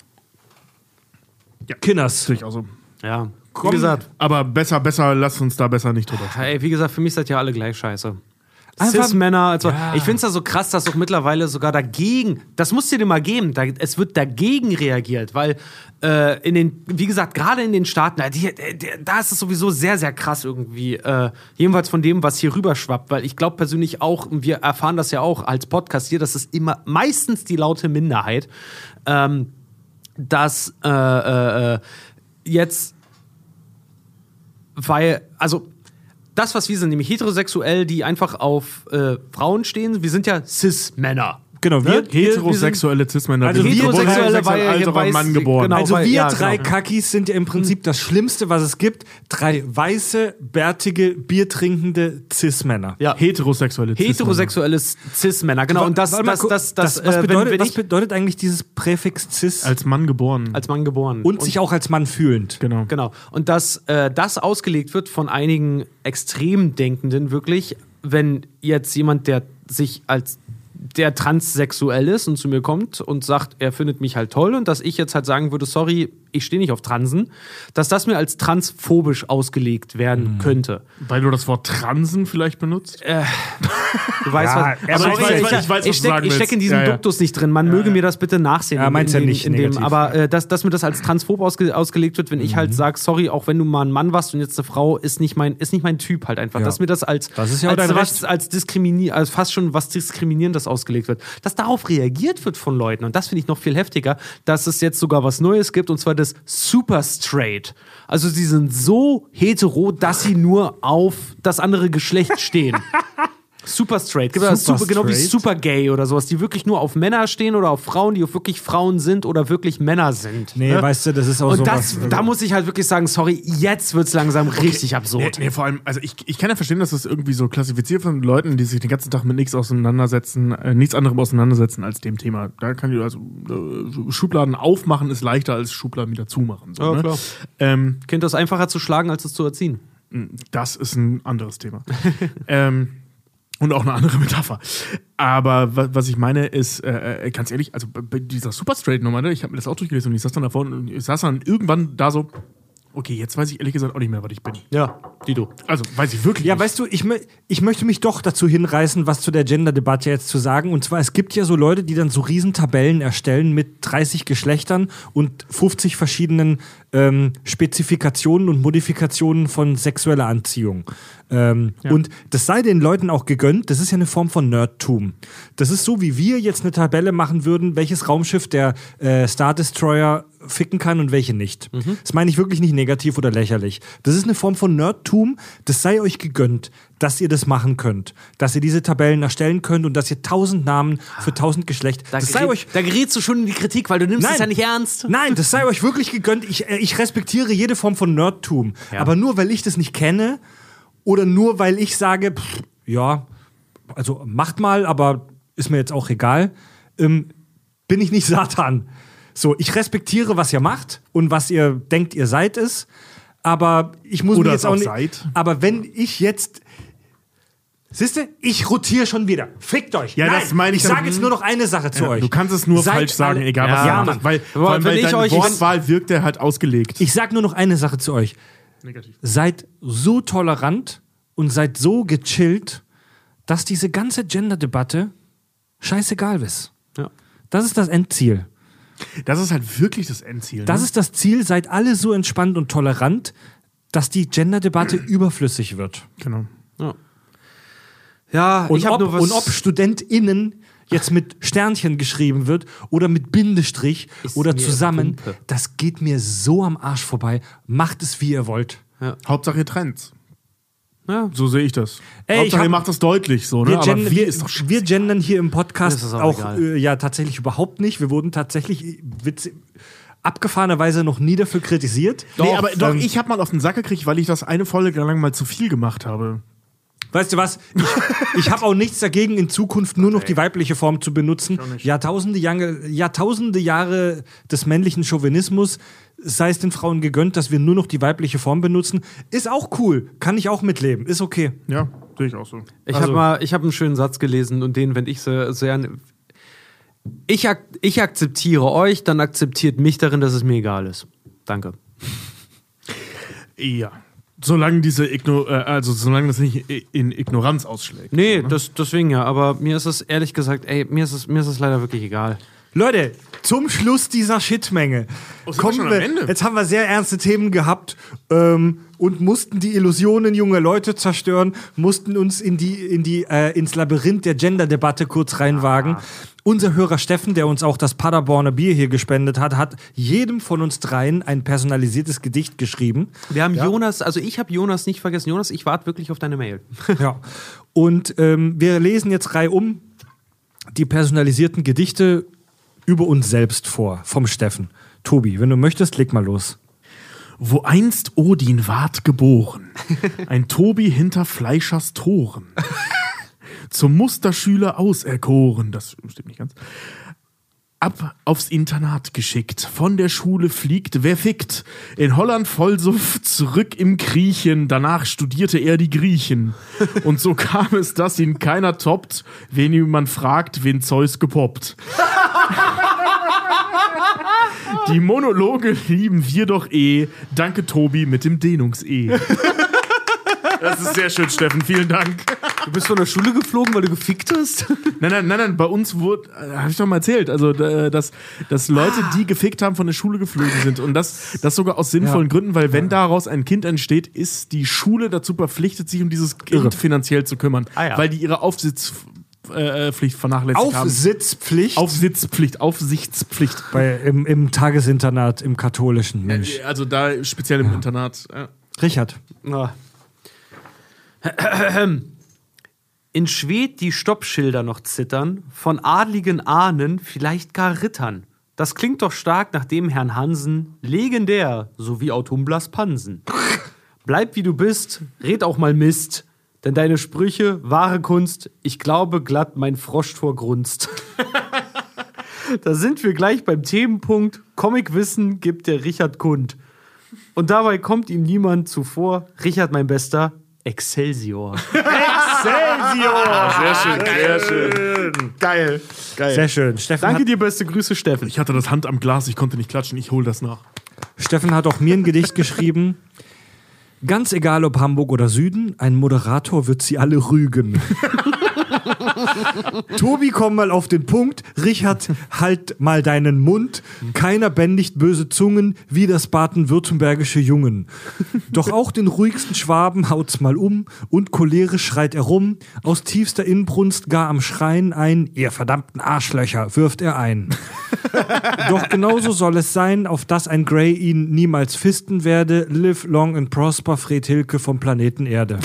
Ja. Kinders. Sehe ich auch so. Ja. Komm. Wie gesagt. Aber besser, besser, lasst uns da besser nicht drüber sprechen. Ey, wie gesagt, für mich seid ihr alle gleich scheiße. Einfach- Cis-Männer, also Ja. ich finde es ja so krass, dass doch mittlerweile sogar dagegen, das musst du dir mal geben, da, es wird dagegen reagiert, weil äh, in den, wie gesagt, gerade in den Staaten, da, die, die, da ist es sowieso sehr, sehr krass irgendwie, äh, jedenfalls von dem, was hier rüber schwappt, weil ich glaube persönlich auch, und wir erfahren das ja auch als Podcast hier, das ist immer meistens die laute Minderheit, ähm, dass äh, äh, jetzt, weil, also das, was wir sind, nämlich heterosexuell, die einfach auf äh, Frauen stehen. Wir sind ja Cis-Männer. Genau, wir, Ne? Wir- Heterosexuelle Cis-Männer. Also wir sind heterosexuelle, heterosexuell weil- als aber weiß- Mann geboren. genau. Also weil- wir ja, drei genau. Kackis sind ja im Prinzip das Schlimmste, was es gibt. Drei weiße, bärtige, biertrinkende Cis-Männer. Ja. Heterosexuelle Cis-Männer. Heterosexuelle Cis-Männer, genau. Und das, Warte mal, das, gu- das, das, was, äh, wenn- bedeutet, wenn was ich bedeutet eigentlich dieses Präfix Cis? Als Mann geboren. als Mann geboren. und, sich auch als Mann fühlend. genau. Genau. Und dass äh, das ausgelegt wird von einigen Extremdenkenden wirklich, wenn jetzt jemand, der sich als der transsexuell ist und zu mir kommt und sagt, er findet mich halt toll und dass ich jetzt halt sagen würde, sorry, ich stehe nicht auf Transen, dass das mir als transphobisch ausgelegt werden könnte. Weil du das Wort Transen vielleicht benutzt? Du weißt, Ja, was, aber aber ich weiß- ich, ich weiß, was ich du steck, sagen ich steck in willst. diesem Ja, ja. Duktus nicht drin. Man möge mir das bitte nachsehen. Ja, in- meinst in, ja dem- nicht in dem, negativ. aber äh, dass, dass mir das als transphob ausge, ausgelegt wird, wenn ich halt sage, sorry, auch wenn du mal ein Mann warst und jetzt eine Frau, ist nicht mein, ist nicht mein Typ halt einfach. Ja. Dass mir das als, Das ist ja auch als, dein was, Recht. als, diskrimini als fast schon was Diskriminierendes ausgelegt wird. Dass darauf reagiert wird von Leuten, und das finde ich noch viel heftiger, dass es jetzt sogar was Neues gibt, und zwar das Super Straight. Also sie sind so hetero, dass sie nur auf das andere Geschlecht stehen. Super straight. Gibt es Super super, genau wie straight? super gay oder sowas, die wirklich nur auf Männer stehen oder auf Frauen, die auch wirklich Frauen sind oder wirklich Männer sind. Nee, ne? weißt du, das ist auch Und sowas. das, da muss ich halt wirklich sagen, sorry, jetzt wird's langsam richtig Nee, absurd. nee, vor allem, also ich, ich kann ja verstehen, dass das irgendwie so klassifiziert von Leuten, die sich den ganzen Tag mit nichts auseinandersetzen, äh, nichts anderem auseinandersetzen als dem Thema. Da kann ich also äh, Schubladen aufmachen ist leichter als Schubladen wieder zumachen. So, Ja, ne? klar. Ähm, Kind das einfacher zu schlagen, als es zu erziehen. Das ist ein anderes Thema. ähm, und auch eine andere Metapher. Aber wa- was ich meine ist, äh, äh, ganz ehrlich, also bei- bei dieser Super Straight-Nummer, ne, ich habe mir das auch durchgelesen und ich saß dann davor und ich saß dann irgendwann da so, okay, jetzt weiß ich ehrlich gesagt auch nicht mehr, was ich bin. Ja, Dito. Also weiß ich wirklich Ja, nicht. weißt du, ich, mö- ich möchte mich doch dazu hinreißen, was zu der Gender-Debatte jetzt zu sagen. Und zwar, es gibt ja so Leute, die dann so Riesentabellen erstellen mit dreißig Geschlechtern und fünfzig verschiedenen ähm, Spezifikationen und Modifikationen von sexueller Anziehung. Ähm, Ja. Und das sei den Leuten auch gegönnt, das ist ja eine Form von Nerdtum. Das ist so, wie wir jetzt eine Tabelle machen würden, welches Raumschiff der äh, Star Destroyer ficken kann und welche nicht. Das meine ich wirklich nicht negativ oder lächerlich. Das ist eine Form von Nerdtum, das sei euch gegönnt, dass ihr das machen könnt. Dass ihr diese Tabellen erstellen könnt und dass ihr tausend Namen für tausend Geschlecht. Da, Das sei gerät, euch. da gerätst du schon in die Kritik, weil du nimmst Nein. es ja nicht ernst. Nein, das sei euch wirklich gegönnt. Ich, äh, ich respektiere jede Form von Nerdtum. Ja. Aber nur weil ich das nicht kenne oder nur weil ich sage, pff, ja, also macht mal, aber ist mir jetzt auch egal, ähm, bin ich nicht Satan. So, ich respektiere, was ihr macht und was ihr denkt, ihr seid es. Aber ich muss Oder mir es jetzt auch auch nicht. seid. Aber wenn ich jetzt. Siehst du, ich rotiere schon wieder. Fickt euch. Ja, Nein, das meine ich ich dann- sage jetzt nur noch eine Sache zu Ja, euch. du kannst es nur Seid falsch sagen, alle- egal Ja, was du Mann. machst. Weil, Aber vor allem, wenn weil ich deine euch- Wortwahl wirkt er halt ausgelegt. Ich sag nur noch eine Sache zu euch. Negativ. Seid so tolerant und seid so gechillt, dass diese ganze Gender-Debatte scheißegal ist. Ja. Das ist das Endziel. Das ist halt wirklich das Endziel. Das ne? ist das Ziel. Seid alle so entspannt und tolerant, dass die Gender-Debatte überflüssig wird. Genau. Ja, ja Und ich habe ob, nur was. und ob StudentInnen jetzt mit Sternchen geschrieben wird oder mit Bindestrich Ist oder mir zusammen, Wumpe. das geht mir so am Arsch vorbei. Macht es, wie ihr wollt. Hauptsache ihr trennt's. Ja. So sehe ich das. Ey, ich Hauptsache hab- ihr macht das deutlich so, ne? Wir, Aber gen wie wir, ist doch scheiße. wir gendern hier im Podcast Das ist auch auch egal. äh, ja tatsächlich überhaupt nicht. Wir wurden tatsächlich witz abgefahrenerweise noch nie dafür kritisiert. Nee, aber doch, ähm, ich habe mal auf den Sack gekriegt, weil ich das eine Folge lang mal zu viel gemacht habe. Weißt du was? Ich, ich habe auch nichts dagegen, in Zukunft nur noch die weibliche Form zu benutzen. Jahrtausende, Jahre, Jahrtausende Jahre des männlichen Chauvinismus, sei es den Frauen gegönnt, dass wir nur noch die weibliche Form benutzen. Ist auch cool. Kann ich auch mitleben. Ist okay. Ja, sehe ich auch so. Ich Also- habe mal, ich habe einen schönen Satz gelesen und den, wenn ich sehr, sehr ich, ak ich akzeptiere euch, dann akzeptiert mich darin, dass es mir egal ist. Danke. Ja. Solange diese Igno äh, also solange das nicht i- in Ignoranz ausschlägt. Nee, das, deswegen ja, aber mir ist es ehrlich gesagt, ey, mir ist es, mir ist es leider wirklich egal. Leute, zum Schluss dieser Shitmenge Oh, sind wir kommen schon am wir. Ende? Jetzt haben wir sehr ernste Themen gehabt ähm, und mussten die Illusionen junger Leute zerstören, mussten uns in die, in die, äh, ins Labyrinth der Gender-Debatte kurz reinwagen. Unser Hörer Steffen, der uns auch das Paderborner Bier hier gespendet hat, hat jedem von uns dreien ein personalisiertes Gedicht geschrieben. Wir haben Jonas, also ich habe Jonas nicht vergessen. Jonas, ich warte wirklich auf deine Mail. Ja. Und ähm, wir lesen jetzt reihum die personalisierten Gedichte über uns selbst vor, vom Steffen. Tobi, wenn du möchtest, leg mal los. Wo einst Odin ward geboren, ein Tobi hinter Fleischers Toren, zum Musterschüler auserkoren, das stimmt nicht ganz, ab aufs Internat geschickt, von der Schule fliegt, wer fickt, in Holland Vollsuff, zurück im Kriechen, danach studierte er die Griechen. Und so kam es, dass ihn keiner toppt, wen man fragt, wen Zeus gepoppt. Die Monologe lieben wir doch eh. Danke, Tobi, mit dem Dehnungs-E. Das ist sehr schön, Steffen. Vielen Dank. Du bist von der Schule geflogen, weil du gefickt hast? Nein, nein, nein, nein. Bei uns wurde, äh, habe ich doch mal erzählt, also, äh, dass, dass Leute, die gefickt haben, von der Schule geflogen sind. Und das, das sogar aus sinnvollen Ja. Gründen, weil wenn daraus ein Kind entsteht, ist die Schule dazu verpflichtet, sich um dieses Kind Irre. finanziell zu kümmern. Ah, ja. Weil die ihre Aufsitzpflicht äh, Pflicht vernachlässigt haben. Aufsitzpflicht Aufsitzpflicht, Aufsichtspflicht. bei, im, im Tagesinternat, im katholischen Mensch. Also da speziell im Internat. Ja. Richard. Na. In Schwed die Stoppschilder noch zittern, von adligen Ahnen, vielleicht gar Rittern. Das klingt doch stark nach dem Herrn Hansen, legendär, so wie Autumblas Pansen. Bleib wie du bist, red auch mal Mist, denn deine Sprüche, wahre Kunst, ich glaube glatt mein Froschtor grunzt. Da sind wir gleich beim Themenpunkt, Comicwissen gibt der Richard kund. Und dabei kommt ihm niemand zuvor, Richard mein Bester, Excelsior. Excelsior! Sehr schön, sehr schön. Geil. Geil. Sehr schön. Steffen Danke hat, dir, beste Grüße, Steffen. Ich hatte das Hand am Glas, ich konnte nicht klatschen, ich hol das nach. Steffen hat auch mir ein Gedicht geschrieben. Ganz egal, ob Hamburg oder Süden, ein Moderator wird sie alle rügen. Tobi, komm mal auf den Punkt. Richard, halt mal deinen Mund. Keiner bändigt böse Zungen wie das baden-württembergische Jungen. Doch auch den ruhigsten Schwaben haut's mal um und cholerisch schreit er rum. Aus tiefster Inbrunst gar am Schreien ein, ihr verdammten Arschlöcher, wirft er ein. Doch genauso soll es sein, auf dass ein Grey ihn niemals fisten werde. Live long and prosper, Fred Hilke vom Planeten Erde.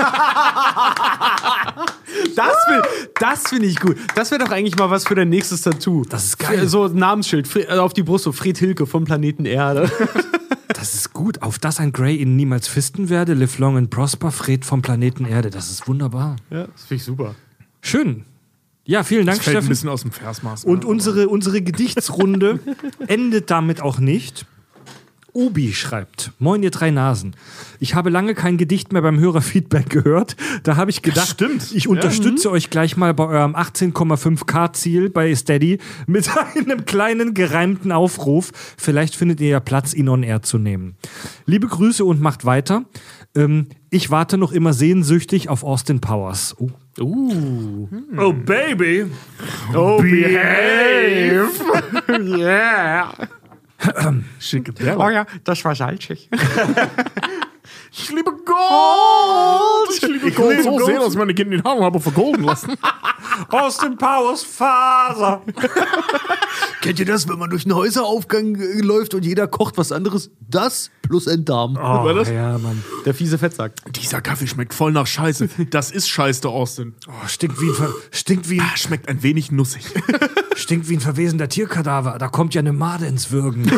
Das, will- das finde ich gut. Das wäre doch eigentlich mal was für dein nächstes Tattoo. Das ist geil. So ein Namensschild Fre- äh, auf die Brust, so Fred Hilke vom Planeten Erde. Das ist gut. Auf dass ein Grey ihn niemals fisten werde. Live long and prosper, Fred vom Planeten Erde. Das ist wunderbar. Ja, das finde ich super. Schön. Ja, vielen Dank, Das fällt ein Steffen. bisschen aus dem Versmaß. Und oder? unsere, unsere Gedichtsrunde endet damit auch nicht. Ubi schreibt, moin ihr drei Nasen. Ich habe lange kein Gedicht mehr beim Hörerfeedback gehört. Da habe ich gedacht, stimmt. ich unterstütze euch gleich mal bei eurem achtzehn Komma fünf K Ziel bei Steady mit einem kleinen gereimten Aufruf. Vielleicht findet ihr ja Platz, ihn on air zu nehmen. Liebe Grüße und macht weiter. Ähm, ich warte noch immer sehnsüchtig auf Austin Powers. Oh. Uh. Oh, Baby. Oh, behave. Yeah. Schicke Oh Bärler. ja, das war salzig. Ich liebe Gold! Ich liebe Gold so sehr, dass ich meine Kinder den Haaren habe vergolden lassen. Austin Powers Faser. Kennt ihr das, wenn man durch einen Häuseraufgang äh, läuft und jeder kocht was anderes? Das plus ein Darm. Oh, War das? ja, Mann. Der fiese Fettsack. Dieser Kaffee schmeckt voll nach Scheiße. Das ist Scheiß, der Austin. Oh, stinkt wie ein, Ver stinkt wie ein, Ah, schmeckt ein wenig nussig. stinkt wie ein verwesender Tierkadaver. Da kommt ja eine Made ins Würgen.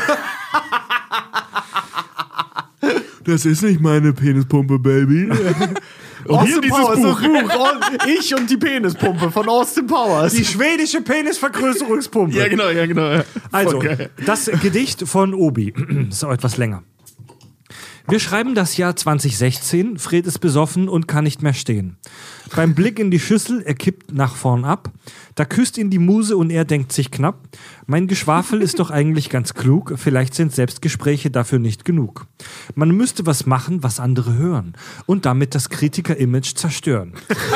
Das ist nicht meine Penispumpe, Baby. Und hier Austin dieses Powers, Buch. das Buch. Ich und die Penispumpe von Austin Powers. Die schwedische Penisvergrößerungspumpe. Ja, genau, ja, genau. Ja. Also, Voll geil. das Gedicht von Obi. Das ist auch etwas länger. Wir schreiben das Jahr zwanzig sechzehn. Fred ist besoffen und kann nicht mehr stehen. Beim Blick in die Schüssel, er kippt nach vorn ab. Da küsst ihn die Muse und er denkt sich knapp: Mein Geschwafel ist doch eigentlich ganz klug. Vielleicht sind Selbstgespräche dafür nicht genug. Man müsste was machen, was andere hören. Und damit das Kritiker-Image zerstören.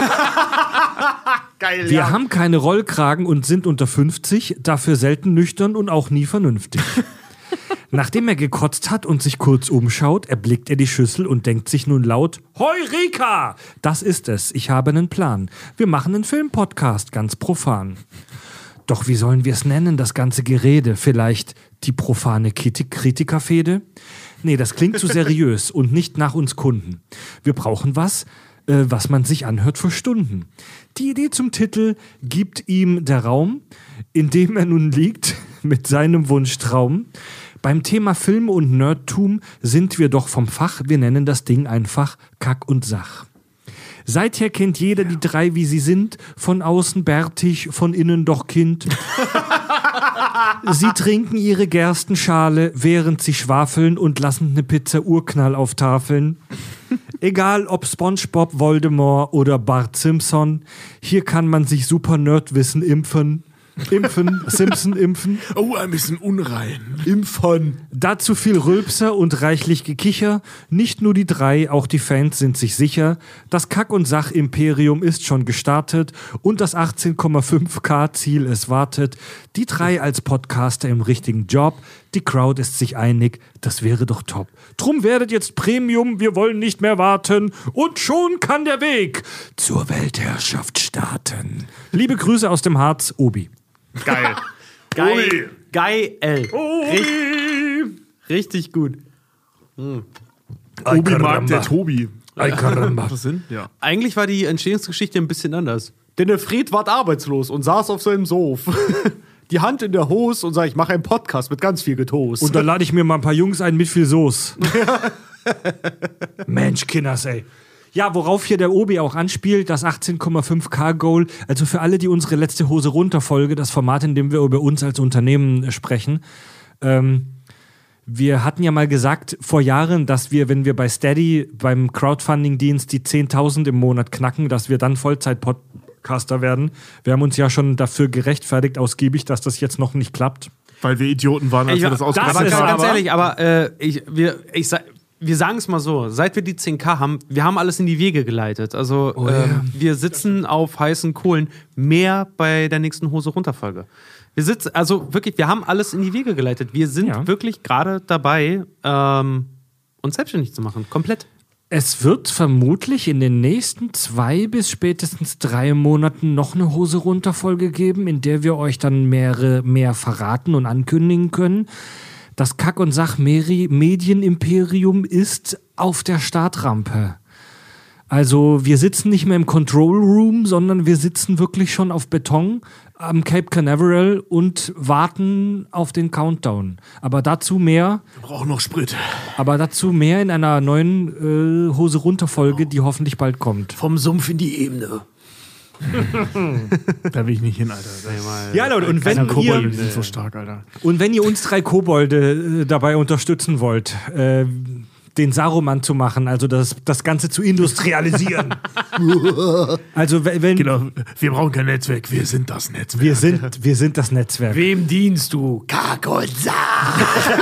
Geil, Wir haben keine Rollkragen und sind unter fünfzig, dafür selten nüchtern und auch nie vernünftig. Nachdem er gekotzt hat und sich kurz umschaut, erblickt er die Schüssel und denkt sich nun laut: Heureka! Das ist es, ich habe einen Plan. Wir machen einen Filmpodcast, ganz profan. Doch wie sollen wir es nennen, das ganze Gerede? Vielleicht die profane Kritikerfehde? Nee, das klingt zu seriös und nicht nach uns Kunden. Wir brauchen was, äh, was man sich anhört für Stunden. Die Idee zum Titel gibt ihm der Raum, in dem er nun liegt mit seinem Wunschtraum. Beim Thema Film und Nerdtum sind wir doch vom Fach. Wir nennen das Ding einfach Kack und Sach. Seither kennt jeder die drei, wie sie sind. Von außen bärtig, von innen doch Kind. Sie trinken ihre Gerstenschale, während sie schwafeln und lassen eine Pizza Urknall auf Tafeln. Egal ob SpongeBob, Voldemort oder Bart Simpson, hier kann man sich super Nerdwissen impfen. Impfen, Simpson impfen. Oh, ein bisschen unrein. Impfen. Dazu viel Rülpser und reichlich Gekicher. Nicht nur die drei, auch die Fans sind sich sicher. Das Kack- und Sach-Imperium ist schon gestartet und das achtzehn Komma fünf K Ziel es wartet. Die drei als Podcaster im richtigen Job. Die Crowd ist sich einig, das wäre doch top. Drum werdet jetzt Premium, wir wollen nicht mehr warten. Und schon kann der Weg zur Weltherrschaft starten. Liebe Grüße aus dem Harz, Obi. Geil. Geil. Geil. Obi! Richtig gut. Obi mag der Tobi. Ay, caramba. Macht das Sinn? Ja. Eigentlich war die Entstehungsgeschichte ein bisschen anders. Denn der Fred ward arbeitslos und saß auf seinem Sof. Die Hand in der Hose und sagt, ich mache einen Podcast mit ganz viel Getoast. Und da lade ich mir mal ein paar Jungs ein mit viel Soße. Mensch, Kinders, ey. Ja, worauf hier der Obi auch anspielt, das achtzehn Komma fünf K Goal. Also für alle, die unsere letzte Hose runter Folge, das Format, in dem wir über uns als Unternehmen sprechen. Ähm, wir hatten ja mal gesagt vor Jahren, dass wir, wenn wir bei Steady beim Crowdfunding-Dienst die zehntausend im Monat knacken, dass wir dann Vollzeit-Podcaster werden. Wir haben uns ja schon dafür gerechtfertigt, ausgiebig, dass das jetzt noch nicht klappt. Weil wir Idioten waren, als ich, wir das aber ausgerechnet ganz, haben. ganz ehrlich, aber äh, ich, wir, ich sag, wir sagen es mal so, seit wir die zehn K haben, wir haben alles in die Wege geleitet. Also Oh, ja. ähm, wir sitzen auf heißen Kohlen, mehr bei der nächsten Hose runter Folge. Wir sitzen, also wirklich, wir haben alles in die Wege geleitet. Wir sind Ja. wirklich gerade dabei, ähm, uns selbstständig zu machen, komplett. Es wird vermutlich in den nächsten zwei bis spätestens drei Monaten noch eine Hose runter Folge geben, in der wir euch dann mehrere mehr verraten und ankündigen können. Das Kack- und Sach-Medienimperium ist auf der Startrampe. Also wir sitzen nicht mehr im Control Room, sondern wir sitzen wirklich schon auf Beton am Cape Canaveral und warten auf den Countdown. Aber dazu mehr, Wir brauchen noch Sprit. aber dazu mehr in einer neuen äh, Hose runter Folge, die hoffentlich bald kommt. Vom Sumpf in die Ebene. Da will ich nicht hin, Alter. Ja, Leute, und wenn Keine Kobolde, ihr die sind so stark, Alter. Und wenn ihr uns drei Kobolde äh, dabei unterstützen wollt, äh, den Saruman zu machen, also das, das Ganze zu industrialisieren. Also wenn, wenn Genau, wir brauchen kein Netzwerk, wir sind das Netzwerk. wir sind wir sind das Netzwerk. Wem dienst du? Kack und Sach.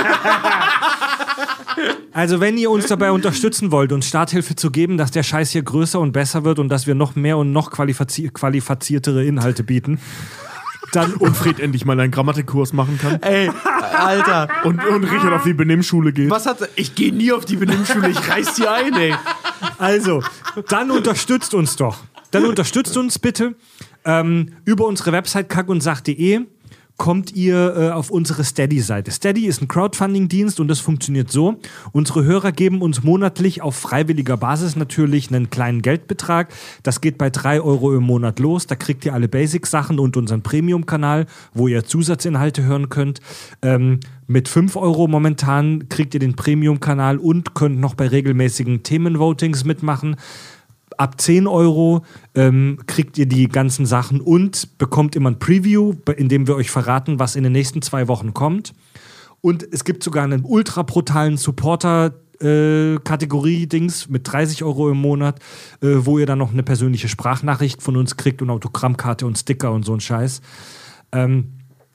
Also wenn ihr uns dabei unterstützen wollt, uns Starthilfe zu geben, dass der Scheiß hier größer und besser wird und dass wir noch mehr und noch qualifizi- qualifiziertere Inhalte bieten, dann Und Fred endlich mal einen Grammatikkurs machen kann. Ey, Alter. Und, und Richard auf die Benimmschule geht. Was hat ich gehe nie auf die Benimmschule, ich reiß die ein, ey. also dann unterstützt uns doch. Dann unterstützt uns bitte. Ähm, über unsere Website kackundsach punkt de kommt ihr äh, auf unsere Steady-Seite. Steady ist ein Crowdfunding-Dienst und das funktioniert so. Unsere Hörer geben uns monatlich auf freiwilliger Basis natürlich einen kleinen Geldbetrag. Das geht bei drei Euro im Monat los. Da kriegt ihr alle Basic-Sachen und unseren Premium-Kanal, wo ihr Zusatzinhalte hören könnt. Ähm, mit fünf Euro momentan kriegt ihr den Premium-Kanal und könnt noch bei regelmäßigen Themenvotings mitmachen. Ab zehn Euro ähm, kriegt ihr die ganzen Sachen und bekommt immer ein Preview, in dem wir euch verraten, was in den nächsten zwei Wochen kommt. Und es gibt sogar einen ultra brutalen Supporter-Kategorie-Dings äh, mit dreißig Euro im Monat, äh, wo ihr dann noch eine persönliche Sprachnachricht von uns kriegt und Autogrammkarte und Sticker und so ein Scheiß. Ähm,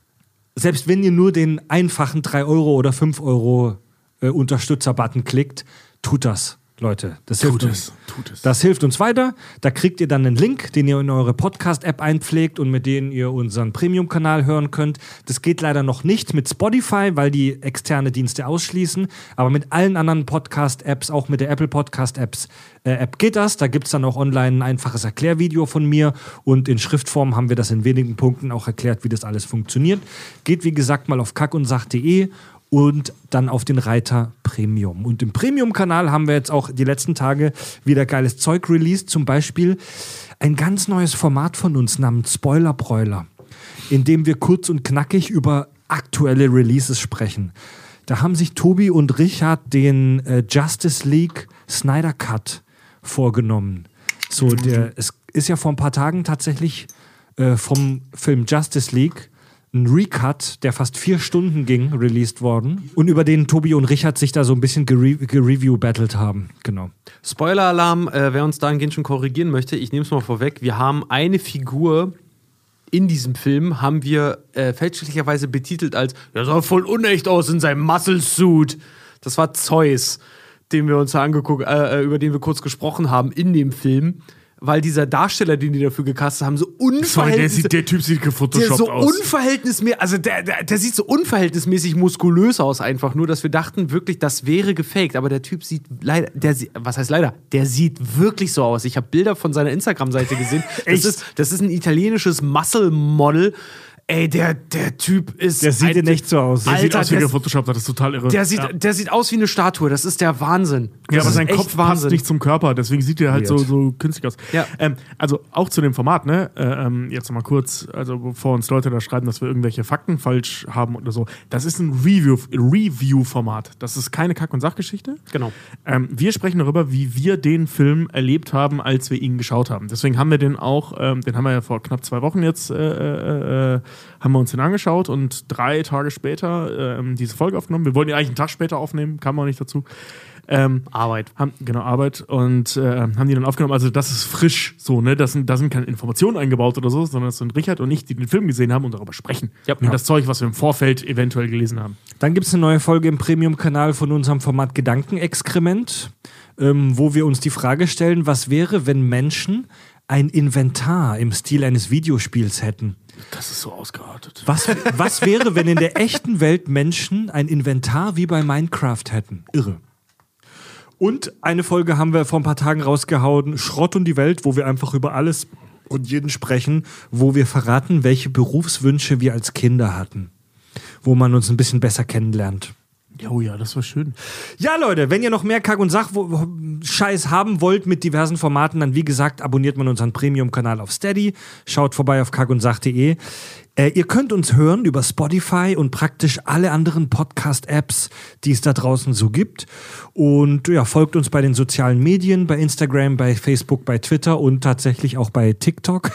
selbst wenn ihr nur den einfachen drei Euro oder fünf Euro äh, Unterstützer-Button klickt, tut das. Leute, das hilft, tut uns, es, tut es. das hilft uns weiter. Da kriegt ihr dann einen Link, den ihr in eure Podcast-App einpflegt und mit dem ihr unseren Premium-Kanal hören könnt. Das geht leider noch nicht mit Spotify, weil die externe Dienste ausschließen. Aber mit allen anderen Podcast-Apps, auch mit der Apple Podcast-Apps, äh, App geht das. Da gibt es dann auch online ein einfaches Erklärvideo von mir und in Schriftform haben wir das in wenigen Punkten auch erklärt, wie das alles funktioniert. Geht, wie gesagt, mal auf kackundsach punkt de und dann auf den Reiter Premium. Und im Premium-Kanal haben wir jetzt auch die letzten Tage wieder geiles Zeug released. Zum Beispiel ein ganz neues Format von uns namens Spoilerbräuler, in dem wir kurz und knackig über aktuelle Releases sprechen. Da haben sich Tobi und Richard den äh, Justice League Snyder Cut vorgenommen. So, der, es ist ja vor ein paar Tagen tatsächlich äh, vom Film Justice League ein Recut, der fast vier Stunden ging, released worden. Und über den Tobi und Richard sich da so ein bisschen gereview-battelt haben. Genau. Spoiler-Alarm, äh, wer uns dahingehend schon korrigieren möchte, ich nehme es mal vorweg. Wir haben eine Figur in diesem Film, haben wir äh, fälschlicherweise betitelt als, er sah voll unecht aus in seinem Muscle-Suit. Das war Zeus, den wir uns angeguckt, äh, über den wir kurz gesprochen haben in dem Film. Weil dieser Darsteller, den die dafür gecastet haben, so unverhältnismäßig. Der, der Typ sieht gefotoshoppt so aus. Unverhältnismäßig, also der, der, der sieht so unverhältnismäßig muskulös aus, einfach nur, dass wir dachten wirklich, das wäre gefaked. Aber der Typ sieht leider, der, was heißt leider? Der sieht wirklich so aus. Ich habe Bilder von seiner Instagram-Seite gesehen. Das ist, das ist ein italienisches Muscle-Model. Ey, der, der Typ ist. Der sieht ein, echt so aus. Der Alter, sieht aus wie der, gefotoshoppt, das ist total irre. Der sieht, ja. der sieht aus wie eine Statue, das ist der Wahnsinn. Das ja, aber sein echt Kopf Wahnsinn. passt nicht zum Körper, deswegen sieht er halt so, so künstlich aus. Ja. Ähm, also auch zu dem Format, ne? Ähm, jetzt nochmal kurz, also bevor uns Leute da schreiben, dass wir irgendwelche Fakten falsch haben oder so. Das ist ein Review, Review-Format. Das ist keine Kack- und Sachgeschichte. Genau. Ähm, wir sprechen darüber, wie wir den Film erlebt haben, als wir ihn geschaut haben. Deswegen haben wir den auch, ähm, den haben wir ja vor knapp zwei Wochen jetzt, äh, äh, haben wir uns den angeschaut und drei Tage später ähm, diese Folge aufgenommen. Wir wollten ja eigentlich einen Tag später aufnehmen, kam auch nicht dazu. Ähm, Arbeit. Haben, genau, Arbeit. Und äh, haben die dann aufgenommen. Also das ist frisch so, ne? Da sind, da sind keine Informationen eingebaut oder so, sondern es sind Richard und ich, die den Film gesehen haben und darüber sprechen. Ja. Und das Zeug, was wir im Vorfeld eventuell gelesen haben. Dann gibt es eine neue Folge im Premium-Kanal von unserem Format Gedankenexkrement, ähm, wo wir uns die Frage stellen, was wäre, wenn Menschen ein Inventar im Stil eines Videospiels hätten? Das ist so ausgeartet. Was, was wäre, wenn in der echten Welt Menschen ein Inventar wie bei Minecraft hätten? Irre. Und eine Folge haben wir vor ein paar Tagen rausgehauen, Schrott und die Welt, wo wir einfach über alles und jeden sprechen, wo wir verraten, welche Berufswünsche wir als Kinder hatten. Wo man uns ein bisschen besser kennenlernt. Oh ja, das war schön. Ja, Leute, wenn ihr noch mehr Kack- und Sach-Scheiß haben wollt mit diversen Formaten, dann wie gesagt, abonniert man unseren Premium-Kanal auf Steady, schaut vorbei auf kackundsach punkt de. Äh, ihr könnt uns hören über Spotify und praktisch alle anderen Podcast-Apps, die es da draußen so gibt. Und ja, folgt uns bei den sozialen Medien, bei Instagram, bei Facebook, bei Twitter und tatsächlich auch bei TikTok.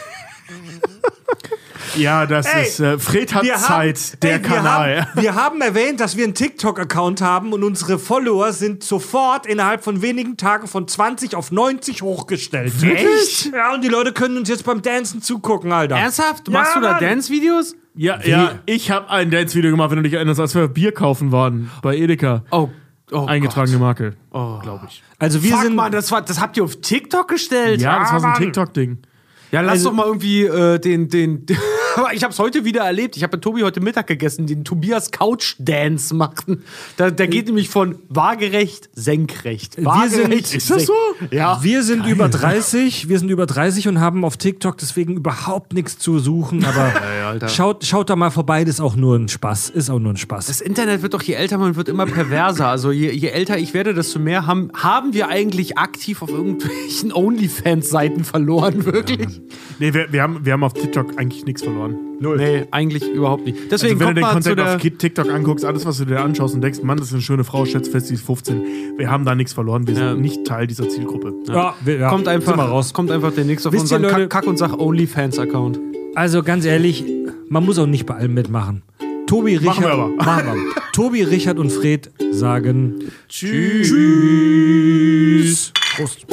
Ja, das Ey, ist äh, Fred hat wir Zeit, haben, der ey, wir Kanal. Haben, wir haben erwähnt, dass wir einen TikTok-Account haben und unsere Follower sind sofort innerhalb von wenigen Tagen von zwanzig auf neunzig hochgestellt. Wirklich? Ja, und die Leute können uns jetzt beim Dancen zugucken, Alter. Ernsthaft? Ja, Machst du da Mann. Dance-Videos? Ja, ja, ich habe ein Dance-Video gemacht, wenn du dich erinnerst, als wir Bier kaufen waren bei Edeka. Oh, oh Eingetragene Gott. Marke, Oh. glaube ich. Also wir Fuck, sind Mann, das, war, das habt ihr auf TikTok gestellt? Ja, das war so ein Mann. TikTok-Ding. Ja, lass Also- doch mal irgendwie äh, den, den, Aber ich habe es heute wieder erlebt. Ich habe mit Tobi heute Mittag gegessen, den Tobias Couch Dance machten. Da, der geht nämlich von waagerecht, senkrecht. Waagerecht, sind, ist das so? Ja. Wir sind Geil. über dreißig, wir sind über dreißig und haben auf TikTok deswegen überhaupt nichts zu suchen, aber Alter. schaut, schaut da mal vorbei, das ist auch nur ein Spaß, ist auch nur ein Spaß. Das Internet wird doch, je älter man wird, immer perverser. Also je, je älter ich werde, desto mehr haben, haben wir eigentlich aktiv auf irgendwelchen OnlyFans-Seiten verloren, wirklich? Nee, wir, wir, haben, wir haben auf TikTok eigentlich nichts verloren. Null. Nee, eigentlich überhaupt nicht. Deswegen also wenn du den kommt Content der auf TikTok anguckst, alles, was du dir anschaust und denkst, Mann, das ist eine schöne Frau, schätzt fest, sie ist fünfzehn. Wir haben da nichts verloren, wir Ja. sind nicht Teil dieser Zielgruppe. Ja, wir, ja, kommt, sind wir einfach, raus. kommt einfach demnächst auf Wisst ihr, unseren Leute- Kack- Kack- und Sach-OnlyFans-Account. Also ganz ehrlich, man muss auch nicht bei allem mitmachen. Tobi, Richard, Machen wir aber. Machen wir. Tobi, Richard und Fred sagen Tschüss. Tschüss. Prost.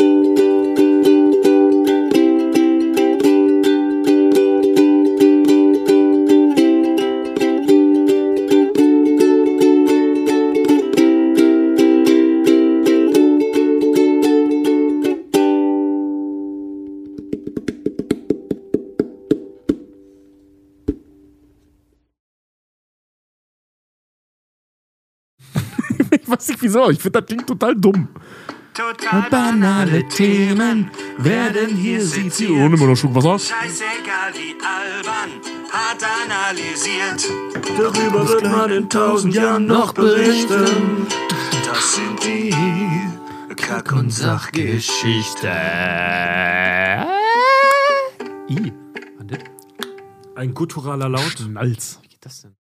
Ich weiß nicht wieso, ich finde, das klingt total dumm. Total banale Themen werden hier seziert. Oh, nimm mal noch einen Schluck Wasser. Scheißegal wie albern, hart analysiert. Darüber wird man in tausend Jahren noch berichten. Das sind die Kack- und Sachgeschichten. I. Warte. Ein gutturaler Laut. Knallt's. Wie geht das denn?